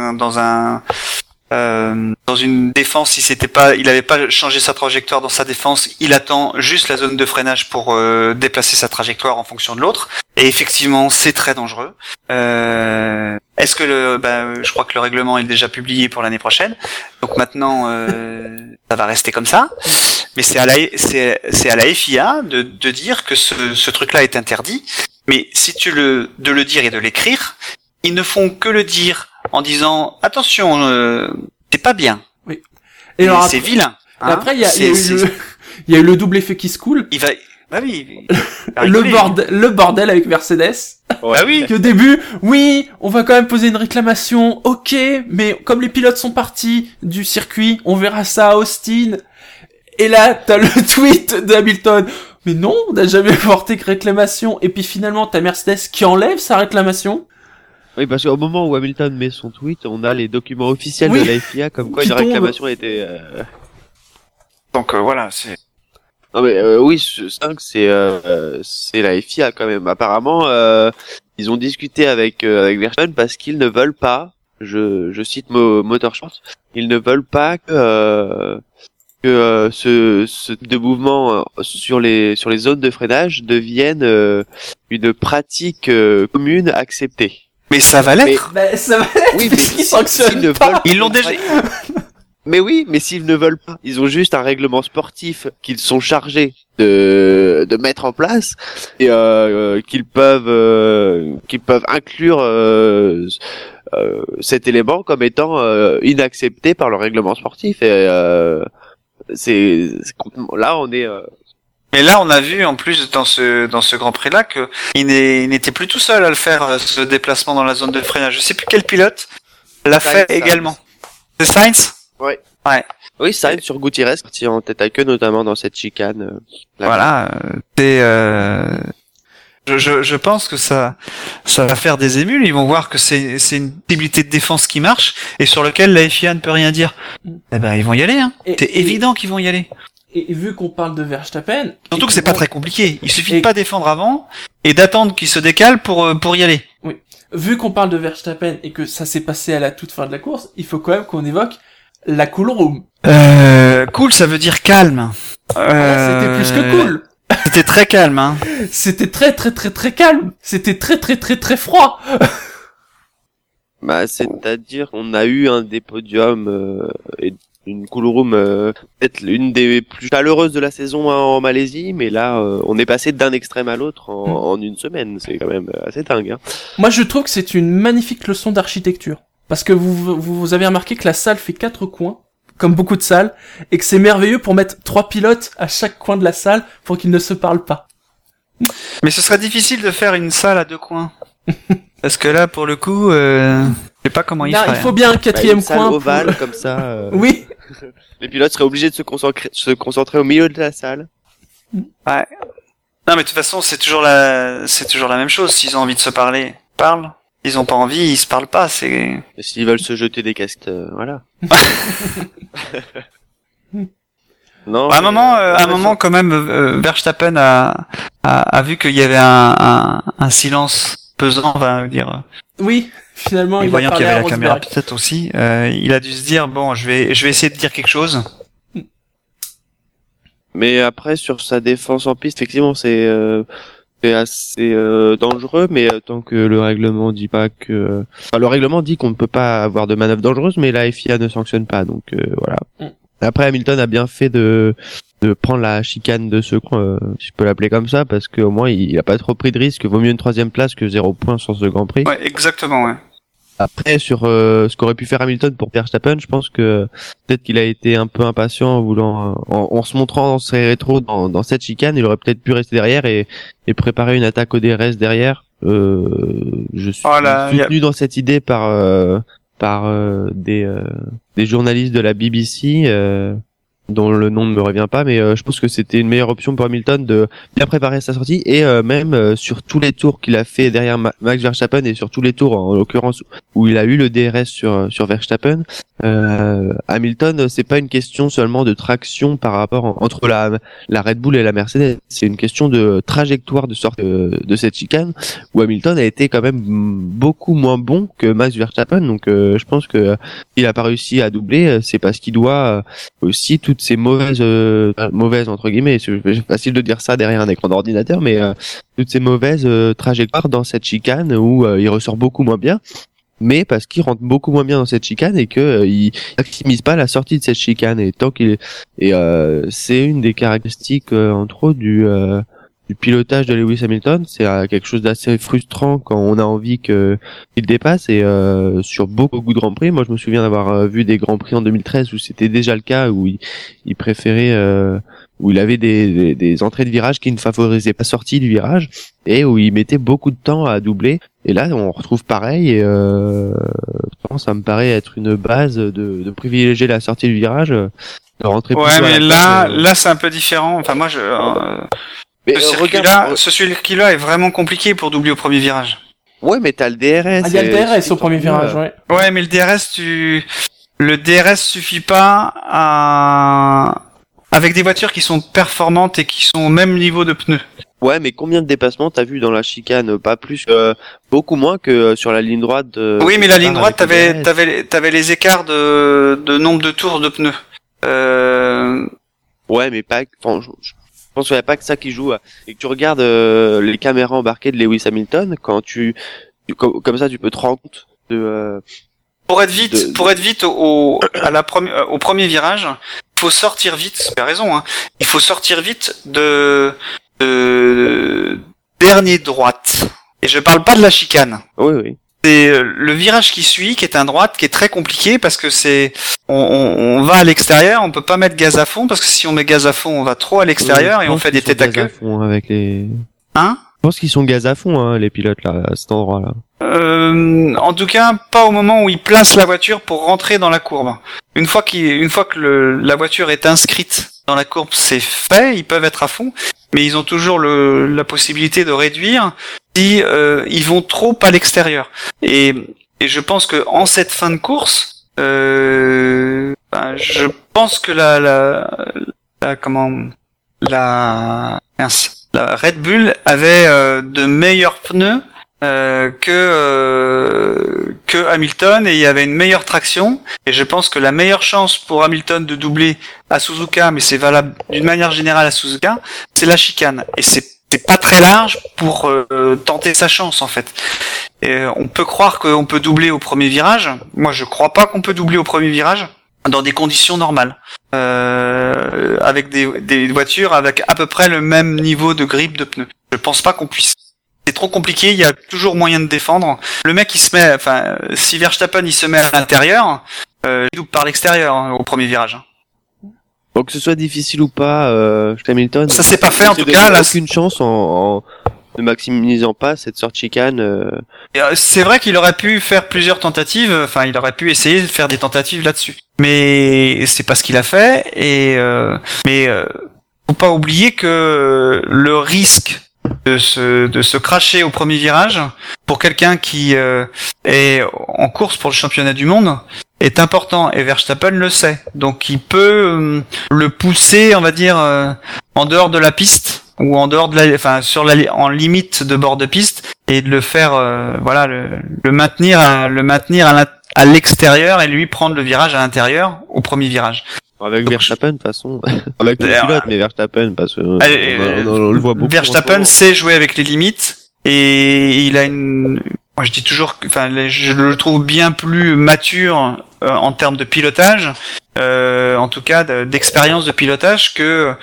dans une défense, il avait pas changé sa trajectoire dans sa défense, il attend juste la zone de freinage pour déplacer sa trajectoire en fonction de l'autre. Et effectivement, c'est très dangereux. Est-ce que je crois que le règlement est déjà publié pour l'année prochaine. Donc maintenant, ça va rester comme ça. Mais c'est à la FIA de dire que ce truc-là est interdit. Mais si de le dire et de l'écrire, ils ne font que le dire en disant attention, c'est pas bien. Oui. Et alors c'est vilain. Après il y a eu le double effet qui se coule. Bah oui. Le bordel avec Mercedes. Ouais. Ah oui. Au début, oui, on va quand même poser une réclamation, ok, mais comme les pilotes sont partis du circuit, on verra ça à Austin. Et là, t'as le tweet d'Hamilton. Mais non, on n'a jamais porté que réclamation. Et puis finalement, t'as Mercedes qui enlève sa réclamation. Oui, parce qu'au moment où Hamilton met son tweet, on a les documents officiels de la FIA comme quoi une réclamation a été... Donc voilà, c'est... Non mais oui, c'est la FIA quand même. Apparemment, ils ont discuté avec Verstappen parce qu'ils ne veulent pas, je cite Motorsport, ils ne veulent pas que ce type de mouvement sur les zones de freinage devienne une pratique commune acceptée. Mais ça va l'être. Mais ça va l'être. Oui, mais ils sanctionnent pas. Ils l'ont déjà. Mais oui, mais s'ils ne veulent pas, ils ont juste un règlement sportif qu'ils sont chargés de mettre en place et qu'ils peuvent inclure cet élément comme étant inaccepté par le règlement sportif et là on est Mais là, on a vu en plus dans ce Grand Prix là que il n'était plus tout seul à le faire, ce déplacement dans la zone de freinage. Je sais plus quel pilote l'a fait également. C'est Sainz. Ouais. Ouais. Oui, Sainz sur Gutiérrez parti en tête à queue notamment dans cette chicane. Voilà. Je pense que ça va faire des émules. Ils vont voir que c'est une possibilité de défense qui marche et sur lequel la FIA ne peut rien dire. Eh ben, ils vont y aller. Hein. C'est évident qu'ils vont y aller. Et vu qu'on parle de Verstappen... Surtout que c'est pas très compliqué. Il suffit de pas défendre avant et d'attendre qu'il se décale pour y aller. Oui. Vu qu'on parle de Verstappen et que ça s'est passé à la toute fin de la course, il faut quand même qu'on évoque la cool room. Cool, ça veut dire calme. C'était plus que cool. C'était très calme, hein. C'était très très très très calme. C'était très très très très froid. Bah, c'est-à-dire qu'on a eu un des podiums et une cool room peut-être l'une des plus chaleureuses de la saison en Malaisie, mais là on est passé d'un extrême à l'autre en une semaine, c'est quand même assez dingue. Hein. Moi je trouve que c'est une magnifique leçon d'architecture, parce que vous avez remarqué que la salle fait 4 coins, comme beaucoup de salles, et que c'est merveilleux pour mettre 3 pilotes à chaque coin de la salle pour qu'ils ne se parlent pas. Mais ce serait difficile de faire une salle à 2 coins. Parce que là, pour le coup, je sais pas comment il ferait. Il faut bien un 4e coin. Ovale, comme ça. Oui. Les pilotes seraient obligés de se concentrer au milieu de la salle. Ouais. Non, mais de toute façon, c'est toujours la même chose. S'ils ont envie de se parler, ils parlent. S'ils ont pas envie, ils se parlent pas. Et s'ils veulent se jeter des casques, voilà. Non. À un moment, quand même, Verstappen a vu qu'il y avait un silence pesant, on va dire. Oui, finalement, voyant qu'il y avait la caméra peut-être aussi, il a dû se dire bon, je vais essayer de dire quelque chose. Mais après, sur sa défense en piste, effectivement, c'est assez dangereux, mais tant que le règlement dit pas que, enfin, le règlement dit qu'on ne peut pas avoir de manœuvre dangereuse, mais la FIA ne sanctionne pas, donc voilà. Après, Hamilton a bien fait de prendre la chicane de secours, si je peux l'appeler comme ça, parce qu'au moins il a pas trop pris de risque. Vaut mieux une 3e place que 0 points sur ce Grand Prix. Ouais, exactement, ouais. Après, sur ce qu'aurait pu faire Hamilton pour Verstappen, je pense que peut-être qu'il a été un peu impatient en voulant, en se montrant dans ses rétros dans cette chicane, il aurait peut-être pu rester derrière et préparer une attaque au DRS derrière. Je suis soutenu dans cette idée par des journalistes de la BBC dont le nom ne me revient pas, mais je pense que c'était une meilleure option pour Hamilton de bien préparer sa sortie et même sur tous les tours qu'il a fait derrière Max Verstappen et sur tous les tours en l'occurrence où il a eu le DRS sur Verstappen, Hamilton, c'est pas une question seulement de traction par rapport entre la Red Bull et la Mercedes, c'est une question de trajectoire de sortie de cette chicane où Hamilton a été quand même beaucoup moins bon que Max Verstappen, donc je pense que il a pas réussi à doubler, c'est parce qu'il doit aussi toutes ces mauvaises entre guillemets, c'est facile de dire ça derrière un écran d'ordinateur, mais toutes ces mauvaises trajectoires dans cette chicane où il ressort beaucoup moins bien, mais parce qu'il rentre beaucoup moins bien dans cette chicane et que il maximise pas la sortie de cette chicane, et tant qu'il c'est une des caractéristiques entre autres du pilotage de Lewis Hamilton, c'est quelque chose d'assez frustrant quand on a envie qu'il dépasse, et sur beaucoup de Grands Prix, moi je me souviens d'avoir vu des Grands Prix en 2013 où c'était déjà le cas, où il préférait où il avait des entrées de virage qui ne favorisaient pas sortie du virage et où il mettait beaucoup de temps à doubler. Et là, on retrouve pareil. Et ça me paraît être une base de privilégier la sortie du virage, de rentrer. Ouais, mais là, c'est un peu différent. Enfin, moi, mais ce circuit-là est vraiment compliqué pour doubler au premier virage. Ouais, mais t'as le DRS. Ah, il y a le DRS au premier virage, ouais. Ouais, mais le DRS suffit pas avec des voitures qui sont performantes et qui sont au même niveau de pneus. Ouais, mais combien de dépassements t'as vu dans la chicane? Pas plus, beaucoup moins que sur la ligne droite. Oui, mais la ligne droite, t'avais les écarts de nombre de tours de pneus. Ouais, mais pas. Enfin, je pense qu'il n'y a pas que ça qui joue. Et que tu regardes les caméras embarquées de Lewis Hamilton, quand comme ça, tu peux te rendre compte de. Pour être vite au premier virage, il faut sortir vite. Tu as raison, hein. Il faut sortir vite de dernier droite. Et je parle pas de la chicane. Oui. C'est le virage qui suit, qui est un droite, qui est très compliqué parce que on va à l'extérieur, on peut pas mettre gaz à fond parce que si on met gaz à fond, on va trop à l'extérieur et on fait des têtes à queue. Avec les. Hein? Je pense qu'ils sont gaz à fond, hein, les pilotes là, à cet endroit-là. En tout cas, pas au moment où ils placent la voiture pour rentrer dans la courbe. Une fois que la voiture est inscrite dans la courbe, c'est fait, ils peuvent être à fond, mais ils ont toujours la possibilité de réduire si ils vont trop à l'extérieur. Et je pense que en cette fin de course, je pense que la Red Bull avait de meilleurs pneus que Hamilton et il y avait une meilleure traction et je pense que la meilleure chance pour Hamilton de doubler à Suzuka, mais c'est valable d'une manière générale à Suzuka, c'est la chicane et c'est pas très large pour tenter sa chance en fait. Et on peut croire qu'on peut doubler au premier virage. Moi, je crois pas qu'on peut doubler au premier virage dans des conditions normales, avec des voitures avec à peu près le même niveau de grippe de pneus. Je pense pas qu'on puisse. C'est trop compliqué, il y a toujours moyen de défendre. Le mec, si Verstappen, il se met à l'intérieur, il double par l'extérieur, hein, au premier virage. Donc que ce soit difficile ou pas, Hamilton. Ça s'est pas fait, en tout cas, là. Aucune chance en ne maximisant pas cette sorte de chicane. C'est vrai qu'il aurait pu faire plusieurs tentatives, enfin, il aurait pu essayer de faire des tentatives là-dessus. Mais c'est pas ce qu'il a fait, mais faut pas oublier que le risque de se crasher au premier virage pour quelqu'un qui est en course pour le championnat du monde est important et Verstappen le sait. Donc il peut le pousser, on va dire, en dehors de la piste ou en dehors de en limite de bord de piste et de le faire le maintenir à l'extérieur et lui prendre le virage à l'intérieur au premier virage. Avec Verstappen, de toute façon. Avec le pilote, mais Verstappen, parce que on le voit beaucoup. Verstappen sait jouer avec les limites et il a moi je dis toujours, je le trouve bien plus mature en termes de pilotage, en tout cas d'expérience de pilotage que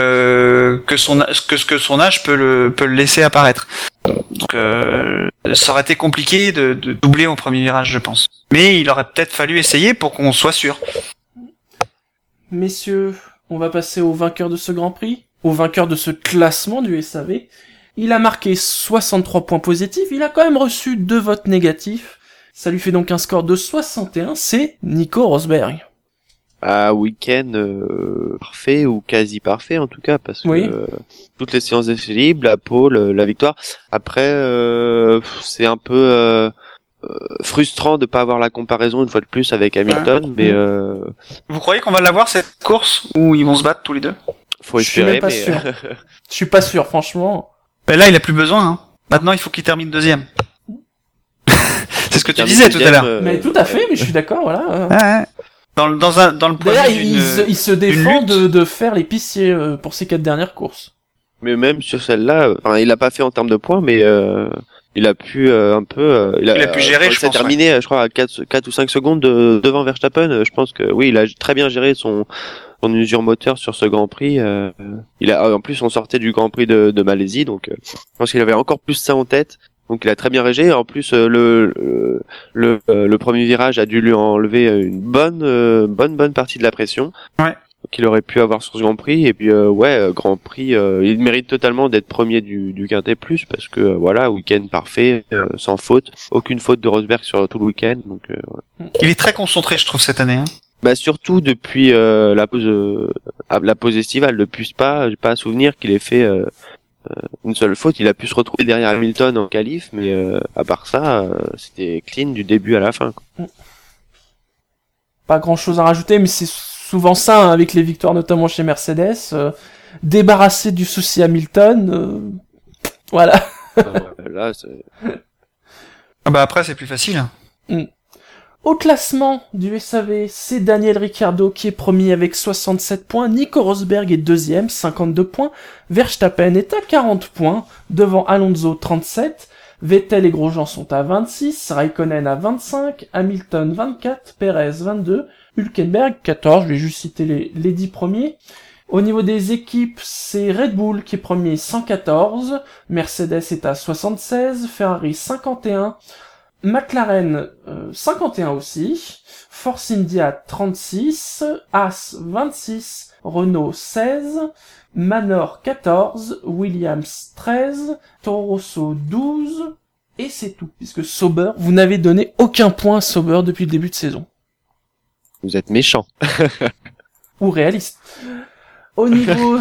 ce que son âge peut le laisser apparaître. Donc ça aurait été compliqué de doubler au premier virage, je pense. Mais il aurait peut-être fallu essayer pour qu'on soit sûr. Messieurs, on va passer au vainqueur de ce Grand Prix, au vainqueur de ce classement du SAV. Il a marqué 63 points positifs, il a quand même reçu 2 votes négatifs. Ça lui fait donc un score de 61, c'est Nico Rosberg. Week-end parfait ou quasi parfait en tout cas, parce que toutes les séances d'essai libre, la pole, la victoire. Après, c'est un peu... frustrant de pas avoir la comparaison une fois de plus avec Hamilton, mais vous croyez qu'on va l'avoir cette course où ils vont se battre tous les deux? Faut espérer, je suis même pas sûr. Je suis pas sûr, franchement. Mais là, il a plus besoin. Hein. Maintenant, il faut qu'il termine deuxième. C'est ce que tu disais tout à l'heure. Mais tout à fait, mais je suis d'accord, voilà. Ouais. Dans le point d'ailleurs, de vue il se défend de faire les pistiers pour ces 4 dernières courses. Mais même sur celle-là, il l'a pas fait en termes de points, mais il a pu il a pu gérer, je pense. Terminé, je crois, à 4 ou 5 secondes devant Verstappen. Je pense que oui, il a très bien géré son usure moteur sur ce Grand Prix. En plus, on sortait du Grand Prix de Malaisie, donc je pense qu'il avait encore plus ça en tête. Donc il a très bien géré. En plus, le premier virage a dû lui enlever une bonne partie de la pression. Ouais. qu'il aurait pu avoir sur ce Grand Prix. Et puis Grand Prix, il mérite totalement d'être premier du Quintet Plus parce que voilà, week-end parfait, sans faute, aucune faute de Rosberg sur tout le week-end. Donc Il est très concentré, je trouve, cette année. Hein. bah surtout depuis la pause estivale, depuis Spa, j'ai pas à souvenir qu'il ait fait une seule faute. Il a pu se retrouver derrière Hamilton en qualif, mais à part ça, c'était clean du début à la fin, quoi. Pas grand chose à rajouter, mais c'est souvent ça, hein, avec les victoires, notamment chez Mercedes. Débarrassé du souci Hamilton, voilà. Là, c'est... Ah bah après, c'est plus facile. Au classement du SAV, c'est Daniel Ricciardo qui est premier avec 67 points, Nico Rosberg est deuxième, 52 points, Verstappen est à 40 points, devant Alonso 37, Vettel et Grosjean sont à 26, Raikkonen à 25, Hamilton 24, Perez 22, Hülkenberg 14, je vais juste citer les 10 premiers. Au niveau des équipes, c'est Red Bull qui est premier 114, Mercedes est à 76, Ferrari 51, McLaren 51 aussi, Force India 36, Haas 26, Renault 16, Manor 14, Williams 13, Toro Rosso 12, et c'est tout, puisque Sauber, vous n'avez donné aucun point à Sauber depuis le début de saison. Vous êtes méchant. Ou réaliste. Au niveau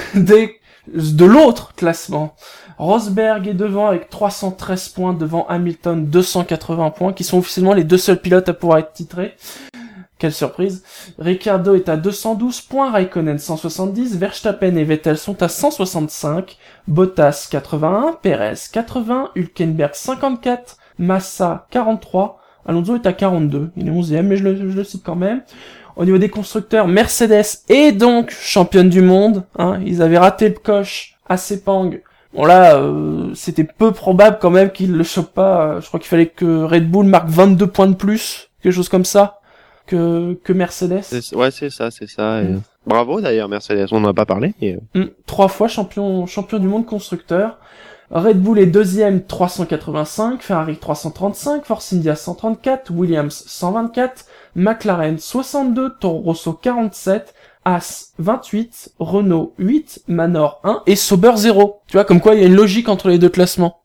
de l'autre classement, Rosberg est devant avec 313 points, devant Hamilton 280 points, qui sont officiellement les deux seuls pilotes à pouvoir être titrés. Quelle surprise. Ricciardo est à 212 points, Raikkonen 170, Verstappen et Vettel sont à 165, Bottas 81, Perez 80, Hülkenberg 54, Massa 43, Alonso est à 42, il est 11e, mais je le cite quand même. Au niveau des constructeurs, Mercedes est donc championne du monde, hein, ils avaient raté le coche à Sepang. Bon là, c'était peu probable quand même qu'il le chope pas. Je crois qu'il fallait que Red Bull marque 22 points de plus, quelque chose comme ça, que Mercedes. Ouais, c'est ça. Et... Bravo d'ailleurs Mercedes, on n'en a pas parlé. Et... 3 fois champion du monde constructeur. Red Bull est deuxième, 385, Ferrari 335, Force India 134, Williams 124, McLaren 62, Toro Rosso 47, Haas 28, Renault 8, Manor 1 et Sauber 0. Tu vois, comme quoi il y a une logique entre les deux classements.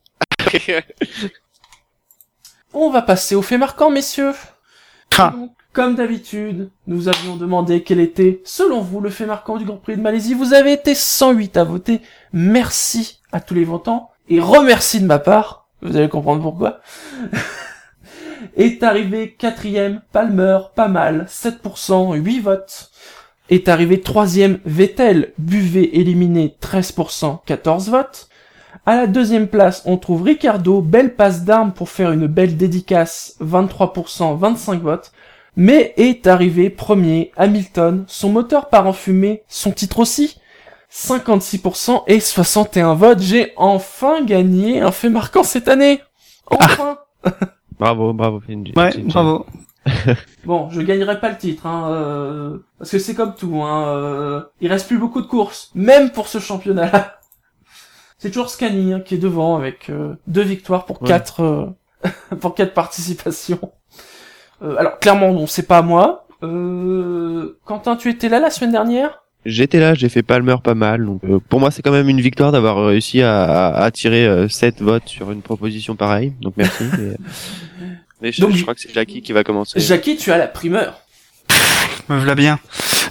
On va passer au fait marquant, messieurs. Donc, comme d'habitude, nous avions demandé quel était, selon vous, le fait marquant du Grand Prix de Malaisie. Vous avez été 108 à voter. Merci à tous les votants. Et remercie de ma part. Vous allez comprendre pourquoi. Est arrivé 4e, Palmer, pas mal, 7%, 8 votes. Est arrivé 3e, Vettel, Buvet, éliminé, 13%, 14 votes. À la 2e place, on trouve Ricciardo, belle passe d'armes pour faire une belle dédicace, 23%, 25 votes. Mais est arrivé premier, Hamilton, son moteur part en fumée, son titre aussi, 56% et 61 votes. J'ai enfin gagné un fait marquant cette année. Enfin. Bravo, Finji. Ouais, bravo. Bon, je gagnerai pas le titre, parce que c'est comme tout, il reste plus beaucoup de courses, même pour ce championnat-là. C'est toujours Scani, qui est devant avec 2 victoires pour 4 pour 4 participations. Alors clairement non, c'est pas moi. Quentin, tu étais là la semaine dernière? J'étais là, j'ai fait Palmer pas mal, donc pour moi c'est quand même une victoire d'avoir réussi à attirer 7 votes sur une proposition pareille, donc merci. Mais je crois que c'est Jackie qui va commencer. Jackie, tu as la primeur. Me voilà bien.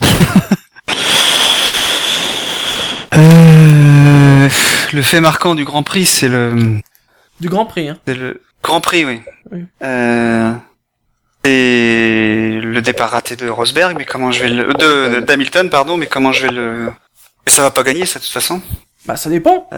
Le fait marquant du Grand Prix, c'est le... Du Grand Prix, hein. C'est le Grand Prix, oui. Oui. C'est le départ raté de Rosberg, mais comment je vais d'Hamilton, pardon, mais comment je vais le... Mais ça va pas gagner, ça, de toute façon. Bah, ça dépend.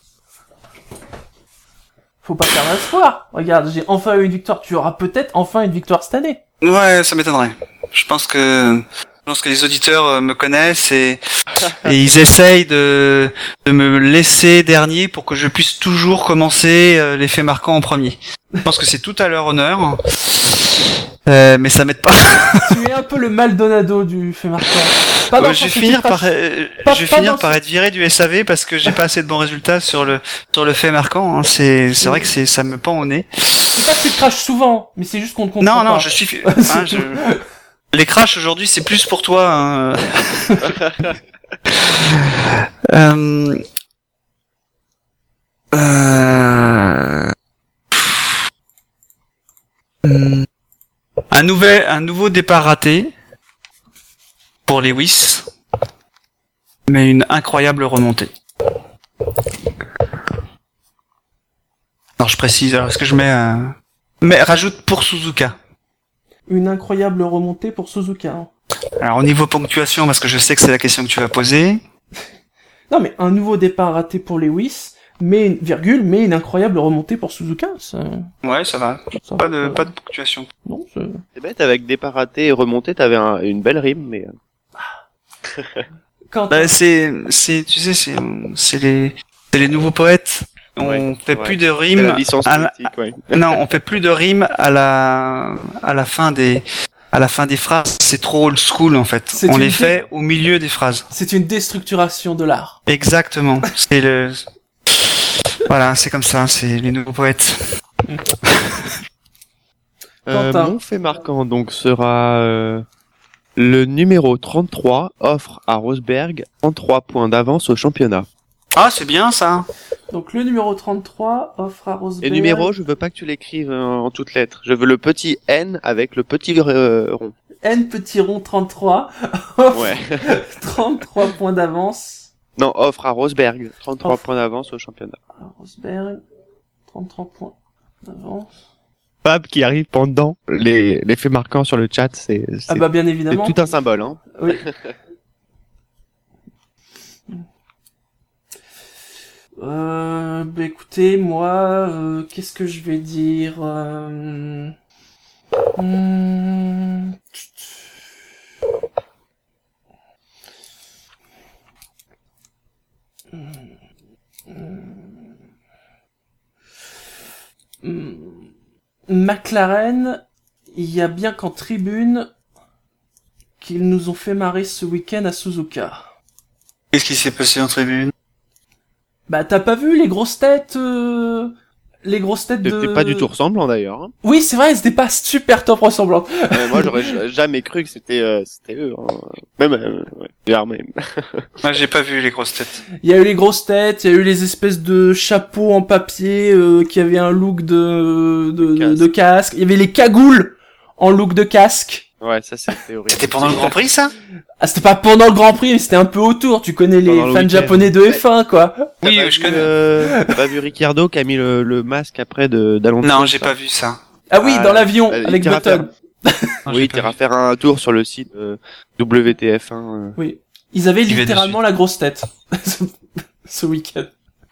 Faut pas faire l'espoir. Regarde, j'ai enfin eu une victoire. Tu auras peut-être enfin une victoire cette année. Ouais, ça m'étonnerait. Je pense que les auditeurs me connaissent et ils essayent de me laisser dernier pour que je puisse toujours commencer les faits marquants en premier. Je pense que c'est tout à leur honneur. Mais ça m'aide pas. Tu es un peu le Maldonado du fait marquant. Je vais finir par être viré du SAV parce que j'ai pas assez de bons résultats sur le fait marquant. Hein. C'est vrai que ça me pend au nez. C'est pas que tu craches souvent, mais c'est juste qu'on te comprend pas. Non, je suis. Les crashs aujourd'hui, c'est plus pour toi. Hein. Un nouveau départ raté pour Lewis, mais une incroyable remontée. Alors je précise, alors est-ce que je mets mais rajoute pour Suzuka. Une incroyable remontée pour Suzuka. Hein. Alors au niveau ponctuation, parce que je sais que c'est la question que tu vas poser. Non, mais un nouveau départ raté pour Lewis, mais une incroyable remontée pour Suzuka. Ouais, ça va. Pas de ponctuation. Non, C'est bête, avec départ raté et remontée, t'avais une belle rime, mais... Bah, tu sais, c'est les nouveaux poètes. On fait plus de rimes. La licence politique, ouais. Non, on fait plus de rimes à la fin des phrases. C'est trop old school, en fait. On les fait au milieu des phrases. C'est une déstructuration de l'art. Exactement. Voilà, c'est comme ça, c'est les nouveaux poètes. Mon fait marquant, donc, sera, le numéro 33 offre à Rosberg 33 points d'avance au championnat. Ah, c'est bien, ça. Donc, le numéro 33 offre à Rosberg... Et numéro, je veux pas que tu l'écrives en toutes lettres. Je veux le petit N avec le petit rond. N petit rond 33 offre Ouais. 33 points d'avance. Non, offre à Rosberg 33 points d'avance au championnat. À Rosberg, 33 points d'avance. Fab qui arrive pendant les faits marquants sur le chat, c'est Ah bah bien évidemment. tout un symbole, hein. Oui. Bah écoutez, moi, qu'est-ce que je vais dire McLaren, il y a bien qu'en tribune qu'ils nous ont fait marrer ce week-end à Suzuka. Qu'est-ce qui s'est passé en tribune? Bah t'as pas vu les grosses têtes de... C'était pas du tout ressemblant d'ailleurs. Hein. Oui, c'est vrai, c'était pas super top ressemblant. Moi, j'aurais jamais cru que c'était eux. Hein. Même, ouais. Même. Moi, j'ai pas vu les grosses têtes. Il y a eu les grosses têtes, il y a eu les espèces de chapeaux en papier qui avaient un look de casque. Il y avait les cagoules en look de casque. Ouais, ça c'était horrible. C'était pendant le Grand Prix, ça? Ah, c'était pas pendant le Grand Prix, mais c'était un peu autour. Tu connais les fans japonais de F1, quoi. Oui, je connais. T'as pas vu Ricciardo qui a mis le masque après d'Alonso? Non, j'ai pas vu ça. Ah oui, dans l'avion, avec Button. Oui, t'iras faire un tour sur le site WTF1. Oui. Ils avaient littéralement la grosse tête. Ce week-end.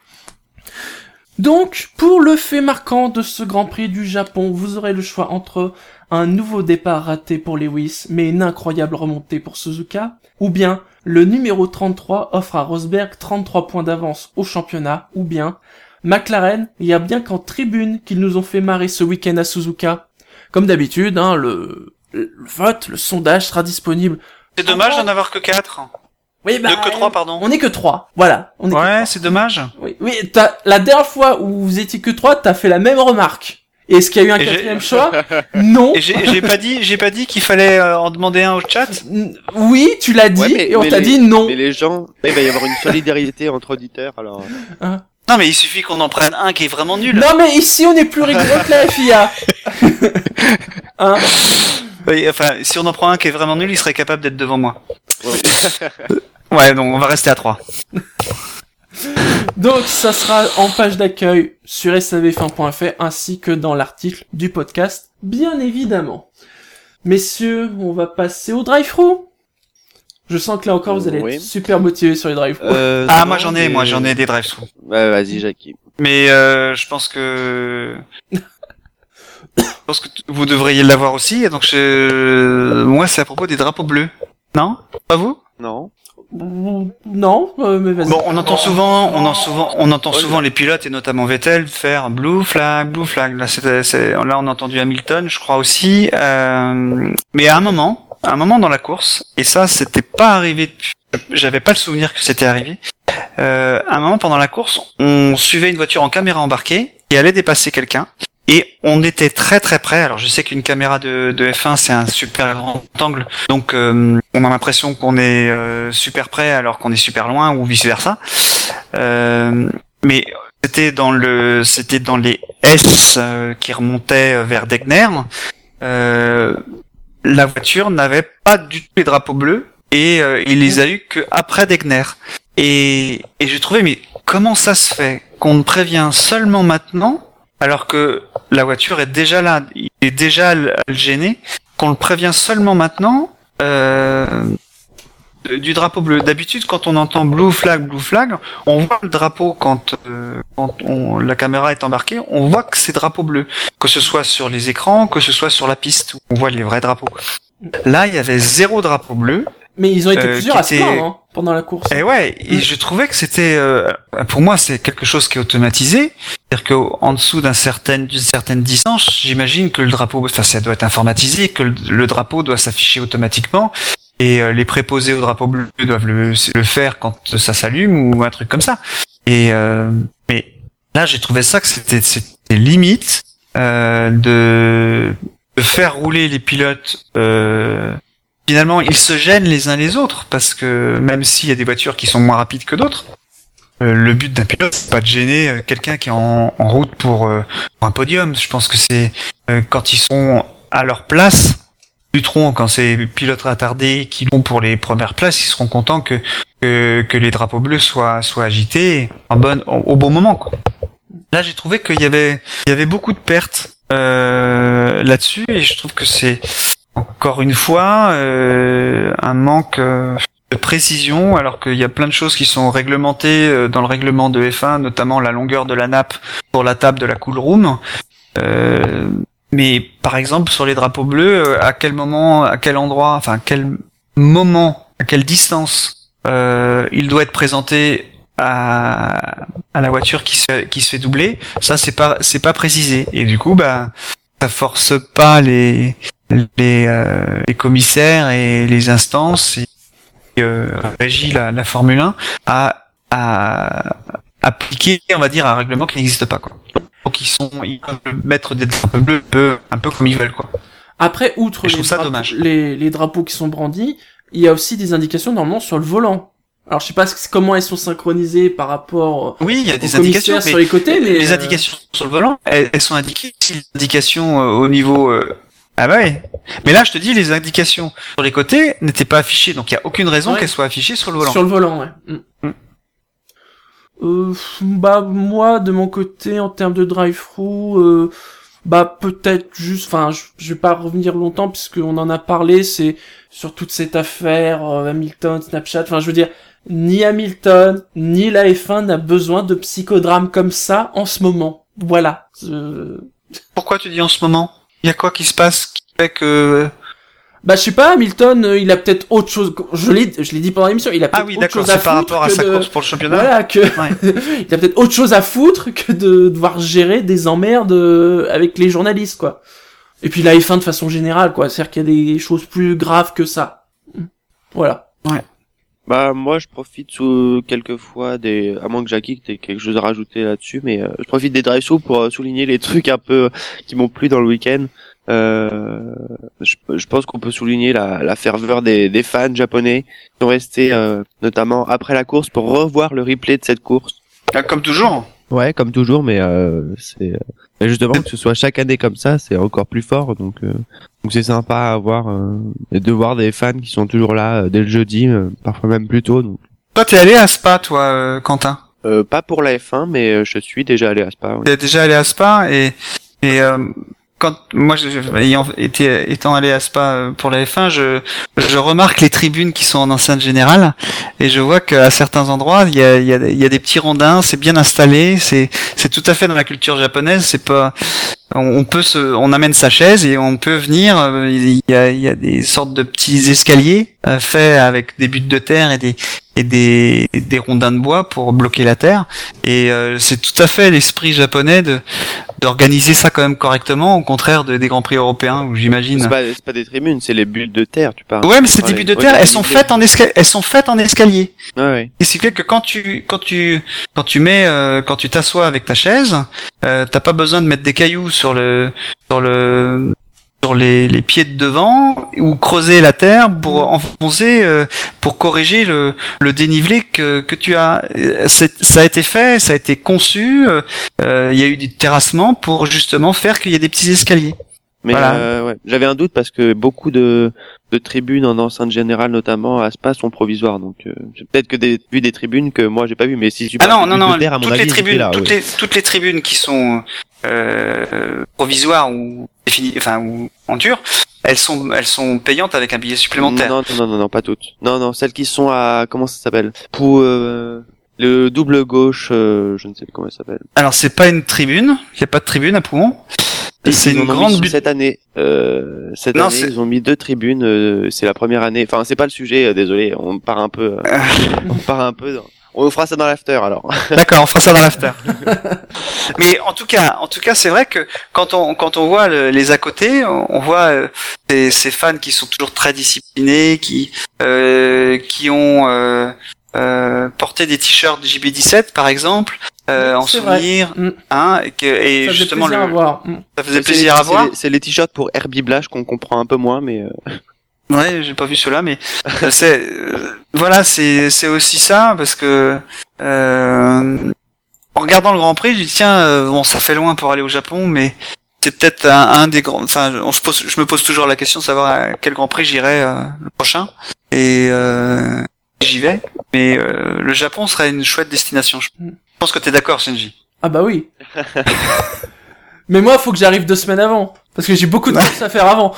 Donc, pour le fait marquant de ce Grand Prix du Japon, vous aurez le choix entre un nouveau départ raté pour Lewis, mais une incroyable remontée pour Suzuka, ou bien le numéro 33 offre à Rosberg 33 points d'avance au championnat, ou bien McLaren, il y a bien qu'en tribune qu'ils nous ont fait marrer ce week-end à Suzuka. Comme d'habitude, hein, le vote, le sondage sera disponible. C'est dommage d'en avoir que 4. Oui, bah, que 3, pardon. On est que 3, voilà. Ouais, c'est dommage. Oui, la dernière fois où vous étiez que 3, t'as fait la même remarque. Et est-ce qu'il y a eu un quatrième choix? Non. Et j'ai pas dit qu'il fallait en demander un au chat? Oui, tu l'as dit, et on t'a dit non. Mais les gens, il va y avoir une solidarité entre auditeurs, alors. Non, mais il suffit qu'on en prenne un qui est vraiment nul. Non, mais ici, on est plus rigolo que la FIA. Hein? Oui, enfin, si on en prend un qui est vraiment nul, il serait capable d'être devant moi. Ouais, donc on va rester à 3. Donc, ça sera en page d'accueil sur savf1.fr ainsi que dans l'article du podcast, bien évidemment. Messieurs, on va passer au drive-thru. Je sens que là encore, vous allez être super motivés sur les drive-thru. Moi j'en ai des drive-thru. Ouais, vas-y, Jackie. Mais je pense que vous devriez l'avoir aussi. Et donc moi, c'est à propos des drapeaux bleus. Non? Pas vous? Non. Non, mais vas-y. Bon, on entend souvent les pilotes et notamment Vettel faire blue flag. Là, là, on a entendu Hamilton, je crois aussi. Mais à un moment dans la course, et ça, c'était pas arrivé. J'avais pas le souvenir que c'était arrivé. À un moment pendant la course, on suivait une voiture en caméra embarquée qui allait dépasser quelqu'un. et on était très très près. Alors je sais qu'une caméra de F1 c'est un super grand angle, donc on a l'impression qu'on est super près alors qu'on est super loin ou vice versa. Mais c'était dans les S qui remontaient vers Degner. La voiture n'avait pas du tout les drapeaux bleus et il les a eu que après Degner. Et j'ai trouvé, mais comment ça se fait qu'on ne prévient seulement maintenant, alors que la voiture est déjà là, il est déjà à le gêner, qu'on le prévient seulement maintenant du drapeau bleu. D'habitude, quand on entend blue flag, on voit le drapeau quand la caméra est embarquée, on voit que c'est drapeau bleu, que ce soit sur les écrans, que ce soit sur la piste, où on voit les vrais drapeaux. Là, il y avait 0 drapeau bleu. Mais ils ont été plusieurs à se plaindre pendant la course. Et ouais, et je trouvais que c'était, pour moi, c'est quelque chose qui est automatisé. C'est-à-dire qu'en dessous d'une certaine distance, j'imagine que le drapeau, enfin, ça doit être informatisé, que le drapeau doit s'afficher automatiquement. Et les préposés au drapeau bleu doivent le faire quand ça s'allume ou un truc comme ça. Et mais là, j'ai trouvé ça que c'était limite de faire rouler les pilotes. Finalement, ils se gênent les uns les autres parce que même s'il y a des voitures qui sont moins rapides que d'autres, le but d'un pilote, c'est pas de gêner quelqu'un qui est en route pour un podium. Je pense que c'est quand ils sont à leur place. Lutteront quand ces pilotes retardés qui vont pour les premières places, ils seront contents que les drapeaux bleus soient agités au bon moment, quoi. Là, j'ai trouvé qu'il y avait beaucoup de pertes là-dessus et je trouve que c'est encore une fois un manque de précision, alors qu'il y a plein de choses qui sont réglementées dans le règlement de F1, notamment la longueur de la nappe pour la table de la cool room. Mais par exemple sur les drapeaux bleus, à quel moment, à quel endroit, enfin à quel moment, à quelle distance il doit être présenté à la voiture qui se fait doubler, ça c'est pas précisé. Et du coup ça force pas les commissaires et les instances qui régissent la Formule 1 à appliquer, on va dire, un règlement qui n'existe pas, quoi. Donc ils peuvent mettre des drapeaux bleus un peu comme ils veulent, quoi. Après, outre les drapeaux qui sont brandis, il y a aussi des indications normalement sur le volant. Alors je sais pas comment elles sont synchronisées par rapport il y a des indications sur les côtés, mais les indications sur le volant, elles sont indiquées. Les indications au niveau ah bah ouais. Mais là je te dis, les indications sur les côtés n'étaient pas affichées, donc il y a aucune raison qu'elles soient affichées sur le volant. Sur le volant, ouais. Moi de mon côté en termes de drive-through, peut-être juste, enfin je vais pas revenir longtemps puisqu'on en a parlé, c'est sur toute cette affaire Hamilton, Snapchat, enfin je veux dire, ni Hamilton ni la F1 n'a besoin de psychodrame comme ça en ce moment. Voilà. Pourquoi tu dis en ce moment? Il y a quoi qui se passe qui fait que je sais pas, Hamilton, il a peut-être autre chose. Je l'ai dit pendant l'émission, il a peut-être autre chose à foutre. Par rapport à sa course pour le championnat. Voilà, il a peut-être autre chose à foutre que de devoir gérer des emmerdes avec les journalistes, quoi. Et puis la F1 de façon générale, quoi. C'est-à-dire qu'il y a des choses plus graves que ça. Voilà. Ouais. Moi, je profite quelquefois à moins que Jackie ait quelque chose à rajouter là-dessus, mais je profite des drive-through pour souligner les trucs un peu qui m'ont plu dans le week-end. Je pense qu'on peut souligner la ferveur des fans japonais qui ont resté notamment après la course pour revoir le replay de cette course. Comme toujours. Ouais, comme toujours, mais c'est justement que ce soit chaque année comme ça, c'est encore plus fort. Donc c'est sympa à voir et de voir des fans qui sont toujours là dès le jeudi, parfois même plus tôt. Donc. Toi, t'es allé à Spa, toi, Quentin? Pas pour la F1, mais je suis déjà allé à Spa. Ouais. T'es déjà allé à Spa et quand moi étant allé à Spa pour la F1, je remarque les tribunes qui sont en enceinte générale et je vois qu'à certains endroits il y a des petits rondins, c'est bien installé, c'est tout à fait dans la culture japonaise, c'est pas on amène sa chaise et on peut venir, il y a des sortes de petits escaliers faits avec des buttes de terre et des rondins de bois pour bloquer la terre. Et c'est tout à fait l'esprit japonais d'organiser ça quand même correctement, au contraire des grands prix européens où j'imagine. C'est pas des tribunes, c'est les bulles de terre, tu parles. Ouais, mais c'est des bulles de terre, elles sont faites en escalier. Ouais. Et c'est fait que quand tu t'assois avec ta chaise, t'as pas besoin de mettre des cailloux sur les pieds de devant ou creuser la terre pour enfoncer, pour corriger le dénivelé que tu as. Ça a été fait, ça a été conçu. Il y a eu du terrassement pour justement faire qu'il y ait des petits escaliers. Mais voilà. ouais, j'avais un doute parce que beaucoup de tribunes en enceinte générale, notamment à Spa, sont provisoires. Donc j'ai peut-être que vu des tribunes que moi j'ai pas vu, mais si tu parles non, de terre, à mon avis, toutes les tribunes qui sont provisoires ou définies, enfin ou en dur, elles sont payantes avec un billet supplémentaire. Non, pas toutes. Non, celles qui sont à comment ça s'appelle? Pour le double gauche, je ne sais plus comment ça s'appelle. Alors c'est pas une tribune, il y a pas de tribune à Pouhon. C'est une grande cette année. Ils ont mis 2 tribunes. C'est la première année. Enfin, c'est pas le sujet. Désolé, on part un peu. On fera ça dans l'after alors. D'accord, on fera ça dans l'after. Mais en tout cas, c'est vrai que quand on voit les à côté, on voit ces fans qui sont toujours très disciplinés, qui ont porté des t-shirts JB17 par exemple. En souvenir, hein, et ça justement faisait plaisir à voir. Ça faisait plaisir à voir. C'est les t-shirts pour Herbie Blash qu'on comprend un peu moins, mais. Ouais, j'ai pas vu cela, mais voilà, c'est aussi ça parce que en regardant le Grand Prix, je dis tiens, bon, ça fait loin pour aller au Japon, mais c'est peut-être un des grands. Enfin, je me pose toujours la question de savoir à quel Grand Prix j'irai le prochain, et j'y vais. Mais le Japon serait une chouette destination. Je pense que t'es d'accord, Shinji. Ah bah oui. Mais moi, faut que j'arrive 2 semaines avant. Parce que j'ai beaucoup de choses à faire avant.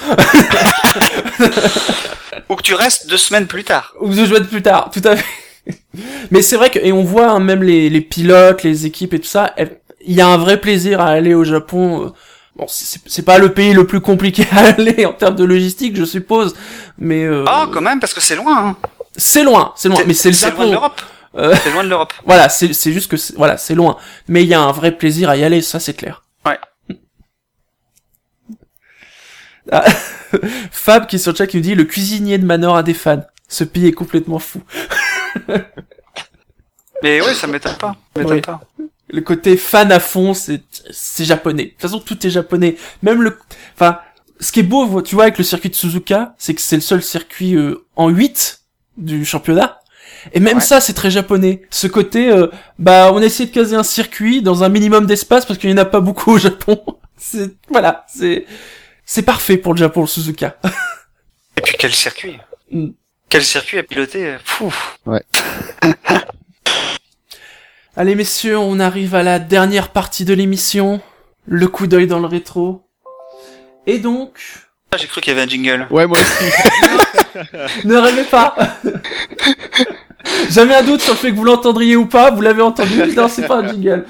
Ou que tu restes 2 semaines plus tard. Ou que je joue plus tard, tout à fait. Mais c'est vrai que, et on voit hein, même les pilotes, les équipes et tout ça, il y a un vrai plaisir à aller au Japon. Bon, c'est pas le pays le plus compliqué à aller en termes de logistique, je suppose. Mais quand même, parce que c'est loin, hein. C'est loin, mais c'est le Japon. Loin de l'Europe. C'est loin de l'Europe. Voilà, c'est juste que c'est loin. Mais il y a un vrai plaisir à y aller, ça c'est clair. Ouais. Ah, Fab qui est sur le chat qui nous dit le cuisinier de Manor a des fans. Ce pays est complètement fou. Mais ouais, ça m'étonne pas. Pas. Le côté fan à fond, c'est japonais. De toute façon, tout est japonais. Même ce qui est beau, tu vois, avec le circuit de Suzuka, c'est que c'est le seul circuit en 8 du championnat. Et même ça, c'est très japonais. Ce côté, on a essayé de caser un circuit dans un minimum d'espace parce qu'il y en a pas beaucoup au Japon. C'est parfait pour le Japon, le Suzuka. Et puis quel circuit. Quel circuit à piloter. Pouf. Ouais. Allez messieurs, on arrive à la dernière partie de l'émission. Le coup d'œil dans le rétro. Et donc... Ah, j'ai cru qu'il y avait un jingle. Ouais, moi aussi. Ne rêvez pas. J'avais un doute sur le fait que vous l'entendriez ou pas. Vous l'avez entendu. Non, c'est pas un jingle.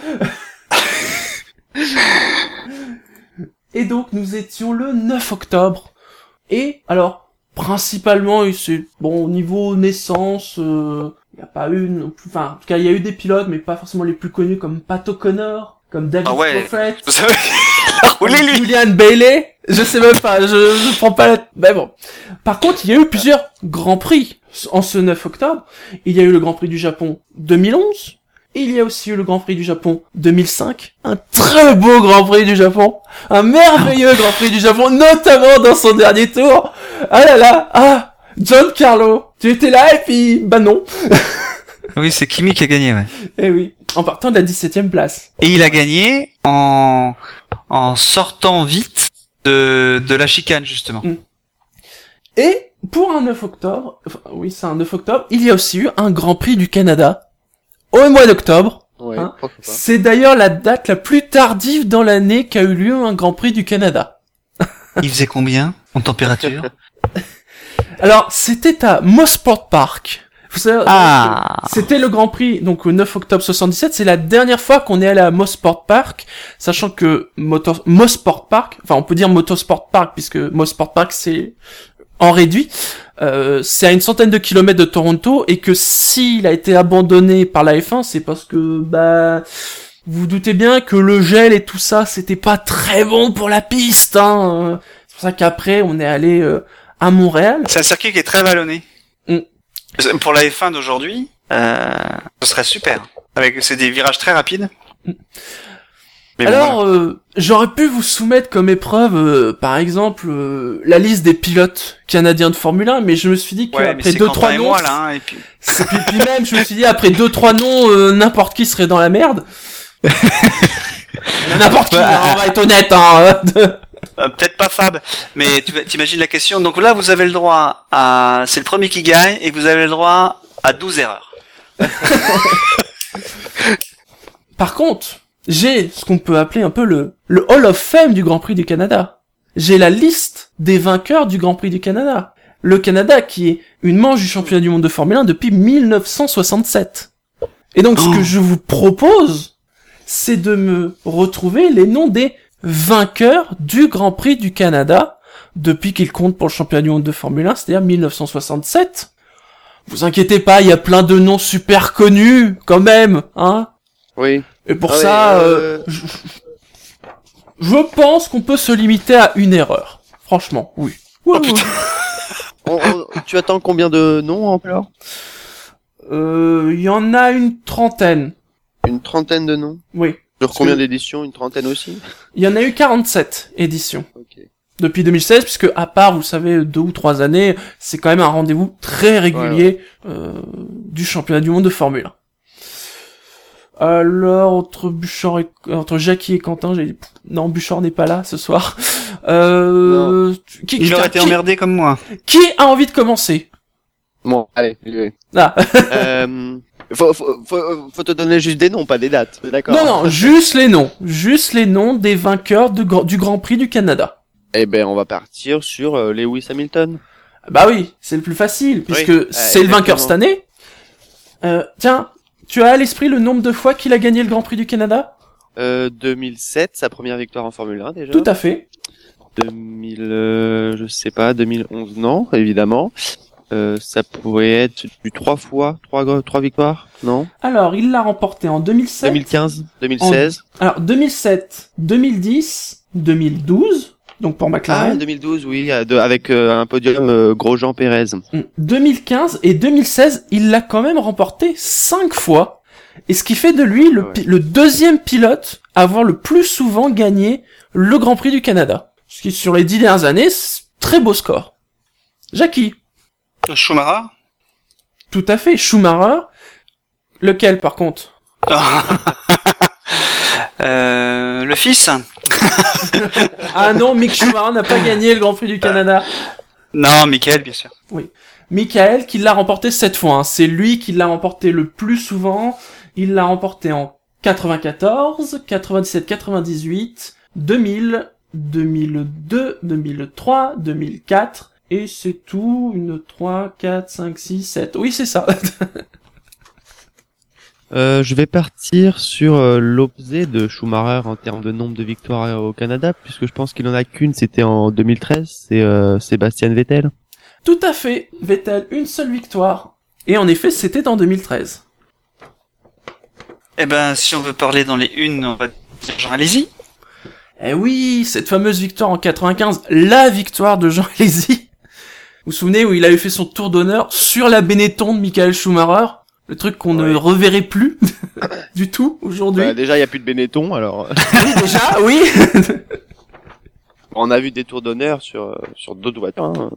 Et donc, nous étions le 9 octobre. Et, alors, principalement, c'est, bon, au niveau naissance, il n'y a pas eu non plus, enfin, en tout cas, il y a eu des pilotes, mais pas forcément les plus connus, comme Pat O'Connor, comme David Prophet, Julian Bailey, je sais même pas, je prends pas la... Mais bon. Par contre, il y a eu plusieurs grands prix en ce 9 octobre. Il y a eu le Grand Prix du Japon 2011. Et il y a aussi eu le Grand Prix du Japon 2005. Un très beau Grand Prix du Japon. Un merveilleux Grand Prix du Japon, notamment dans son dernier tour. Ah là là, Giancarlo, tu étais là et puis, bah non. Oui, c'est Kimi qui a gagné, ouais. Eh oui, en partant de la 17e place. Et il a gagné en sortant vite de la chicane, justement. Et pour un 9 octobre, oui, c'est un 9 octobre, il y a aussi eu un Grand Prix du Canada au mois d'octobre. Ouais, c'est d'ailleurs la date la plus tardive dans l'année qu'a eu lieu un Grand Prix du Canada. Il faisait combien en température? Alors, c'était à Mosport Park. Vous savez, c'était le Grand Prix, donc au 9 octobre 77, c'est la dernière fois qu'on est allé à Mosport Park, sachant que Mosport Park, enfin on peut dire Motorsport Park, puisque Mosport Park c'est en réduit. C'est à une centaine de kilomètres de Toronto, et que s'il a été abandonné par la F1, c'est parce que, vous doutez bien que le gel et tout ça, c'était pas très bon pour la piste, hein. C'est pour ça qu'après, on est allé à Montréal. C'est un circuit qui est très vallonné. Mm. Pour la F1 d'aujourd'hui, ce serait super. C'est des virages très rapides. Mais alors, j'aurais pu vous soumettre comme épreuve, par exemple, la liste des pilotes canadiens de Formule 1, mais je me suis dit qu'après 2-3 noms, moi, là, hein, et puis... puis même, je me suis dit, après 2-3 noms, n'importe qui serait dans la merde. N'importe qui, hein, on va être honnête, hein. Peut-être pas Fab, mais t'imagines la question. Donc là, vous avez le droit à... C'est le premier qui gagne, et vous avez le droit à 12 erreurs. Par contre, j'ai ce qu'on peut appeler un peu le Hall of Fame du Grand Prix du Canada. J'ai la liste des vainqueurs du Grand Prix du Canada. Le Canada qui est une manche du championnat du monde de Formule 1 depuis 1967. Et donc, ce que je vous propose, c'est de me retrouver les noms des vainqueurs du Grand Prix du Canada depuis qu'il compte pour le championnat du monde de Formule 1, c'est-à-dire 1967. Vous inquiétez pas, il y a plein de noms super connus, quand même, hein. Oui. Et pour ça, je pense qu'on peut se limiter à une erreur. Franchement, oui. Oh, putain. Tu attends combien de noms alors? Il y en a une trentaine. Une trentaine de noms? Oui. Sur combien d'éditions? Une trentaine aussi? Il y en a eu 47 éditions. Ok. Depuis 2016, puisque à part, vous savez, 2 ou 3 années, c'est quand même un rendez-vous très régulier du championnat du monde de Formule 1. Alors, entre Jackie et Quentin, j'ai dit, non, Buchor n'est pas là ce soir. Il aurait été emmerdé comme moi. Qui a envie de commencer? Bon, allez, j'y vais. Ah. Faut te donner juste des noms, pas des dates, d'accord? Non, juste les noms des vainqueurs du Grand Prix du Canada. Eh ben, on va partir sur Lewis Hamilton. Bah oui, c'est le plus facile, puisque c'est le vainqueur cette année. Tiens, tu as à l'esprit le nombre de fois qu'il a gagné le Grand Prix du Canada? 2007, sa première victoire en Formule 1 déjà. Tout à fait. 2000, je sais pas, 2011 non, évidemment. Ça pourrait être du 3 victoires, non? Alors, il l'a remporté en 2007. 2015, 2016. Alors, 2007, 2010, 2012, donc pour McLaren. Ah, 2012, oui, avec un podium Grosjean Pérez. 2015 et 2016, il l'a quand même remporté 5 fois. Et ce qui fait de lui le deuxième pilote à avoir le plus souvent gagné le Grand Prix du Canada. Ce qui, sur les 10 dernières années, c'est très beau score. Jackie. Schumacher? Tout à fait, Schumacher. Lequel, par contre? Le fils? Ah non, Mick Schumacher n'a pas gagné le Grand Prix du Canada. Non, Michael, bien sûr. Oui. Michael, qui l'a remporté 7 fois, hein. C'est lui qui l'a remporté le plus souvent. Il l'a remporté en 94, 97, 98, 2000, 2002, 2003, 2004, et c'est tout, 3, 4, 5, 6, 7. Oui, c'est ça. Je vais partir sur l'opposé de Schumacher en termes de nombre de victoires au Canada, puisque je pense qu'il en a qu'une, c'était en 2013, c'est Sébastien Vettel. Tout à fait, Vettel, une seule victoire. Et en effet, c'était en 2013. Eh ben, si on veut parler dans les unes, on va dire Jean Alesi. Eh oui, cette fameuse victoire en 95, la victoire de Jean Alesi. Vous vous souvenez où il avait fait son tour d'honneur sur la Benetton de Michael Schumacher? Le truc qu'on ne reverrait plus du tout aujourd'hui. Bah, déjà, il n'y a plus de Benetton, alors. Oui, déjà, oui. On a vu des tours d'honneur sur d'autres voitures. Hein.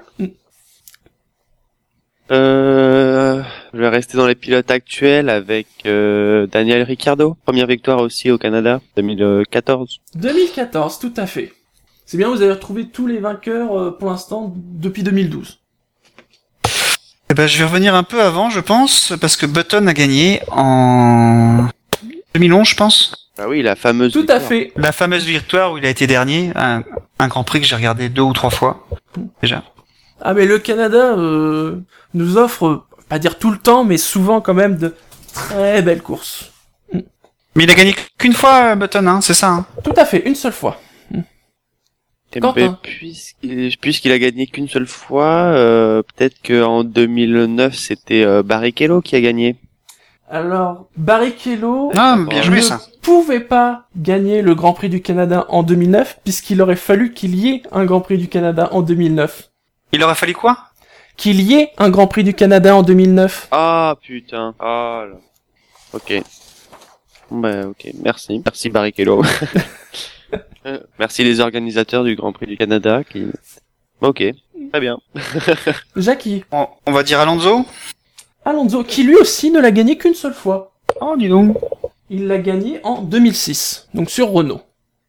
Je vais rester dans les pilotes actuels avec Daniel Ricciardo. Première victoire aussi au Canada, 2014. 2014, tout à fait. C'est bien, vous avez retrouvé tous les vainqueurs pour l'instant depuis 2012. Eh ben, je vais revenir un peu avant, je pense, parce que Button a gagné en 2011, je pense. Ah oui, la fameuse Tout victoire. à fait. La fameuse victoire où il a été dernier, un Grand Prix que j'ai regardé 2 ou 3 fois, déjà. Ah mais le Canada nous offre, pas dire tout le temps, mais souvent quand même de très belles courses. Mais il a gagné qu'une fois, Button, hein, c'est ça, hein. Tout à fait, une seule fois. Quentin. Puisqu'il a gagné qu'une seule fois, peut-être qu'en 2009 c'était Barrichello qui a gagné. Alors, Barrichello Ah, bien joué ne ça. pouvait pas gagner le Grand Prix du Canada en 2009, puisqu'il aurait fallu qu'il y ait un Grand Prix du Canada en 2009. Il aurait fallu quoi? Qu'il y ait un Grand Prix du Canada en 2009. Ah putain. Ah là. Ok. Bah ok. Merci Barrichello. Merci les organisateurs du Grand Prix du Canada qui. Ok. Très bien. Jackie. On va dire Alonso? Alonso, qui lui aussi ne l'a gagné qu'une seule fois. Oh, dis donc. Il l'a gagné en 2006, donc sur Renault.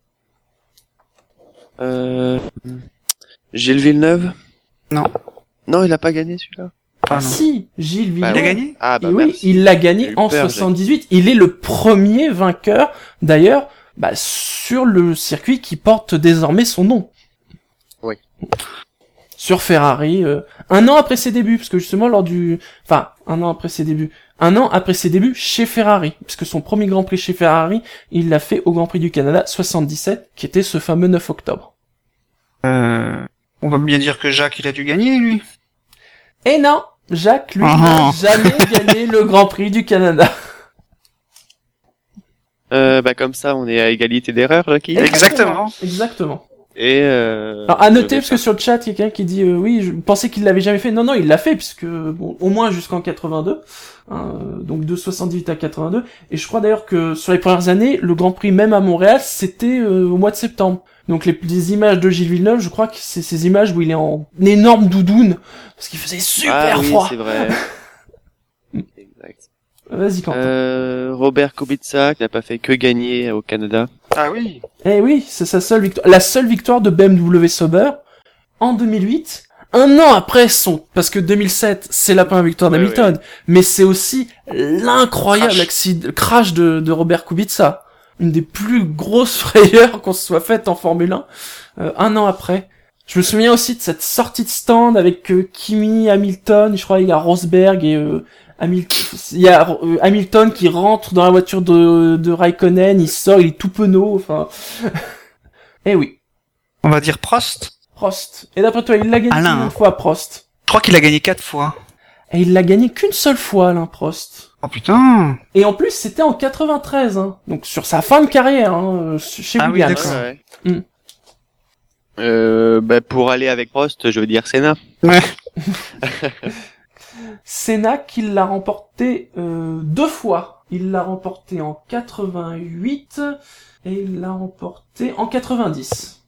Gilles Villeneuve? Non. Non, il a pas gagné celui-là. Ah, non. Si, Gilles Bah, Villeneuve. Il a gagné? Ah bah Et oui, merci. il l'a gagné J'ai eu en peur, 78. Il est le premier vainqueur, d'ailleurs, sur le circuit qui porte désormais son nom. Oui. Sur Ferrari, un an après ses débuts, parce que justement un an après ses débuts chez Ferrari, puisque son premier Grand Prix chez Ferrari, il l'a fait au Grand Prix du Canada 77, qui était ce fameux 9 octobre. On va bien dire que Jacques, il a dû gagner, lui. Et non, Jacques, lui, Ah. n'a jamais gagné le Grand Prix du Canada. Bah comme ça, on est à égalité d'erreur, Jackie. Exactement. Exactement. Et Alors, à noter, parce que sur le chat, il y a quelqu'un qui dit oui, je pensais qu'il l'avait jamais fait. Non, il l'a fait, puisque bon, au moins jusqu'en 82, donc de 78 à 82. Et je crois d'ailleurs que sur les premières années, le Grand Prix même à Montréal, c'était au mois de septembre. Donc les images de Gilles Villeneuve, je crois que c'est ces images où il est en énorme doudoune, parce qu'il faisait super oui, froid. c'est vrai. Exact. Vas-y, Quentin. Robert Kubica qui n'a pas fait que gagner au Canada. Ah oui. Eh oui, c'est sa seule victoire, la seule victoire de BMW Sauber en 2008. Un an après parce que 2007, c'est la première victoire d'Hamilton, mais c'est aussi l'incroyable crash de Robert Kubica. Une des plus grosses frayeurs qu'on se soit faites en Formule 1. Un an après. Je me souviens aussi de cette sortie de stand avec Kimi, Hamilton, je crois il y a Rosberg et il y a Hamilton qui rentre dans la voiture de Raikkonen, il sort, il est tout penaud, enfin. Eh oui. On va dire Prost. Prost. Et d'après toi, il l'a gagné Alain. combien de fois, Prost? Je crois qu'il a gagné 4 fois. Et il l'a gagné qu'une seule fois, Alain Prost. Oh putain. Et en plus, c'était en 93, hein. Donc sur sa fin de carrière, chez Ah oui, Williams. d'accord. Bah pour aller avec Prost, je veux dire Senna. Ouais. Senna qui l'a remporté 2 fois. Il l'a remporté en 88 et il l'a remporté en 90.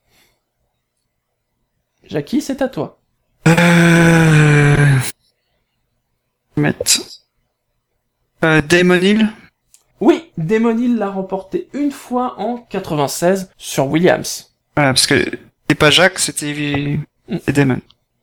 Jackie, c'est à toi. Mettre. Damon Hill. Oui, Damon Hill l'a remporté une fois en 96 sur Williams. Voilà, parce que c'était pas Jacques, c'était Damon.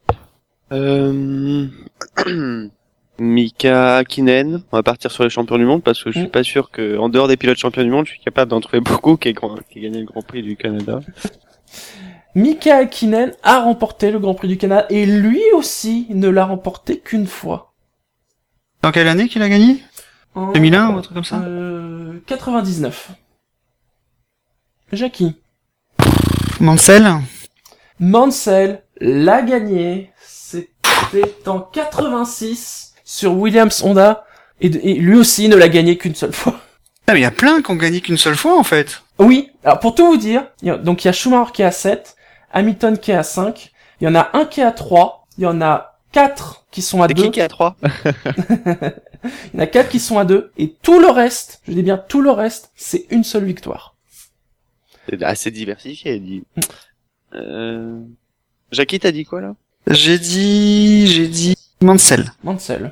Mika Hakkinen, on va partir sur les champions du monde parce que je suis pas sûr que, en dehors des pilotes champions du monde, je suis capable d'en trouver beaucoup qui aient gagné le Grand Prix du Canada. Mika Hakkinen a remporté le Grand Prix du Canada et lui aussi ne l'a remporté qu'une fois. Dans quelle année qu'il a gagné? En 2001 ou un truc comme ça? 99. Jackie. Mansell. Mansell l'a gagné. C'était en 86 sur Williams Honda et lui aussi ne l'a gagné qu'une seule fois. Ah mais il y a plein qui ont gagné qu'une seule fois en fait. Oui, alors pour tout vous dire, donc il y a Schumacher qui est à 7, Hamilton qui est à 5, il y en a un qui est à 3, il y en a 4 qui sont à 2. C'est qui a 3? Il y en a 4 qui sont à 2, et tout le reste, je dis bien tout le reste, c'est une seule victoire. C'est assez diversifié, dit. Jackie, t'as dit quoi, là? J'ai dit Mansell. Mansell.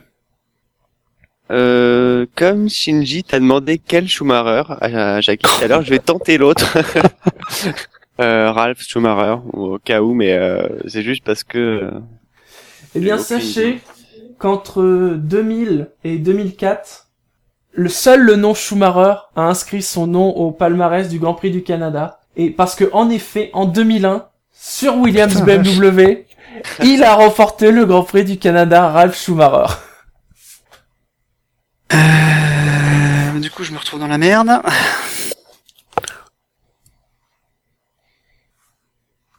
Comme Shinji t'a demandé quel Schumacher à Jackie tout à l'heure, je vais tenter l'autre. Ralph Schumacher, au cas où, mais c'est juste parce que... Eh bien, J'ai aucune sachez idée. qu'entre 2000 et 2004, le nom Schumacher a inscrit son nom au palmarès du Grand Prix du Canada. Et parce que, en effet, en 2001, sur Williams Putain, BMW, il a remporté le Grand Prix du Canada, Ralph Schumacher. Du coup, je me retrouve dans la merde.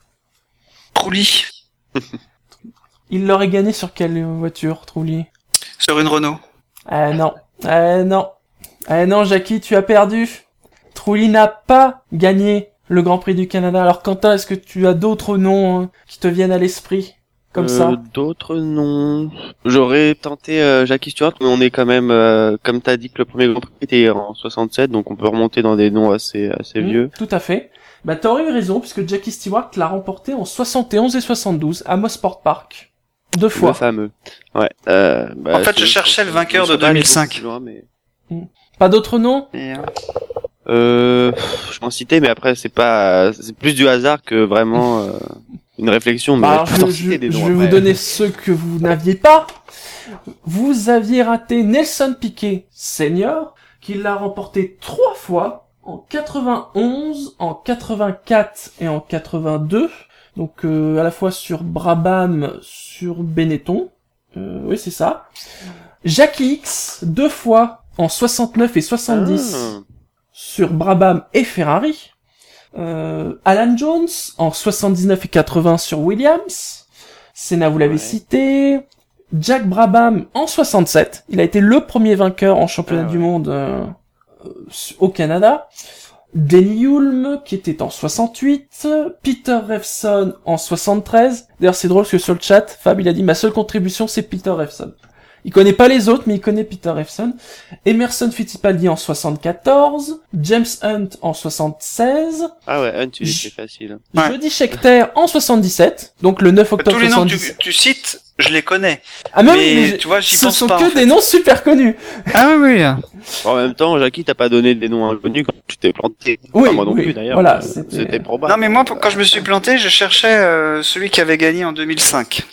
Trulli. Il l'aurait gagné sur quelle voiture, Trulli? Sur une Renault. Non. Non, Jackie, tu as perdu. Trulli n'a pas gagné le Grand Prix du Canada. Alors, Quentin, est-ce que tu as d'autres noms qui te viennent à l'esprit comme ça? D'autres noms. J'aurais tenté Jackie Stewart, mais on est quand même, comme t'as dit que le premier Grand Prix était en 67, donc on peut remonter dans des noms assez vieux. Tout à fait. Bah, t'aurais eu raison, puisque Jackie Stewart l'a remporté en 71 et 72 à Mosport Park. 2 fois. Le fameux. Ouais. En fait, je cherchais le vainqueur de 2005. Loin, mais... Pas d'autres noms? Je m'en citais, mais après c'est plus du hasard que vraiment une réflexion. Mais Alors, je vais vous donner ceux que vous n'aviez pas. Vous aviez raté Nelson Piquet Senior, qui l'a remporté 3 fois, en 91, en 84 et en 82. Donc à la fois sur Brabham, sur Benetton. Oui, c'est ça. Jackie X, 2 fois, en 69 et 70. Sur Brabham et Ferrari. Alan Jones en 79 et 80 sur Williams. Senna, vous l'avez cité. Jack Brabham en 67. Il a été le premier vainqueur en championnat du monde au Canada. Denny Hulme qui était en 68. Peter Revson en 73. D'ailleurs, c'est drôle parce que sur le chat, Fab, il a dit ma seule contribution, c'est Peter Revson. Il connaît pas les autres, mais il connaît Peter Revson. Emerson Fittipaldi en 74. James Hunt en 76. Ah ouais, Hunt, c'est facile. Jody Scheckter en 77. Donc le 9 octobre 77. Tous les noms que tu cites, je les connais. Ah mais tu vois, j'y ce pense sont pas, que des noms super connus. Ah oui. En même temps, Jackie, t'as pas donné des noms inconnus quand tu t'es planté. Oui, moi non plus d'ailleurs. Voilà, c'était probable. Non mais moi, quand je me suis planté, je cherchais celui qui avait gagné en 2005.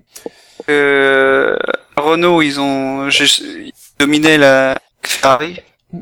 Renault, ils dominé la Ferrari.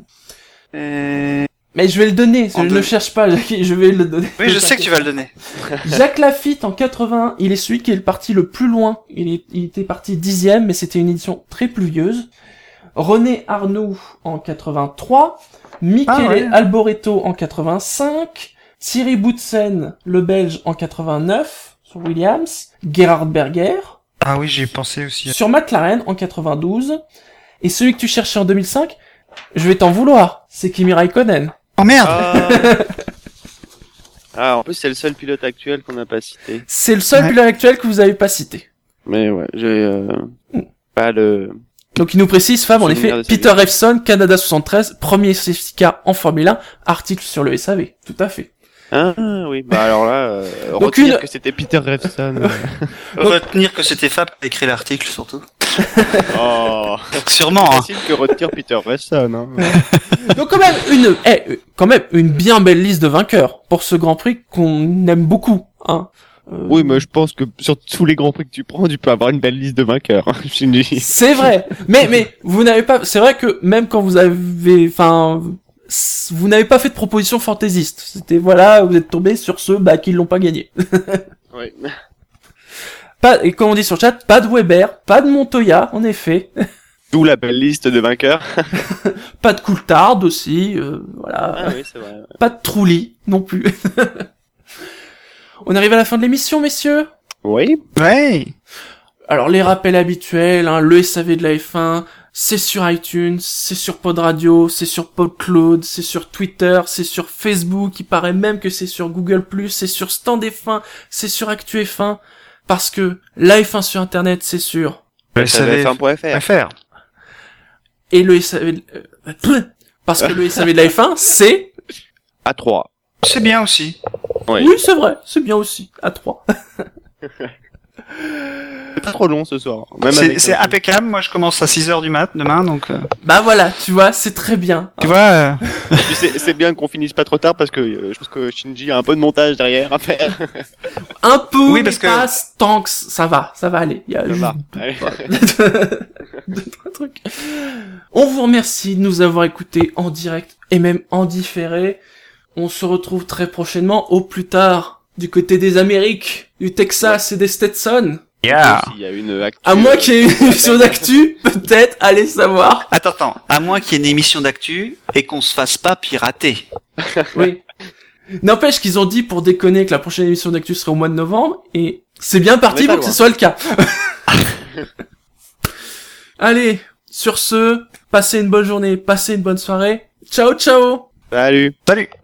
Mais je vais le donner, je ne cherche pas, je vais le donner. Oui, je sais que tu vas le donner. Jacques Lafitte en 81, il est celui qui est parti le plus loin. Il était parti 10e, mais c'était une édition très pluvieuse. René Arnoux en 83, Michele Alboreto en 85, Thierry Boutsen, le Belge, en 89, sur Williams, Gerhard Berger. Ah oui, j'y ai pensé aussi. Sur McLaren en 92, et celui que tu cherchais en 2005, je vais t'en vouloir, c'est Kimi Raikkonen. Oh merde! En plus c'est le seul pilote actuel qu'on n'a pas cité. C'est le seul pilote actuel que vous avez pas cité. Mais ouais, j'ai pas le... Donc il nous précise, Fab, en effet, Peter Revson, Canada 73, premier safety car en Formule 1, article sur le SAV. Tout à fait. Ah oui, bah alors là, retenir que c'était Peter Revson. Retenir que c'était Fab qui a écrit l'article, surtout. Oh, sûrement. C'est facile que retenir Peter Revson. Hein. Donc quand même une bien belle liste de vainqueurs pour ce Grand Prix qu'on aime beaucoup. Hein. Oui, mais je pense que sur tous les Grands Prix que tu prends, tu peux avoir une belle liste de vainqueurs. C'est vrai, mais vous n'avez pas. C'est vrai que même quand vous avez, vous n'avez pas fait de proposition fantaisiste. C'était voilà, vous êtes tombé sur ceux qui l'ont pas gagné. Oui. Et comme on dit sur le chat, pas de Weber, pas de Montoya, en effet. D'où la belle liste de vainqueurs. Pas de Coulthard aussi, voilà. Ah oui, c'est vrai. Ouais. Pas de Trulli non plus. On arrive à la fin de l'émission, messieurs. Oui. Ouais. Alors les rappels habituels, le SAV de la F1, c'est sur iTunes, c'est sur Pod Radio, c'est sur PodCloud, c'est sur Twitter, c'est sur Facebook, il paraît même que c'est sur Google+, c'est sur Stand F1, c'est sur Actu F1, parce que la F1 sur Internet, c'est sur SAV1.fr. Et le SAV... parce que le SAV de la F1, c'est... A3. C'est bien aussi. Oui, c'est vrai, c'est bien aussi, A3. C'est pas trop long ce soir. C'est impeccable, moi je commence à 6h du mat demain, donc... Bah voilà, tu vois, c'est très bien. Tu vois c'est bien qu'on finisse pas trop tard parce que je pense que Shinji a un peu de montage derrière à faire. Un peu, oui, parce que... pas tant que ça va aller. Il y a juste deux, trois trucs. On vous remercie de nous avoir écoutés en direct et même en différé. On se retrouve très prochainement, au plus tard, du côté des Amériques, du Texas et des Stetson. Yeah. Il y a une actu, à moins qu'il y ait une émission d'actu, peut-être, allez savoir. Attends, à moins qu'il y ait une émission d'actu et qu'on se fasse pas pirater. Oui. N'empêche qu'ils ont dit pour déconner que la prochaine émission d'Actu sera au mois de novembre, et c'est bien parti pour que ce soit le cas. Allez, sur ce, passez une bonne journée, passez une bonne soirée. Ciao, ciao! Salut. Salut.